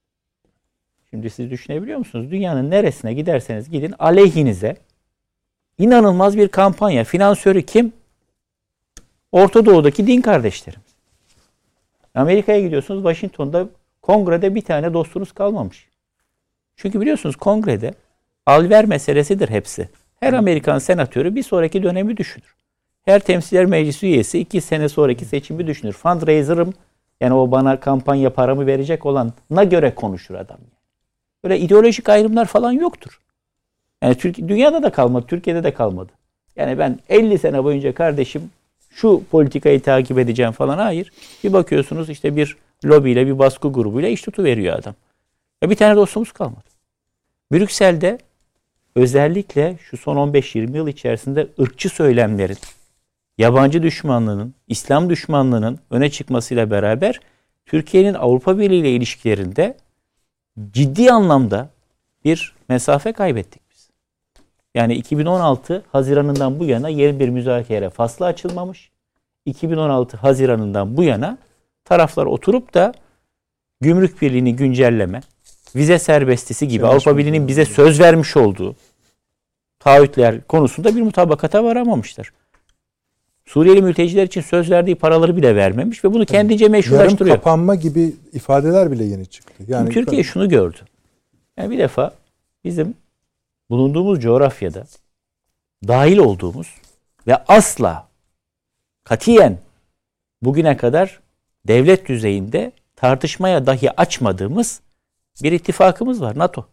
Şimdi siz düşünebiliyor musunuz? Dünyanın neresine giderseniz gidin aleyhinize inanılmaz bir kampanya. Finansörü kim? Orta Doğu'daki din kardeşlerimiz. Amerika'ya gidiyorsunuz, Washington'da kongrede bir tane dostunuz kalmamış. Çünkü biliyorsunuz kongrede al-ver meselesidir hepsi. Her Amerikan senatörü bir sonraki dönemi düşünür. Her temsilciler meclisi üyesi 2 sene sonraki seçimi düşünür. Fundraiser'ım, yani o bana kampanya paramı verecek olana göre konuşur adam. Böyle ideolojik ayrımlar falan yoktur. Yani dünyada da kalmadı, Türkiye'de de kalmadı. Yani ben 50 sene boyunca kardeşim şu politikayı takip edeceğim falan, hayır. Bir bakıyorsunuz işte bir lobiyle, bir baskı grubuyla iş tutuveriyor adam. Ya bir tane dostumuz kalmadı. Brüksel'de özellikle şu son 15-20 yıl içerisinde ırkçı söylemlerin, yabancı düşmanlığının, İslam düşmanlığının öne çıkmasıyla beraber Türkiye'nin Avrupa Birliği ile ilişkilerinde ciddi anlamda bir mesafe kaybettik biz. Yani 2016 Haziran'ından bu yana yeni bir müzakere faslı açılmamış. 2016 Haziran'ından bu yana taraflar oturup da gümrük birliğini güncelleme, vize serbestisi gibi Avrupa Birliği'nin bize söz vermiş olduğu taahhütler konusunda bir mutabakata varamamışlar. Suriyeli mülteciler için söz verdiği paraları bile vermemiş ve bunu kendince meşrulaştırıyor. Yarım kapanma gibi ifadeler bile yeni çıktı. Yani Türkiye şunu gördü. Yani bir defa bizim bulunduğumuz coğrafyada dahil olduğumuz ve asla katiyen bugüne kadar devlet düzeyinde tartışmaya dahi açmadığımız bir ittifakımız var, NATO.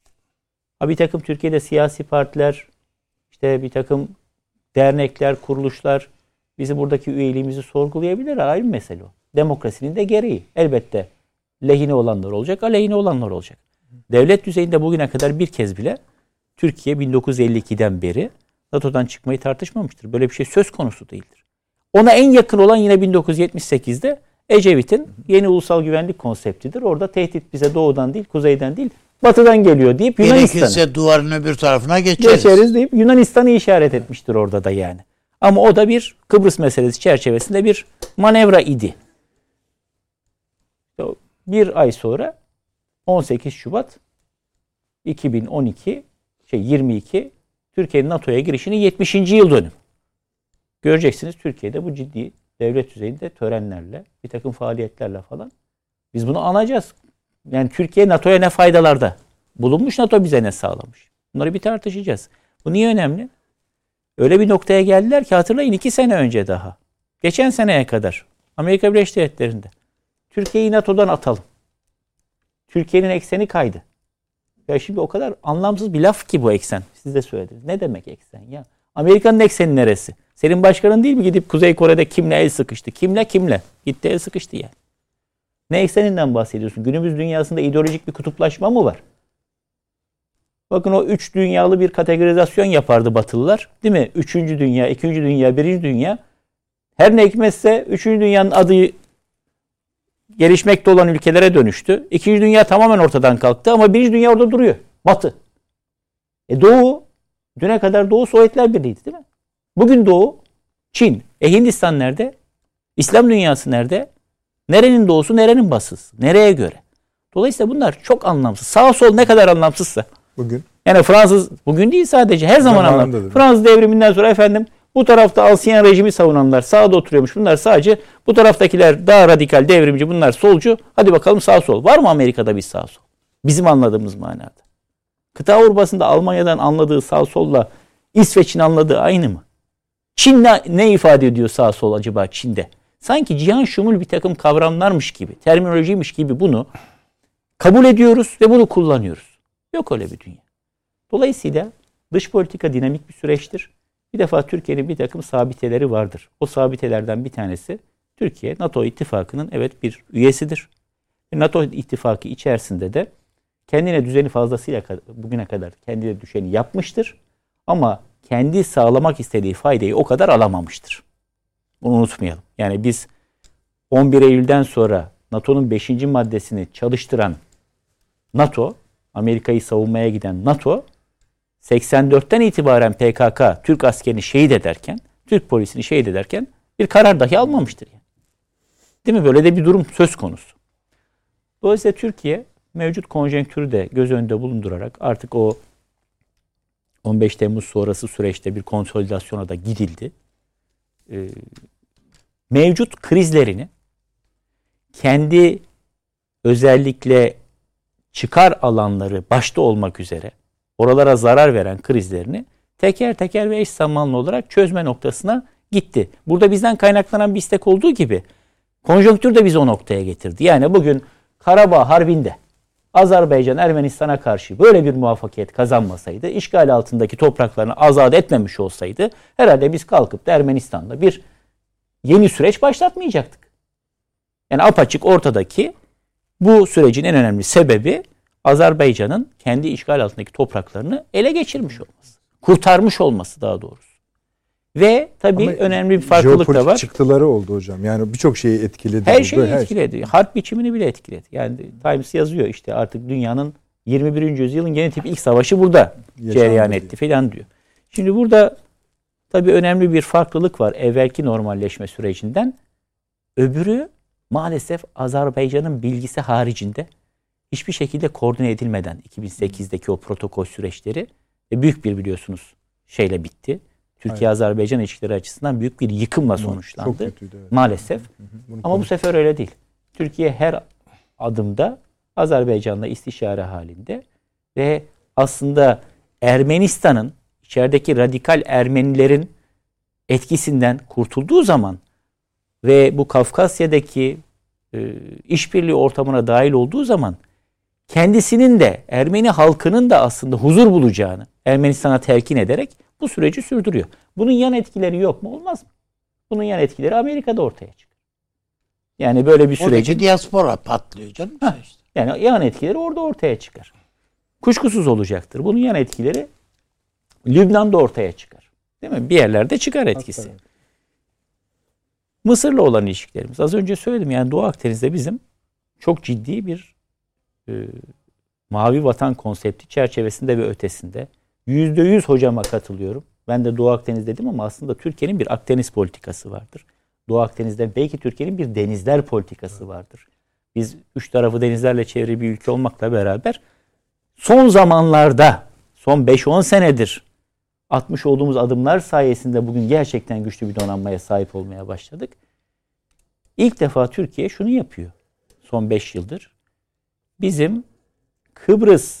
Bir takım Türkiye'de siyasi partiler, işte bir takım dernekler, kuruluşlar bizi buradaki üyeliğimizi sorgulayabilir. Ayrı bir mesele o. Demokrasinin de gereği. Elbette lehine olanlar olacak, aleyhine olanlar olacak. Devlet düzeyinde bugüne kadar bir kez bile Türkiye 1952'den beri NATO'dan çıkmayı tartışmamıştır. Böyle bir şey söz konusu değildir. Ona en yakın olan yine 1978'de Ecevit'in yeni ulusal güvenlik konseptidir. Orada tehdit bize doğudan değil, kuzeyden değil, batıdan geliyor deyip Yunanistan'ı. Gerekirse duvarın öbür tarafına geçeriz Deyip Yunanistan'ı işaret etmiştir orada da yani. Ama o da bir Kıbrıs meselesi çerçevesinde bir manevra idi. Bir ay sonra 18 Şubat 22 Türkiye'nin NATO'ya girişinin 70. yıl dönümü. Göreceksiniz Türkiye'de bu ciddi devlet düzeyinde törenlerle, bir takım faaliyetlerle falan biz bunu anacağız. Yani Türkiye NATO'ya ne faydalarda bulunmuş, NATO bize ne sağlamış? Bunları bir tartışacağız. Bu niye önemli? Öyle bir noktaya geldiler ki hatırlayın 2 sene önce daha. Geçen seneye kadar Amerika Birleşik Devletleri'nde Türkiye'yi NATO'dan atalım. Türkiye'nin ekseni kaydı. Ya şimdi o kadar anlamsız bir laf ki bu eksen. Siz de söylediniz. Ne demek eksen ya? Amerika'nın ekseni neresi? Senin başkanın değil mi gidip Kuzey Kore'de kimle el sıkıştı? Kimle? Gitti el sıkıştı yani. Ne ekseninden bahsediyorsun? Günümüz dünyasında ideolojik bir kutuplaşma mı var? Bakın o 3 dünyalı bir kategorizasyon yapardı Batılılar. Değil mi? 3. dünya, 2. dünya, 1. dünya. Her ne hikmetse 3. dünyanın adı gelişmekte olan ülkelere dönüştü. 2. dünya tamamen ortadan kalktı ama 1. dünya orada duruyor. Batı. Doğu, düne kadar Doğu Sovyetler Birliği'ydi değil mi? Bugün Doğu, Çin. Hindistan nerede? İslam dünyası nerede? Nerenin doğusu, nerenin batısı? Nereye göre? Dolayısıyla bunlar çok anlamsız. Sağ sol ne kadar anlamsızsa. Bugün. Yani Fransız, bugün değil sadece her zaman anlamsız. Fransız devriminden sonra efendim bu tarafta Alsiyen rejimi savunanlar sağda oturuyormuş. Bunlar sadece bu taraftakiler daha radikal devrimci, bunlar solcu. Hadi bakalım sağ sol. Var mı Amerika'da bir sağ sol? Bizim anladığımız manada. Kıta Avrupa'sında Almanya'dan anladığı sağ solla İsveç'in anladığı aynı mı? Çin ne ifade ediyor sağ sol acaba Çin'de? Sanki cihan şumul bir takım kavramlarmış gibi, terminolojiymiş gibi bunu kabul ediyoruz ve bunu kullanıyoruz. Yok öyle bir dünya. Dolayısıyla dış politika dinamik bir süreçtir. Bir defa Türkiye'nin bir takım sabiteleri vardır. O sabitelerden bir tanesi Türkiye NATO ittifakının evet bir üyesidir. NATO ittifakı içerisinde de kendine düzeni fazlasıyla bugüne kadar kendine düşeni yapmıştır. Ama kendi sağlamak istediği faydayı o kadar alamamıştır. Bunu unutmayalım. Yani biz 11 Eylül'den sonra NATO'nun 5. maddesini çalıştıran NATO, Amerika'yı savunmaya giden NATO, 84'ten itibaren PKK Türk askerini şehit ederken, Türk polisini şehit ederken bir karar dahi almamıştır. Yani. Değil mi? Böyle de bir durum söz konusu. Dolayısıyla Türkiye mevcut konjonktürü de göz önünde bulundurarak artık o 15 Temmuz sonrası süreçte bir konsolidasyona da gidildi. Mevcut krizlerini kendi özellikle çıkar alanları başta olmak üzere oralara zarar veren krizlerini teker teker ve eş zamanlı olarak çözme noktasına gitti. Burada bizden kaynaklanan bir istek olduğu gibi konjonktür de bizi o noktaya getirdi. Yani bugün Karabağ Harbi'nde Azerbaycan Ermenistan'a karşı böyle bir muvaffakiyet kazanmasaydı, işgal altındaki topraklarını azat etmemiş olsaydı herhalde biz kalkıp da Ermenistan'da bir yeni süreç başlatmayacaktık. Yani apaçık ortadaki bu sürecin en önemli sebebi Azerbaycan'ın kendi işgal altındaki topraklarını ele geçirmiş olması. Kurtarmış olması daha doğrusu. Ve tabii ama önemli bir farklılık da var. Jeopolitik çıktıları oldu hocam. Yani birçok şeyi etkiledi. Her şeyi etkiledi. Harp biçimini bile etkiledi. Yani Times yazıyor işte artık dünyanın 21. yüzyılın yeni tip ilk savaşı burada cereyan etti falan diyor. Şimdi burada tabii önemli bir farklılık var evvelki normalleşme sürecinden. Öbürü maalesef Azerbaycan'ın bilgisi haricinde hiçbir şekilde koordine edilmeden 2008'deki o protokol süreçleri büyük bir biliyorsunuz şeyle bitti. Türkiye-Azerbaycan ilişkileri açısından büyük bir yıkımla sonuçlandı. Çok kötüydü, evet. Maalesef. Ama bu sefer öyle değil. Türkiye her adımda Azerbaycan'la istişare halinde ve aslında Ermenistan'ın içerideki radikal Ermenilerin etkisinden kurtulduğu zaman ve bu Kafkasya'daki işbirliği ortamına dahil olduğu zaman kendisinin de Ermeni halkının da aslında huzur bulacağını Ermenistan'a telkin ederek bu süreci sürdürüyor. Bunun yan etkileri yok mu? Olmaz mı? Bunun yan etkileri Amerika'da ortaya çıkıyor. Yani böyle bir sürecin... Oradaki diaspora patlıyor canım. İşte. Yani yan etkileri orada ortaya çıkar. Kuşkusuz olacaktır. Bunun yan etkileri Lübnan'da ortaya çıkar. Değil mi? Bir yerlerde çıkar etkisi. Hatta. Mısır'la olan ilişkilerimiz. Az önce söyledim yani Doğu Akdeniz'de bizim çok ciddi bir mavi vatan konsepti çerçevesinde ve ötesinde %100 hocama katılıyorum. Ben de Doğu Akdeniz dedim ama aslında Türkiye'nin bir Akdeniz politikası vardır. Doğu Akdeniz'de belki Türkiye'nin bir denizler politikası vardır. Biz 3 tarafı denizlerle çevrili bir ülke olmakla beraber son zamanlarda, son 5-10 senedir atmış olduğumuz adımlar sayesinde bugün gerçekten güçlü bir donanmaya sahip olmaya başladık. İlk defa Türkiye şunu yapıyor son 5 yıldır. Bizim Kıbrıs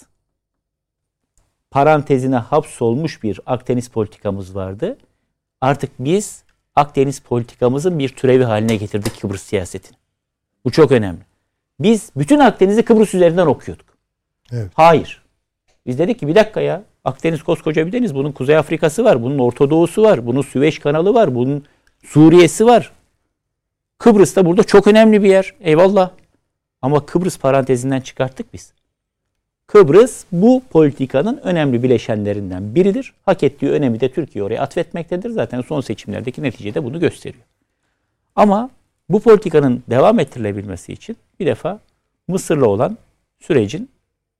parantezine hapsolmuş bir Akdeniz politikamız vardı. Artık biz Akdeniz politikamızın bir türevi haline getirdik Kıbrıs siyasetini. Bu çok önemli. Biz bütün Akdeniz'i Kıbrıs üzerinden okuyorduk. Evet. Hayır. Biz dedik ki bir dakika ya, Akdeniz koskoca bir deniz. Bunun Kuzey Afrika'sı var, bunun Orta Doğu'su var, bunun Süveyş Kanalı var, bunun Suriye'si var. Kıbrıs da burada çok önemli bir yer. Eyvallah. Ama Kıbrıs parantezinden çıkarttık biz. Kıbrıs bu politikanın önemli bileşenlerinden biridir. Hak ettiği önemi de Türkiye oraya atfetmektedir. Zaten son seçimlerdeki neticede bunu gösteriyor. Ama bu politikanın devam ettirilebilmesi için bir defa Mısır'la olan sürecin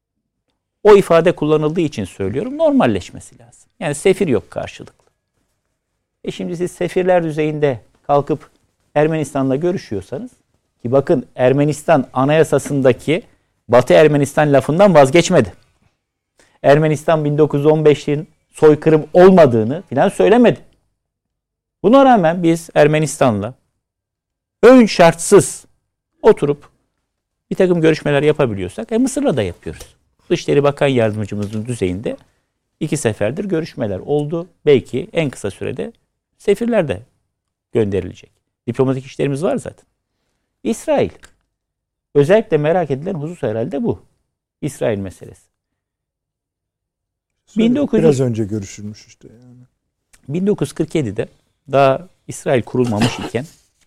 o ifade kullanıldığı için söylüyorum normalleşmesi lazım. Yani sefir yok karşılıklı. Şimdi siz sefirler düzeyinde kalkıp Ermenistan'la görüşüyorsanız ki bakın Ermenistan anayasasındaki Batı Ermenistan lafından vazgeçmedi. Ermenistan 1915'in soykırım olmadığını filan söylemedi. Buna rağmen biz Ermenistan'la ön şartsız oturup bir takım görüşmeler yapabiliyorsak Mısır'la da yapıyoruz. Dışişleri Bakan Yardımcımızın düzeyinde 2 seferdir görüşmeler oldu. Belki en kısa sürede sefirler de gönderilecek. Diplomatik işlerimiz var zaten. İsrail. Özellikle merak edilen husus herhalde bu. İsrail meselesi. Biraz önce görüşülmüş işte yani. 1947'de daha İsrail kurulmamış iken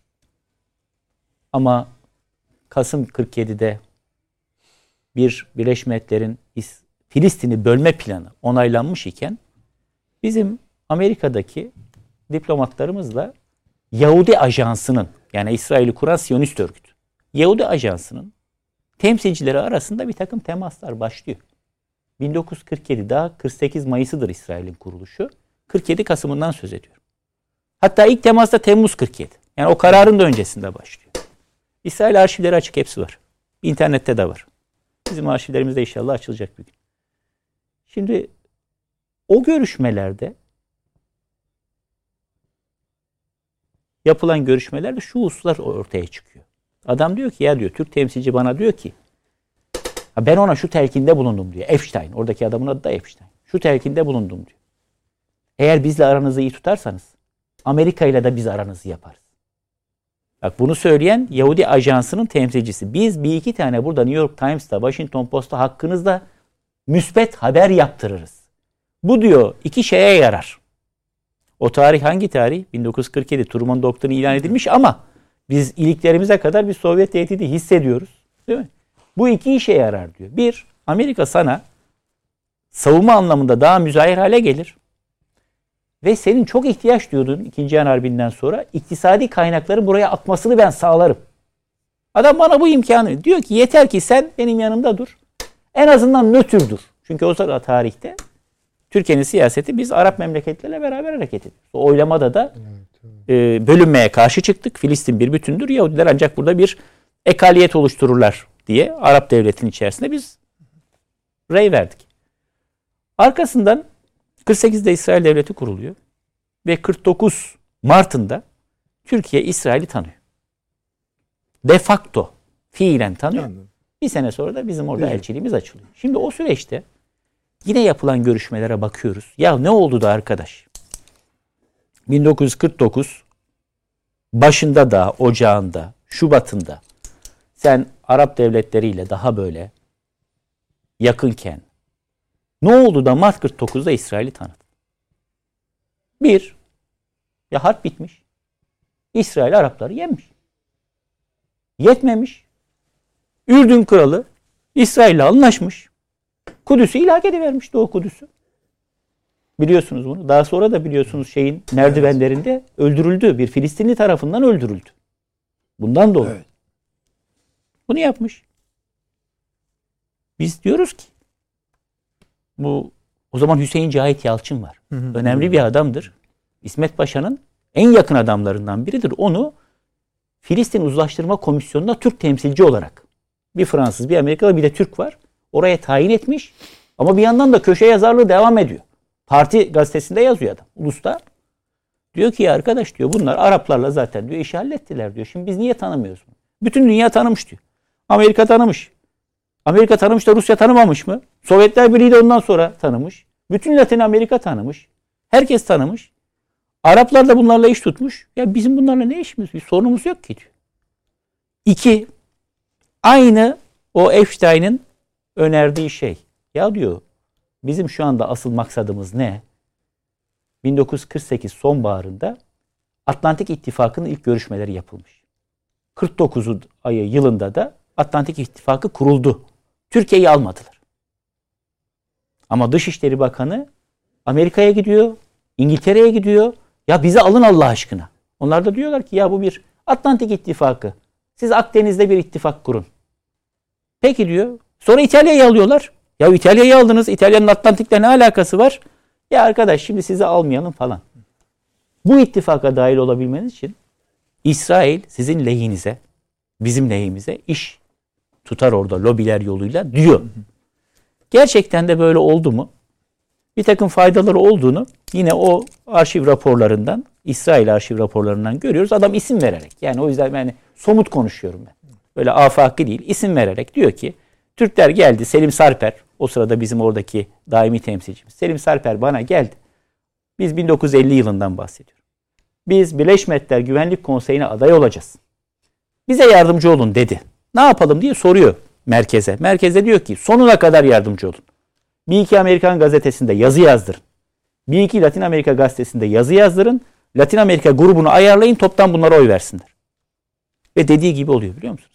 ama Kasım 47'de Birleşmiş Milletler'in Filistin'i bölme planı onaylanmış iken bizim Amerika'daki diplomatlarımızla Yahudi Ajansı'nın, yani İsrail'i kuran Siyonist örgüt, Yahudi Ajansı'nın temsilcileri arasında bir takım temaslar başlıyor. 1947 daha 48 Mayıs'ıdır İsrail'in kuruluşu. 47 Kasım'ından söz ediyorum. Hatta ilk temas da Temmuz 47. Yani o kararın da öncesinde başlıyor. İsrail arşivleri açık, hepsi var. İnternette de var. Bizim arşivlerimiz de inşallah açılacak bir gün. Şimdi o görüşmelerde yapılan görüşmelerde şu hususlar ortaya çıkıyor. Adam diyor ki, ya diyor, Türk temsilci bana diyor ki, ben ona şu telkinde bulundum diyor. Epstein. Oradaki adamın adı da Epstein. Şu telkinde bulundum diyor. Eğer bizle aranızı iyi tutarsanız Amerika ile de biz aranızı yaparız. Bak, bunu söyleyen Yahudi Ajansı'nın temsilcisi. Biz bir iki tane burada New York Times'ta, Washington Post'ta hakkınızda müspet haber yaptırırız. Bu diyor iki şeye yarar. O tarih hangi tarih? 1947 Truman Doktrinu ilan edilmiş ama biz iliklerimize kadar bir Sovyet tehdidi hissediyoruz. Değil mi? Bu iki işe yarar diyor. Bir, Amerika sana savunma anlamında daha müzahir hale gelir. Ve senin çok ihtiyaç duyduğun 2. Cihan Harbi'nden sonra iktisadi kaynakların buraya akmasını ben sağlarım. Adam bana bu imkanı diyor ki, yeter ki sen benim yanımda dur. En azından nötr dur. Çünkü o sırada tarihte Türkiye'nin siyaseti, biz Arap memleketlerle beraber hareket ediyoruz. O oylamada da bölünmeye karşı çıktık. Filistin bir bütündür. Yahudiler ancak burada bir ekaliyet oluştururlar diye Arap devletinin içerisinde biz rey verdik. Arkasından 48'de İsrail Devleti kuruluyor. Ve 49 Mart'ında Türkiye İsrail'i tanıyor. De facto fiilen tanıyor. Anladım. Bir sene sonra da bizim orada elçiliğimiz açılıyor. Şimdi o süreçte yine yapılan görüşmelere bakıyoruz. Ya ne oldu da arkadaş? 1949 başında da, ocağında, Şubat'ında sen Arap devletleriyle daha böyle yakınken ne oldu da Mart 49'da İsrail'i tanıdın? Bir, ya harp bitmiş. İsrail Arapları yenmiş. Yetmemiş. Ürdün kralı İsrail'le anlaşmış. Kudüs'ü ilhak edivermiş, Doğu Kudüs'ü. Biliyorsunuz bunu. Daha sonra da biliyorsunuz şeyin merdivenlerinde öldürüldü. Bir Filistinli tarafından öldürüldü. Bundan dolayı. Evet. Bunu yapmış. Biz diyoruz ki bu, o zaman Hüseyin Cahit Yalçın var. Önemli bir adamdır. İsmet Paşa'nın en yakın adamlarından biridir. Onu Filistin Uzlaştırma Komisyonu'na Türk temsilci olarak, bir Fransız, bir Amerikalı, bir de Türk var, oraya tayin etmiş. Ama bir yandan da köşe yazarlığı devam ediyor. Parti gazetesinde yazıyor adam. Ulus'ta. Diyor ki, ya arkadaş diyor, bunlar Araplarla zaten diyor işi hallettiler diyor. Şimdi biz niye tanımıyoruz bunu? Bütün dünya tanımış diyor. Amerika tanımış. Amerika tanımış da Rusya tanımamış mı? Sovyetler Birliği de ondan sonra tanımış. Bütün Latin Amerika tanımış. Herkes tanımış. Araplar da bunlarla iş tutmuş. Ya bizim bunlarla ne işimiz? Bir sorunumuz yok ki diyor. İki, aynı o Epstein'in önerdiği şey. Ya diyor, bizim şu anda asıl maksadımız ne? 1948 sonbaharında Atlantik İttifakı'nın ilk görüşmeleri yapılmış. 49 yılında da Atlantik İttifakı kuruldu. Türkiye'yi almadılar. Ama Dışişleri Bakanı Amerika'ya gidiyor, İngiltere'ye gidiyor. Ya bizi alın Allah aşkına. Onlar da diyorlar ki, ya bu bir Atlantik İttifakı. Siz Akdeniz'de bir ittifak kurun. Peki diyor. Sonra İtalya'yı alıyorlar. Ya İtalya'yı aldınız. İtalya'nın Atlantik'le ne alakası var? Ya arkadaş şimdi sizi almayalım falan. Bu ittifaka dahil olabilmeniz için İsrail sizin lehinize, bizim lehimize iş tutar orada lobiler yoluyla diyor. Gerçekten de böyle oldu mu? Bir takım faydaları olduğunu yine o arşiv raporlarından, İsrail arşiv raporlarından görüyoruz. Adam isim vererek, yani o yüzden yani somut konuşuyorum ben. Böyle afaki değil, isim vererek diyor ki, Türkler geldi, Selim Sarper, o sırada bizim oradaki daimi temsilcimiz. Selim Sarper bana geldi. Biz 1950 yılından bahsediyoruz. Biz Birleşmiş Milletler Güvenlik Konseyi'ne aday olacağız. Bize yardımcı olun dedi. Ne yapalım diye soruyor merkeze. Merkeze diyor ki, sonuna kadar yardımcı olun. Bir iki Amerikan gazetesinde yazı yazdırın. Bir iki Latin Amerika gazetesinde yazı yazdırın. Latin Amerika grubunu ayarlayın. Toptan bunlara oy versinler. Ve dediği gibi oluyor biliyor musunuz?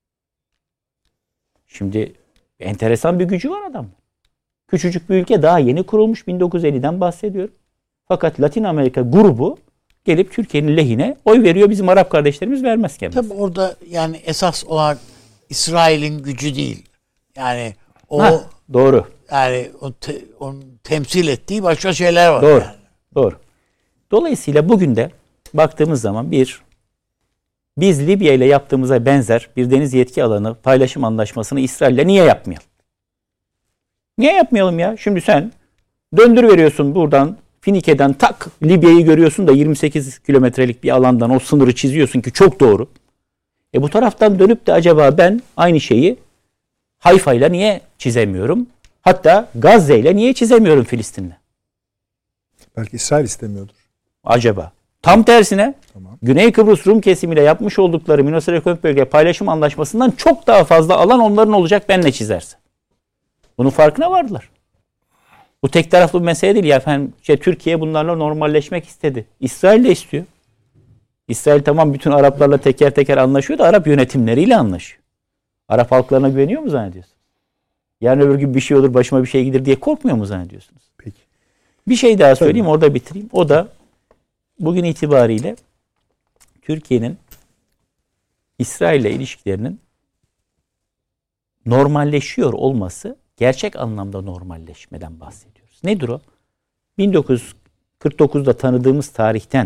Şimdi enteresan bir gücü var adam. Küçücük bir ülke daha yeni kurulmuş. 1950'den bahsediyorum. Fakat Latin Amerika grubu gelip Türkiye'nin lehine oy veriyor. Bizim Arap kardeşlerimiz vermezken. Tabii orada yani esas olarak İsrail'in gücü değil. Yani o doğru. Yani onun temsil ettiği başka şeyler var. Doğru. Yani. Doğru. Dolayısıyla bugün de baktığımız zaman biz Libya ile yaptığımıza benzer bir deniz yetki alanı paylaşım anlaşmasını İsrail'le niye yapmayalım? Niye yapmayalım ya? Şimdi sen döndürüveriyorsun buradan Finike'den tak Libya'yı görüyorsun da 28 kilometrelik bir alandan o sınırı çiziyorsun ki çok doğru. Bu taraftan dönüp de acaba ben aynı şeyi Hayfa'yla niye çizemiyorum? Hatta Gazze'yle niye çizemiyorum Filistin'le? Belki İsrail istemiyordur. Acaba. Tam tersine Tamam. Güney Kıbrıs Rum kesimiyle yapmış oldukları Münhasır Ekonomik Bölge paylaşım anlaşmasından çok daha fazla alan onların olacak benle çizerse. Bunun farkına vardılar. Bu tek taraflı bir mesele değil. Ya efendim, Türkiye bunlarla normalleşmek istedi. İsrail de istiyor. İsrail tamam bütün Araplarla teker teker anlaşıyor da Arap yönetimleriyle anlaşıyor. Arap halklarına güveniyor mu zannediyorsunuz? Yarın öbür gün bir şey olur başıma bir şey gelir diye korkmuyor mu zannediyorsunuz? Peki. Bir şey daha söyleyeyim orada bitireyim. O da bugün itibariyle Türkiye'nin İsrail'le ilişkilerinin normalleşiyor olması gerçek anlamda normalleşmeden bahsediyoruz. Nedir o? 1949'da tanıdığımız tarihten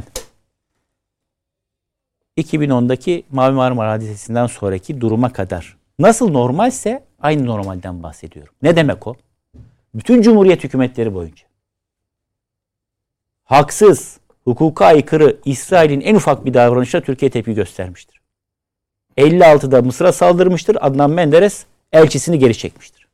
2010'daki Mavi Marmara hadisesinden sonraki duruma kadar nasıl normalse aynı normalden bahsediyorum. Ne demek o? Bütün Cumhuriyet hükümetleri boyunca haksız, hukuka aykırı İsrail'in en ufak bir davranışla Türkiye tepki göstermiştir. 56'da Mısır'a saldırmıştır. Adnan Menderes elçisini geri çekmiştir.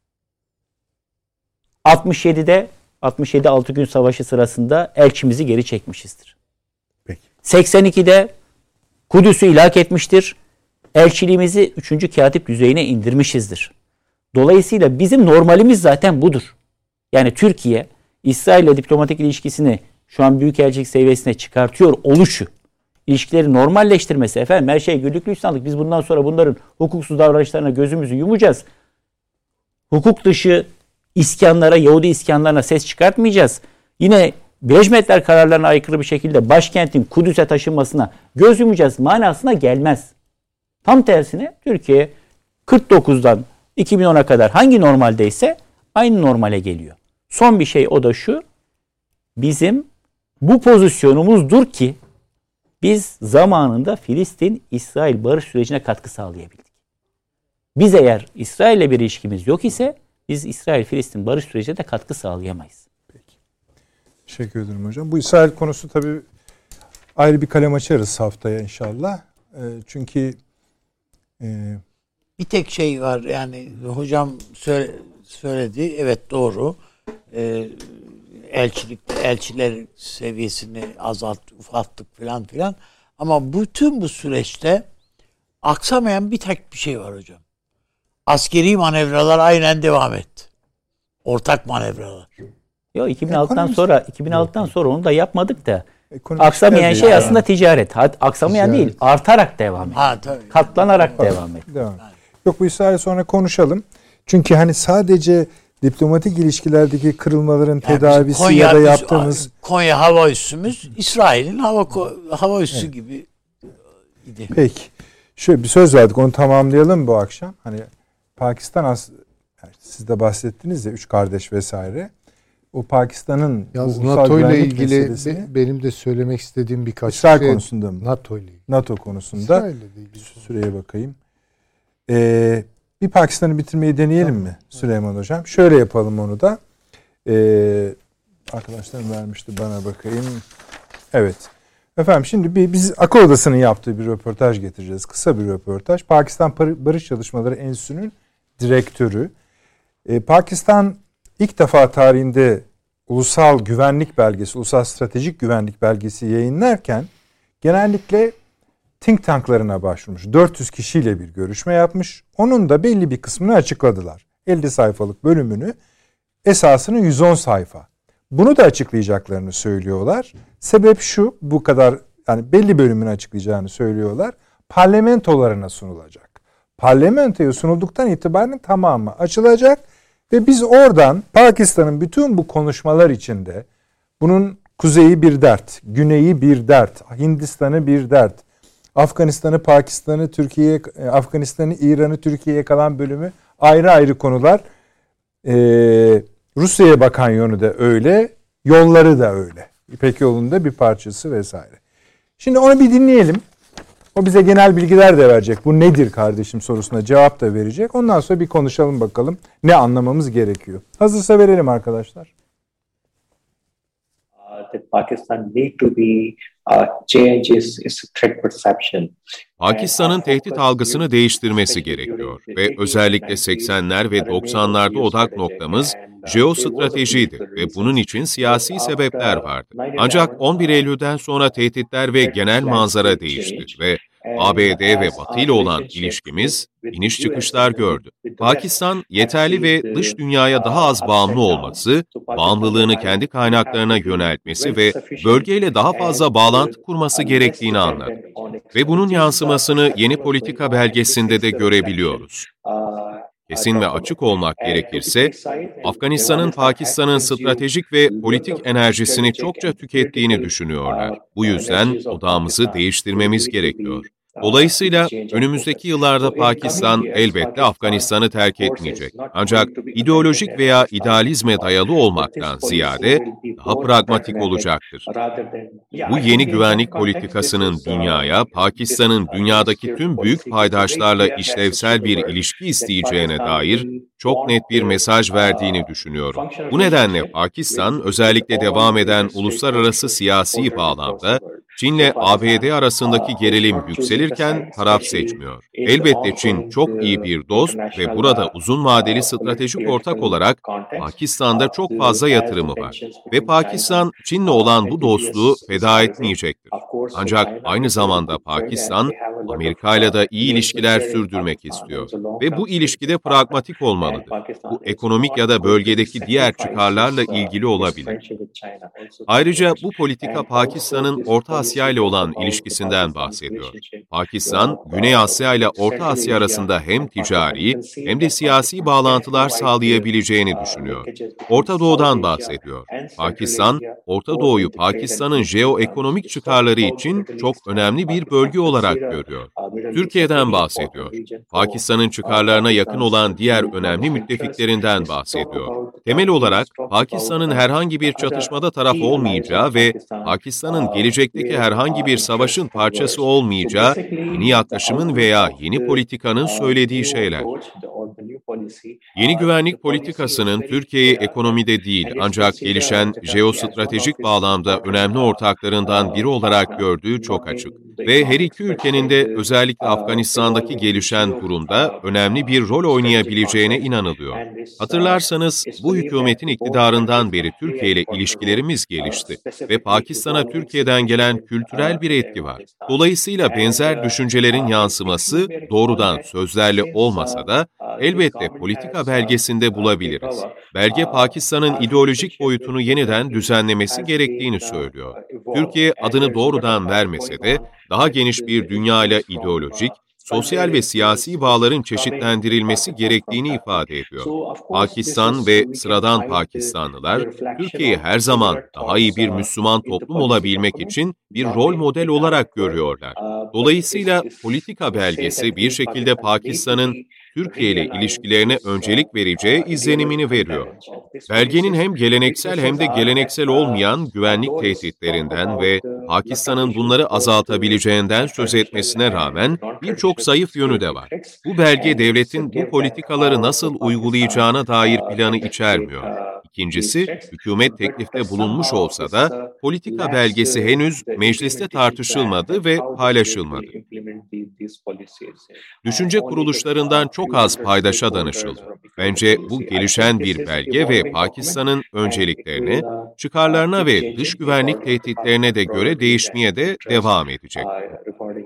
67 6 gün savaşı sırasında elçimizi geri çekmişizdir. Peki. 82'de Kudüs'ü ilhak etmiştir. Elçiliğimizi 3. katip düzeyine indirmişizdir. Dolayısıyla bizim normalimiz zaten budur. Yani Türkiye İsrail'le diplomatik ilişkisini şu an büyükelçilik seviyesine çıkartıyor oluşu, ilişkileri normalleştirmesi, efendim her şey güllük gülistanlık, biz bundan sonra bunların hukuksuz davranışlarına gözümüzü yumacağız. Hukuk dışı iskanlara, Yahudi iskanlarına ses çıkartmayacağız. Yine Brejnevler kararlarına aykırı bir şekilde başkentin Kudüs'e taşınmasına göz yumacağız manasına gelmez. Tam tersine Türkiye 49'dan 2010'a kadar hangi normaldeyse aynı normale geliyor. Son bir şey o da şu. Bizim bu pozisyonumuzdur ki biz zamanında Filistin-İsrail barış sürecine katkı sağlayabildik. Biz eğer İsrail'le bir ilişkimiz yok ise biz İsrail-Filistin barış sürecine de katkı sağlayamayız. Peki. Teşekkür ederim hocam. Bu İsrail konusu tabii ayrı bir kalem açarız haftaya inşallah. Çünkü bir tek şey var yani hocam söyledi. Evet doğru. Elçiler seviyesini ufalttık filan filan. Ama bütün bu süreçte aksamayan bir tek bir şey var hocam. Askeri manevralar aynen devam etti. Ortak manevralar. Yok 2006'dan sonra onu da yapmadık da. Ekonomik Aksamayan şey yani. aslında ticaret. Aksamayan ticaret değil, artarak devam etti. Tabii. Katlanarak devam etti. Devam. Yok bu İsrail'i sonra konuşalım. Çünkü hani sadece diplomatik ilişkilerdeki kırılmaların tedavisi ya da yaptığımız Konya hava üssümüz İsrail'in hava üssü gibi idi. Peki. Şöyle bir söz verdik onu tamamlayalım bu akşam. Hani Pakistan yani siz de bahsettiniz ya 3 kardeş vesaire. O Pakistan'ın NATO ile ilgili benim de söylemek istediğim birkaç İsrail konusunda mı? NATO ile ilgili. NATO konusunda. Süreye bakayım. Bir Pakistan'ı bitirmeyi deneyelim mi Süleyman Hocam? Şöyle yapalım onu da. Arkadaşlarım vermişti bana bakayım. Evet. Efendim şimdi biz Akıl Odası'nın yaptığı bir röportaj getireceğiz. Kısa bir röportaj. Pakistan Barış Çalışmaları Enstitüsü'nün direktörü. Pakistan ilk defa tarihinde ulusal güvenlik belgesi, ulusal stratejik güvenlik belgesi yayınlarken genellikle think tanklarına başvurmuş. 400 kişiyle bir görüşme yapmış. Onun da belli bir kısmını açıkladılar. 50 sayfalık bölümünü, esasını 110 sayfa. Bunu da açıklayacaklarını söylüyorlar. Sebep şu, bu kadar yani belli bölümünü açıklayacağını söylüyorlar. Parlamentolarına sunulacak. Parlamentoya sunulduktan itibaren tamamı açılacak ve biz oradan Pakistan'ın bütün bu konuşmalar içinde bunun kuzeyi bir dert, güneyi bir dert, Hindistan'ı bir dert, Afganistan'ı, Pakistan'ı, Türkiye'ye, Afganistan'ı, İran'ı, Türkiye'ye kalan bölümü ayrı ayrı konular. Rusya'ya bakan yönü de öyle, yolları da öyle. İpek yolunun da bir parçası vesaire. Şimdi onu bir dinleyelim. O bize genel bilgiler de verecek. Bu nedir kardeşim sorusuna cevap da verecek. Ondan sonra bir konuşalım bakalım ne anlamamız gerekiyor. Hazırsa verelim arkadaşlar. Pakistan'ın tehdit algısını değiştirmesi gerekiyor ve özellikle 80'ler ve 90'larda odak noktamız jeostratejiydi ve bunun için siyasi sebepler vardı. Ancak 11 Eylül'den sonra tehditler ve genel manzara değişti ve ABD ve Batı ile olan ilişkimiz iniş çıkışlar gördü. Pakistan, yeterli ve dış dünyaya daha az bağımlı olması, bağımlılığını kendi kaynaklarına yöneltmesi ve bölgeyle daha fazla bağlantı kurması gerektiğini anladı. Ve bunun yansımasını yeni politika belgesinde de görebiliyoruz. Kesin ve açık olmak gerekirse, Afganistan'ın Pakistan'ın stratejik ve politik enerjisini çokça tükettiğini düşünüyorlar. Bu yüzden odağımızı değiştirmemiz gerekiyor. Dolayısıyla önümüzdeki yıllarda Pakistan elbette Afganistan'ı terk etmeyecek. Ancak ideolojik veya idealizme dayalı olmaktan ziyade daha pragmatik olacaktır. Bu yeni güvenlik politikasının dünyaya, Pakistan'ın dünyadaki tüm büyük paydaşlarla işlevsel bir ilişki isteyeceğine dair çok net bir mesaj verdiğini düşünüyorum. Bu nedenle Pakistan, özellikle devam eden uluslararası siyasi bağlamda, Çin'le ABD arasındaki gerilim yükselirken taraf seçmiyor. Elbette Çin çok iyi bir dost ve burada uzun vadeli stratejik ortak olarak Pakistan'da çok fazla yatırımı var. Ve Pakistan, Çin'le olan bu dostluğu feda etmeyecektir. Ancak aynı zamanda Pakistan, Amerika ile de iyi ilişkiler sürdürmek istiyor. Ve bu ilişkide pragmatik olmalıdır. Bu ekonomik ya da bölgedeki diğer çıkarlarla ilgili olabilir. Ayrıca bu politika Pakistan'ın Orta Asya ile olan ilişkisinden bahsediyor. Pakistan, Güney Asya ile Orta Asya arasında hem ticari hem de siyasi bağlantılar sağlayabileceğini düşünüyor. Orta Doğu'dan bahsediyor. Pakistan, Orta Doğu'yu Pakistan'ın jeoekonomik çıkarları için çok önemli bir bölge olarak görüyor. Türkiye'den bahsediyor. Pakistan'ın çıkarlarına yakın olan diğer önemli müttefiklerinden bahsediyor. Temel olarak Pakistan'ın herhangi bir çatışmada taraf olmayacağı ve Pakistan'ın gelecekteki herhangi bir savaşın parçası olmayacağı yeni yaklaşımın veya yeni politikanın söylediği şeyler. Yeni güvenlik politikasının Türkiye'yi ekonomide değil ancak gelişen jeostratejik bağlamda önemli ortaklarından biri olarak gördüğü çok açık. Ve her iki ülkenin de özellikle Afganistan'daki gelişen durumda önemli bir rol oynayabileceğine inanılıyor. Hatırlarsanız bu hükümetin iktidarından beri Türkiye ile ilişkilerimiz gelişti ve Pakistan'a Türkiye'den gelen kültürel bir etki var. Dolayısıyla benzer düşüncelerin yansıması doğrudan sözlerle olmasa da elbette politika belgesinde bulabiliriz. Belge Pakistan'ın ideolojik boyutunu yeniden düzenlemesi gerektiğini söylüyor. Türkiye adını doğrudan vermese de daha geniş bir dünyayla ideolojik, sosyal ve siyasi bağların çeşitlendirilmesi gerektiğini ifade ediyor. Pakistan ve sıradan Pakistanlılar, Türkiye'yi her zaman daha iyi bir Müslüman toplum olabilmek için bir rol model olarak görüyorlar. Dolayısıyla politika belgesi bir şekilde Pakistan'ın Türkiye ile ilişkilerine öncelik vereceği izlenimini veriyor. Belgenin hem geleneksel hem de geleneksel olmayan güvenlik tehditlerinden ve Pakistan'ın bunları azaltabileceğinden söz etmesine rağmen birçok zayıf yönü de var. Bu belge devletin bu politikaları nasıl uygulayacağına dair planı içermiyor. İkincisi, hükümet teklifte bulunmuş olsa da politika belgesi henüz mecliste tartışılmadı ve paylaşılmadı. Düşünce kuruluşlarından çok az paydaşa danışıldı. Bence bu gelişen bir belge ve Pakistan'ın önceliklerine, çıkarlarına ve dış güvenlik tehditlerine de göre değişmeye de devam edecek.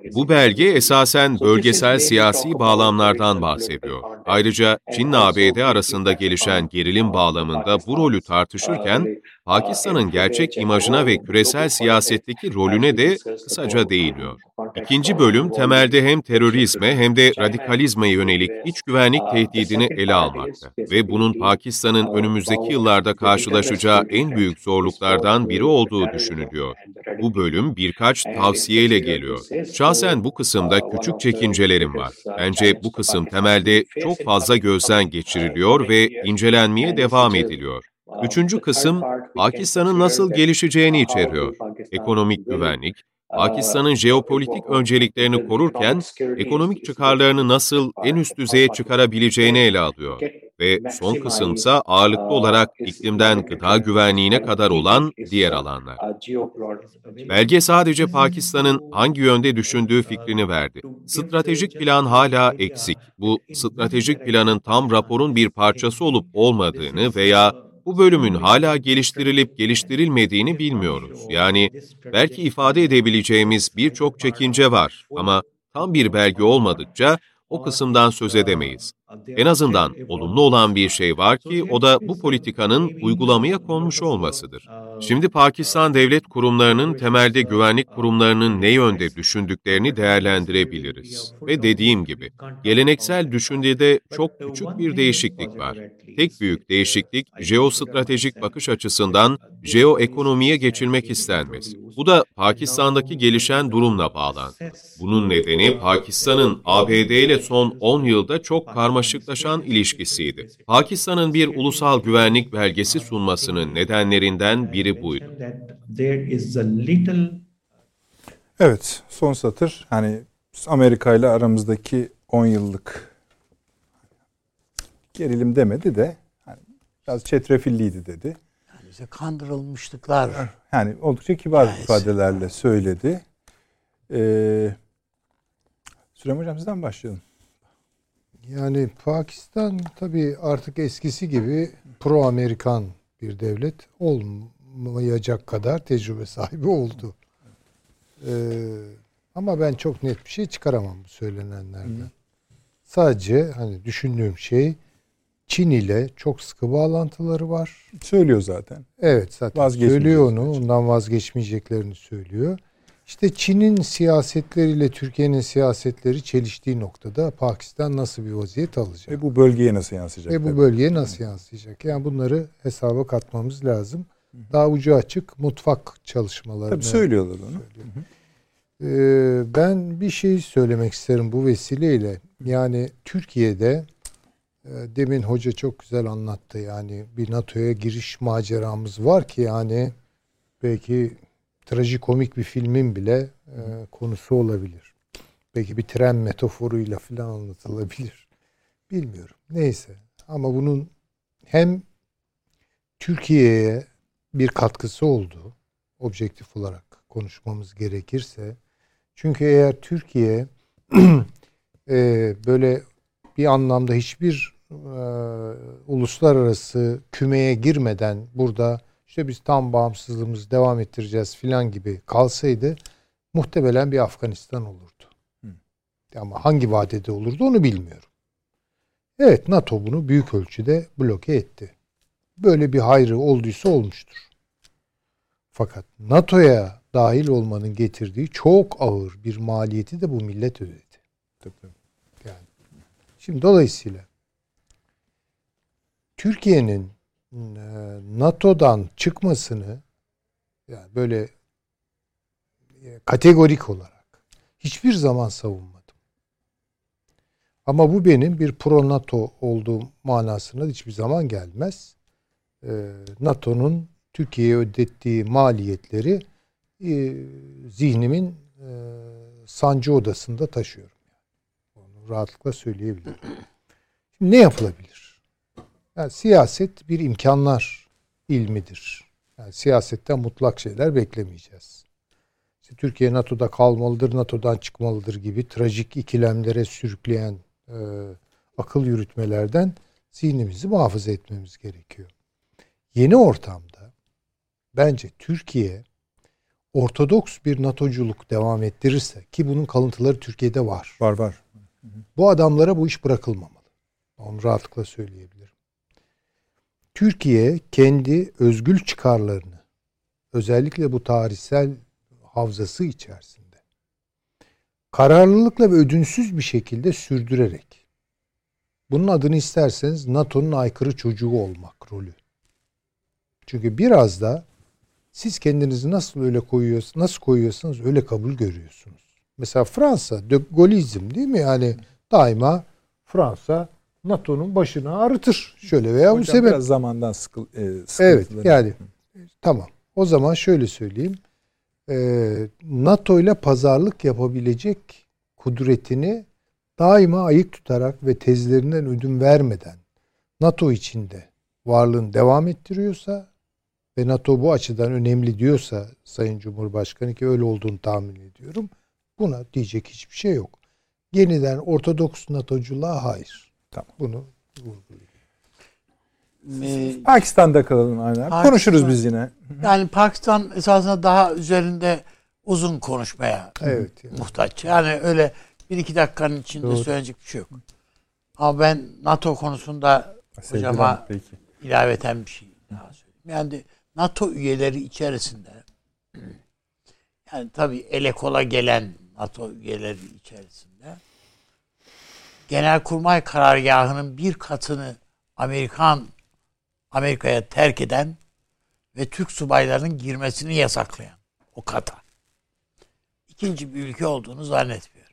Bu belge esasen bölgesel siyasi bağlamlardan bahsediyor. Ayrıca Çin'le ABD arasında gelişen gerilim bağlamında bu rolü tartışırken, Pakistan'ın gerçek imajına ve küresel siyasetteki rolüne de kısaca değiniyor. İkinci bölüm temelde hem terörizme hem de radikalizme yönelik iç güvenlik tehdidini ele almakta ve bunun Pakistan'ın önümüzdeki yıllarda karşılaşacağı en büyük zorluklardan biri olduğu düşünülüyor. Bu bölüm birkaç tavsiyeyle geliyor. Şahsen bu kısımda küçük çekincelerim var. Bence bu kısım temelde çok fazla gözden geçiriliyor ve incelenmeye devam ediliyor. Üçüncü kısım, Pakistan'ın nasıl gelişeceğini içeriyor. Ekonomik güvenlik, Pakistan'ın jeopolitik önceliklerini korurken, ekonomik çıkarlarını nasıl en üst düzeye çıkarabileceğini ele alıyor. Ve son kısımsa ağırlıklı olarak iklimden gıda güvenliğine kadar olan diğer alanlar. Belge sadece Pakistan'ın hangi yönde düşündüğü fikrini verdi. Stratejik plan hala eksik. Bu stratejik planın tam raporun bir parçası olup olmadığını veya bu bölümün hala geliştirilip geliştirilmediğini bilmiyoruz. Yani belki ifade edebileceğimiz birçok çekince var ama tam bir belge olmadıkça o kısımdan söz edemeyiz. En azından olumlu olan bir şey var ki o da bu politikanın uygulamaya konmuş olmasıdır. Şimdi Pakistan devlet kurumlarının temelde güvenlik kurumlarının ne yönde düşündüklerini değerlendirebiliriz. Ve dediğim gibi, geleneksel düşüncede çok küçük bir değişiklik var. Tek büyük değişiklik, jeostratejik bakış açısından jeoekonomiye geçilmek istenmesi. Bu da Pakistan'daki gelişen durumla bağlantılı. Bunun nedeni Pakistan'ın ABD ile son 10 yılda çok karmaşıklaşan ilişkisiydi. Pakistan'ın bir ulusal güvenlik belgesi sunmasının nedenlerinden biri buydu. Evet, son satır. Hani Amerika ile aramızdaki 10 yıllık gerilim demedi de hani biraz çetrefilliydi dedi. Yani bize kandırılmışlıklar. Yani oldukça kibar ifadelerle söyledi. Süleyman Hocam sizden başlayalım. Yani Pakistan tabii artık eskisi gibi pro-Amerikan bir devlet olmayacak kadar tecrübe sahibi oldu. Ama ben çok net bir şey çıkaramam bu söylenenlerden. Sadece hani düşündüğüm şey Çin ile çok sıkı bağlantıları var. Söylüyor zaten. Evet zaten söylüyor onu. Ondan vazgeçmeyeceklerini söylüyor. İşte Çin'in siyasetleriyle Türkiye'nin siyasetleri çeliştiği noktada Pakistan nasıl bir vaziyet alacak? Ve bu bölgeye nasıl yansıyacak? Bu bölgeye nasıl yansıyacak? Yani bunları hesaba katmamız lazım. Daha ucu açık mutfak çalışmalarını. Tabii söylüyorlar onu. Ben bir şey söylemek isterim bu vesileyle. Yani Türkiye'de demin hoca çok güzel anlattı. Yani bir NATO'ya giriş maceramız var ki yani belki trajikomik bir filmin bile konusu olabilir. Belki bir tren metaforuyla falan anlatılabilir. Bilmiyorum. Neyse. Ama bunun hem Türkiye'ye bir katkısı oldu. Objektif olarak konuşmamız gerekirse. Çünkü eğer Türkiye böyle bir anlamda hiçbir uluslararası kümeye girmeden burada İşte biz tam bağımsızlığımızı devam ettireceğiz filan gibi kalsaydı muhtemelen bir Afganistan olurdu. Ama hangi vadede olurdu onu bilmiyorum. Evet NATO bunu büyük ölçüde bloke etti. Böyle bir hayrı olduysa olmuştur. Fakat NATO'ya dahil olmanın getirdiği çok ağır bir maliyeti de bu millet ödedi. Yani şimdi dolayısıyla Türkiye'nin NATO'dan çıkmasını yani böyle kategorik olarak hiçbir zaman savunmadım. Ama bu benim bir pro NATO olduğum manasına hiçbir zaman gelmez. NATO'nun Türkiye'ye ödettiği maliyetleri zihnimin sancı odasında taşıyorum. Onu rahatlıkla söyleyebilirim. Şimdi ne yapılabilir? Yani siyaset bir imkanlar ilmidir. Yani siyasetten mutlak şeyler beklemeyeceğiz. İşte Türkiye NATO'da kalmalıdır, NATO'dan çıkmalıdır gibi trajik ikilemlere sürükleyen akıl yürütmelerden zihnimizi muhafaza etmemiz gerekiyor. Yeni ortamda bence Türkiye Ortodoks bir NATO'culuk devam ettirirse, ki bunun kalıntıları Türkiye'de var. Var. Bu adamlara bu iş bırakılmamalı. Onu rahatlıkla söyleyebilirim. Türkiye kendi özgül çıkarlarını, özellikle bu tarihsel havzası içerisinde kararlılıkla ve ödünsüz bir şekilde sürdürerek, bunun adını isterseniz NATO'nun aykırı çocuğu olmak rolü. Çünkü biraz da siz kendinizi nasıl koyuyorsanız öyle kabul görüyorsunuz. Mesela Fransa, de Gaulle'izm değil mi? Yani daima Fransa NATO'nun başını ağrıtır. Şöyle veya Hocam bu sebep. Biraz zamandan sıkıntıları. Evet, yani tamam. O zaman şöyle söyleyeyim. NATO ile pazarlık yapabilecek kudretini daima ayık tutarak ve tezlerinden ödün vermeden NATO içinde varlığını devam ettiriyorsa ve NATO bu açıdan önemli diyorsa Sayın Cumhurbaşkanı, ki öyle olduğunu tahmin ediyorum, buna diyecek hiçbir şey yok. Yeniden Ortodoks NATO'culuğa hayır. Tamam. Bunu vurgulayayım. Pakistan'da kalalım aynen. Konuşuruz biz yine. Yani Pakistan esasında daha üzerinde uzun konuşmaya muhtaç. Yani öyle 1-2 dakikanın içinde söyleyecek bir şey yok. Ama ben NATO konusunda hocama ilaveten bir şey daha söyleyeyim. Yani NATO üyeleri içerisinde, yani tabii ele kola gelen NATO üyeleri içerisinde Genelkurmay karargahının bir katını Amerika'ya terk eden ve Türk subaylarının girmesini yasaklayan o kata ikinci bir ülke olduğunu zannetmiyorum.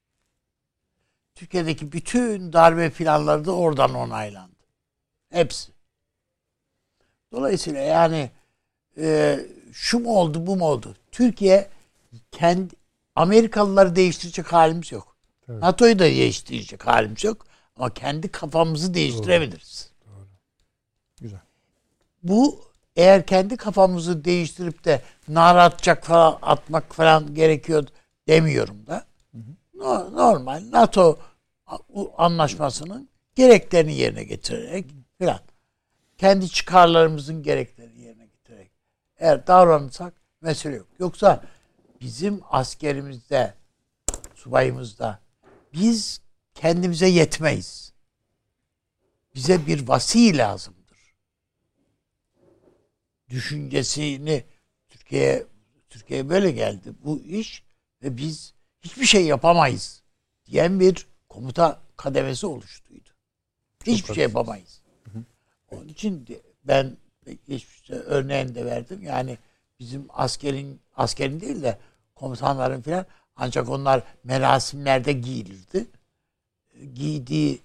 Türkiye'deki bütün darbe planları da oradan onaylandı. Hepsi. Dolayısıyla yani şu mu oldu, bu mu oldu? Türkiye kendi Amerikalıları değiştirecek halimiz yok. Evet. NATO'yu da değiştirecek halimiz yok. Ama kendi kafamızı değiştirebiliriz. Doğru. Güzel. Bu eğer kendi kafamızı değiştirip de nara atmak falan gerekiyor demiyorum da. Normal NATO anlaşmasının gereklerini yerine getirerek falan. Kendi çıkarlarımızın gereklerini yerine getirerek eğer davranırsak mesele yok. Yoksa bizim askerimizde, subayımızda biz kendimize yetmeyiz. Bize bir vasi lazımdır. Düşüncesini Türkiye'ye böyle geldi bu iş ve biz hiçbir şey yapamayız diyen bir komuta kademesi oluştuydu. Hiçbir şey yapamayız. Onun için ben geçmişte örneğini de verdim. Yani bizim askerin değil de komutanların filan, ancak onlar merasimlerde giyilirdi. Giydiği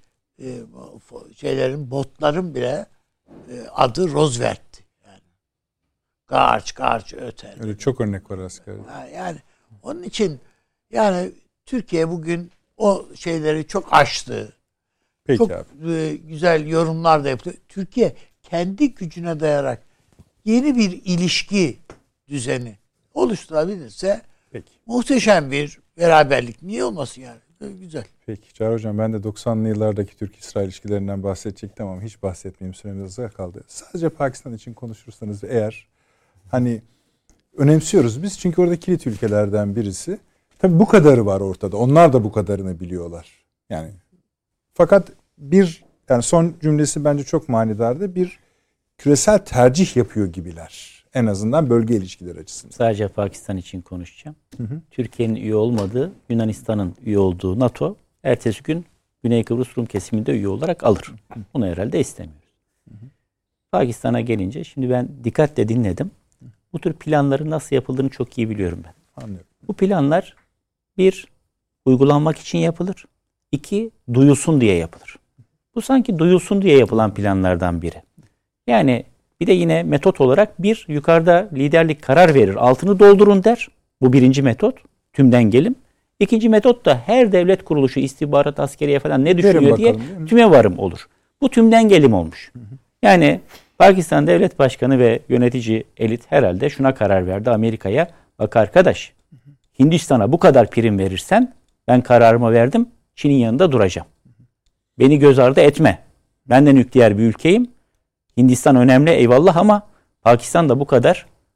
botların bile adı Roosevelt'ti. Yani garç öter. Öyle çok örnek var askerde. Yani onun için yani Türkiye bugün o şeyleri çok aştı. Peki çok abi. Güzel yorumlar da yaptı. Türkiye kendi gücüne dayarak yeni bir ilişki düzeni oluşturabilirse muhteşem bir beraberlik. Niye olmasın yani? Güzel. Peki Çağrı Hocam, ben de 90'lı yıllardaki Türk-İsrail ilişkilerinden bahsedecektim ama hiç bahsetmeyeyim, süremiz az kaldı. Sadece Pakistan için konuşursanız eğer, hani önemsiyoruz biz çünkü orada kilit ülkelerden birisi. Tabii bu kadarı var ortada. Onlar da bu kadarını biliyorlar. Yani fakat yani son cümlesi bence çok manidardı. Bir küresel tercih yapıyor gibiler. En azından bölge ilişkileri açısından. Sadece Pakistan için konuşacağım. Türkiye'nin üye olmadığı, Yunanistan'ın üye olduğu NATO ertesi gün Güney Kıbrıs Rum kesiminde üye olarak alır. Bunu herhalde istemiyoruz. Pakistan'a gelince şimdi ben dikkatle dinledim. Bu tür planların nasıl yapıldığını çok iyi biliyorum ben. Anlıyorum. Bu planlar bir, uygulanmak için yapılır. İki, duyulsun diye yapılır. Bu sanki duyulsun diye yapılan planlardan biri. Yani bir de yine metot olarak bir, yukarıda liderlik karar verir, altını doldurun der. Bu birinci metot, tümden gelim. İkinci metot da her devlet kuruluşu, istihbarat, askeriye falan ne düşünüyor diye tüme varım olur. Bu tümden gelim olmuş. Yani Pakistan Devlet Başkanı ve yönetici elit herhalde şuna karar verdi Amerika'ya. Bak arkadaş, Hindistan'a bu kadar prim verirsen ben kararımı verdim, Çin'in yanında duracağım. Beni göz ardı etme. Ben de nükleer bir ülkeyim. Hindistan önemli eyvallah ama Pakistan da bu kadar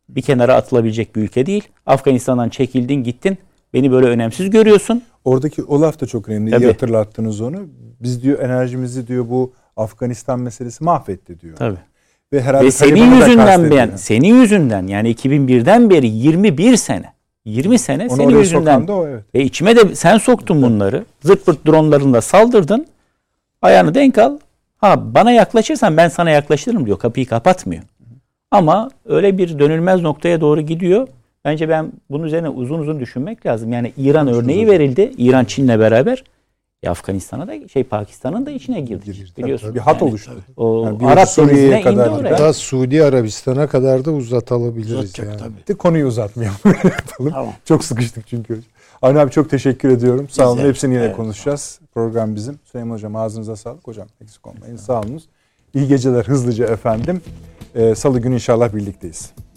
bir kenara atılabilecek bir ülke değil. Afganistan'dan çekildin gittin. Beni böyle önemsiz görüyorsun. Oradaki o laf da çok önemli. Tabii. İyi hatırlattınız onu. Biz diyor enerjimizi diyor bu Afganistan meselesi mahvetti diyor. Tabii. Ve herhalde Ve senin Taliban'ı da yüzünden kastediyor. senin yüzünden yani 2001'den beri 21 sene. 20 sene Onu senin oraya yüzünden. sokan da o, evet. Ve içime de sen soktun bunları. Zırt pırt dronlarınla saldırdın. Ayağını denk al. Ha bana yaklaşırsan ben sana yaklaşırım diyor. Kapıyı kapatmıyor. Ama öyle bir dönülmez noktaya doğru gidiyor. Bence bunun üzerine uzun uzun düşünmek lazım. Yani İran örneği verildi. İran Çin'le beraber. Afganistan'a da Pakistan'ın da içine girdi. Biliyorsun. Bir hat Yani oluştu. O Yani bir Arap Suriye'ye denizine indi kadar oraya. Hatta Suudi Arabistan'a kadar da uzatabiliriz Uzatacak yani. tabii. De konuyu uzatmayalım. Yapalım. Tamam. Çok sıkıştık çünkü. Avni abi çok teşekkür ediyorum. Sağ olun. Güzel. Hepsini yine Evet. konuşacağız. Program bizim. Süleyman Hocam ağzınıza sağlık. Hocam eksik olmayın. Sağ olunuz. İyi geceler hızlıca efendim. Salı günü inşallah birlikteyiz.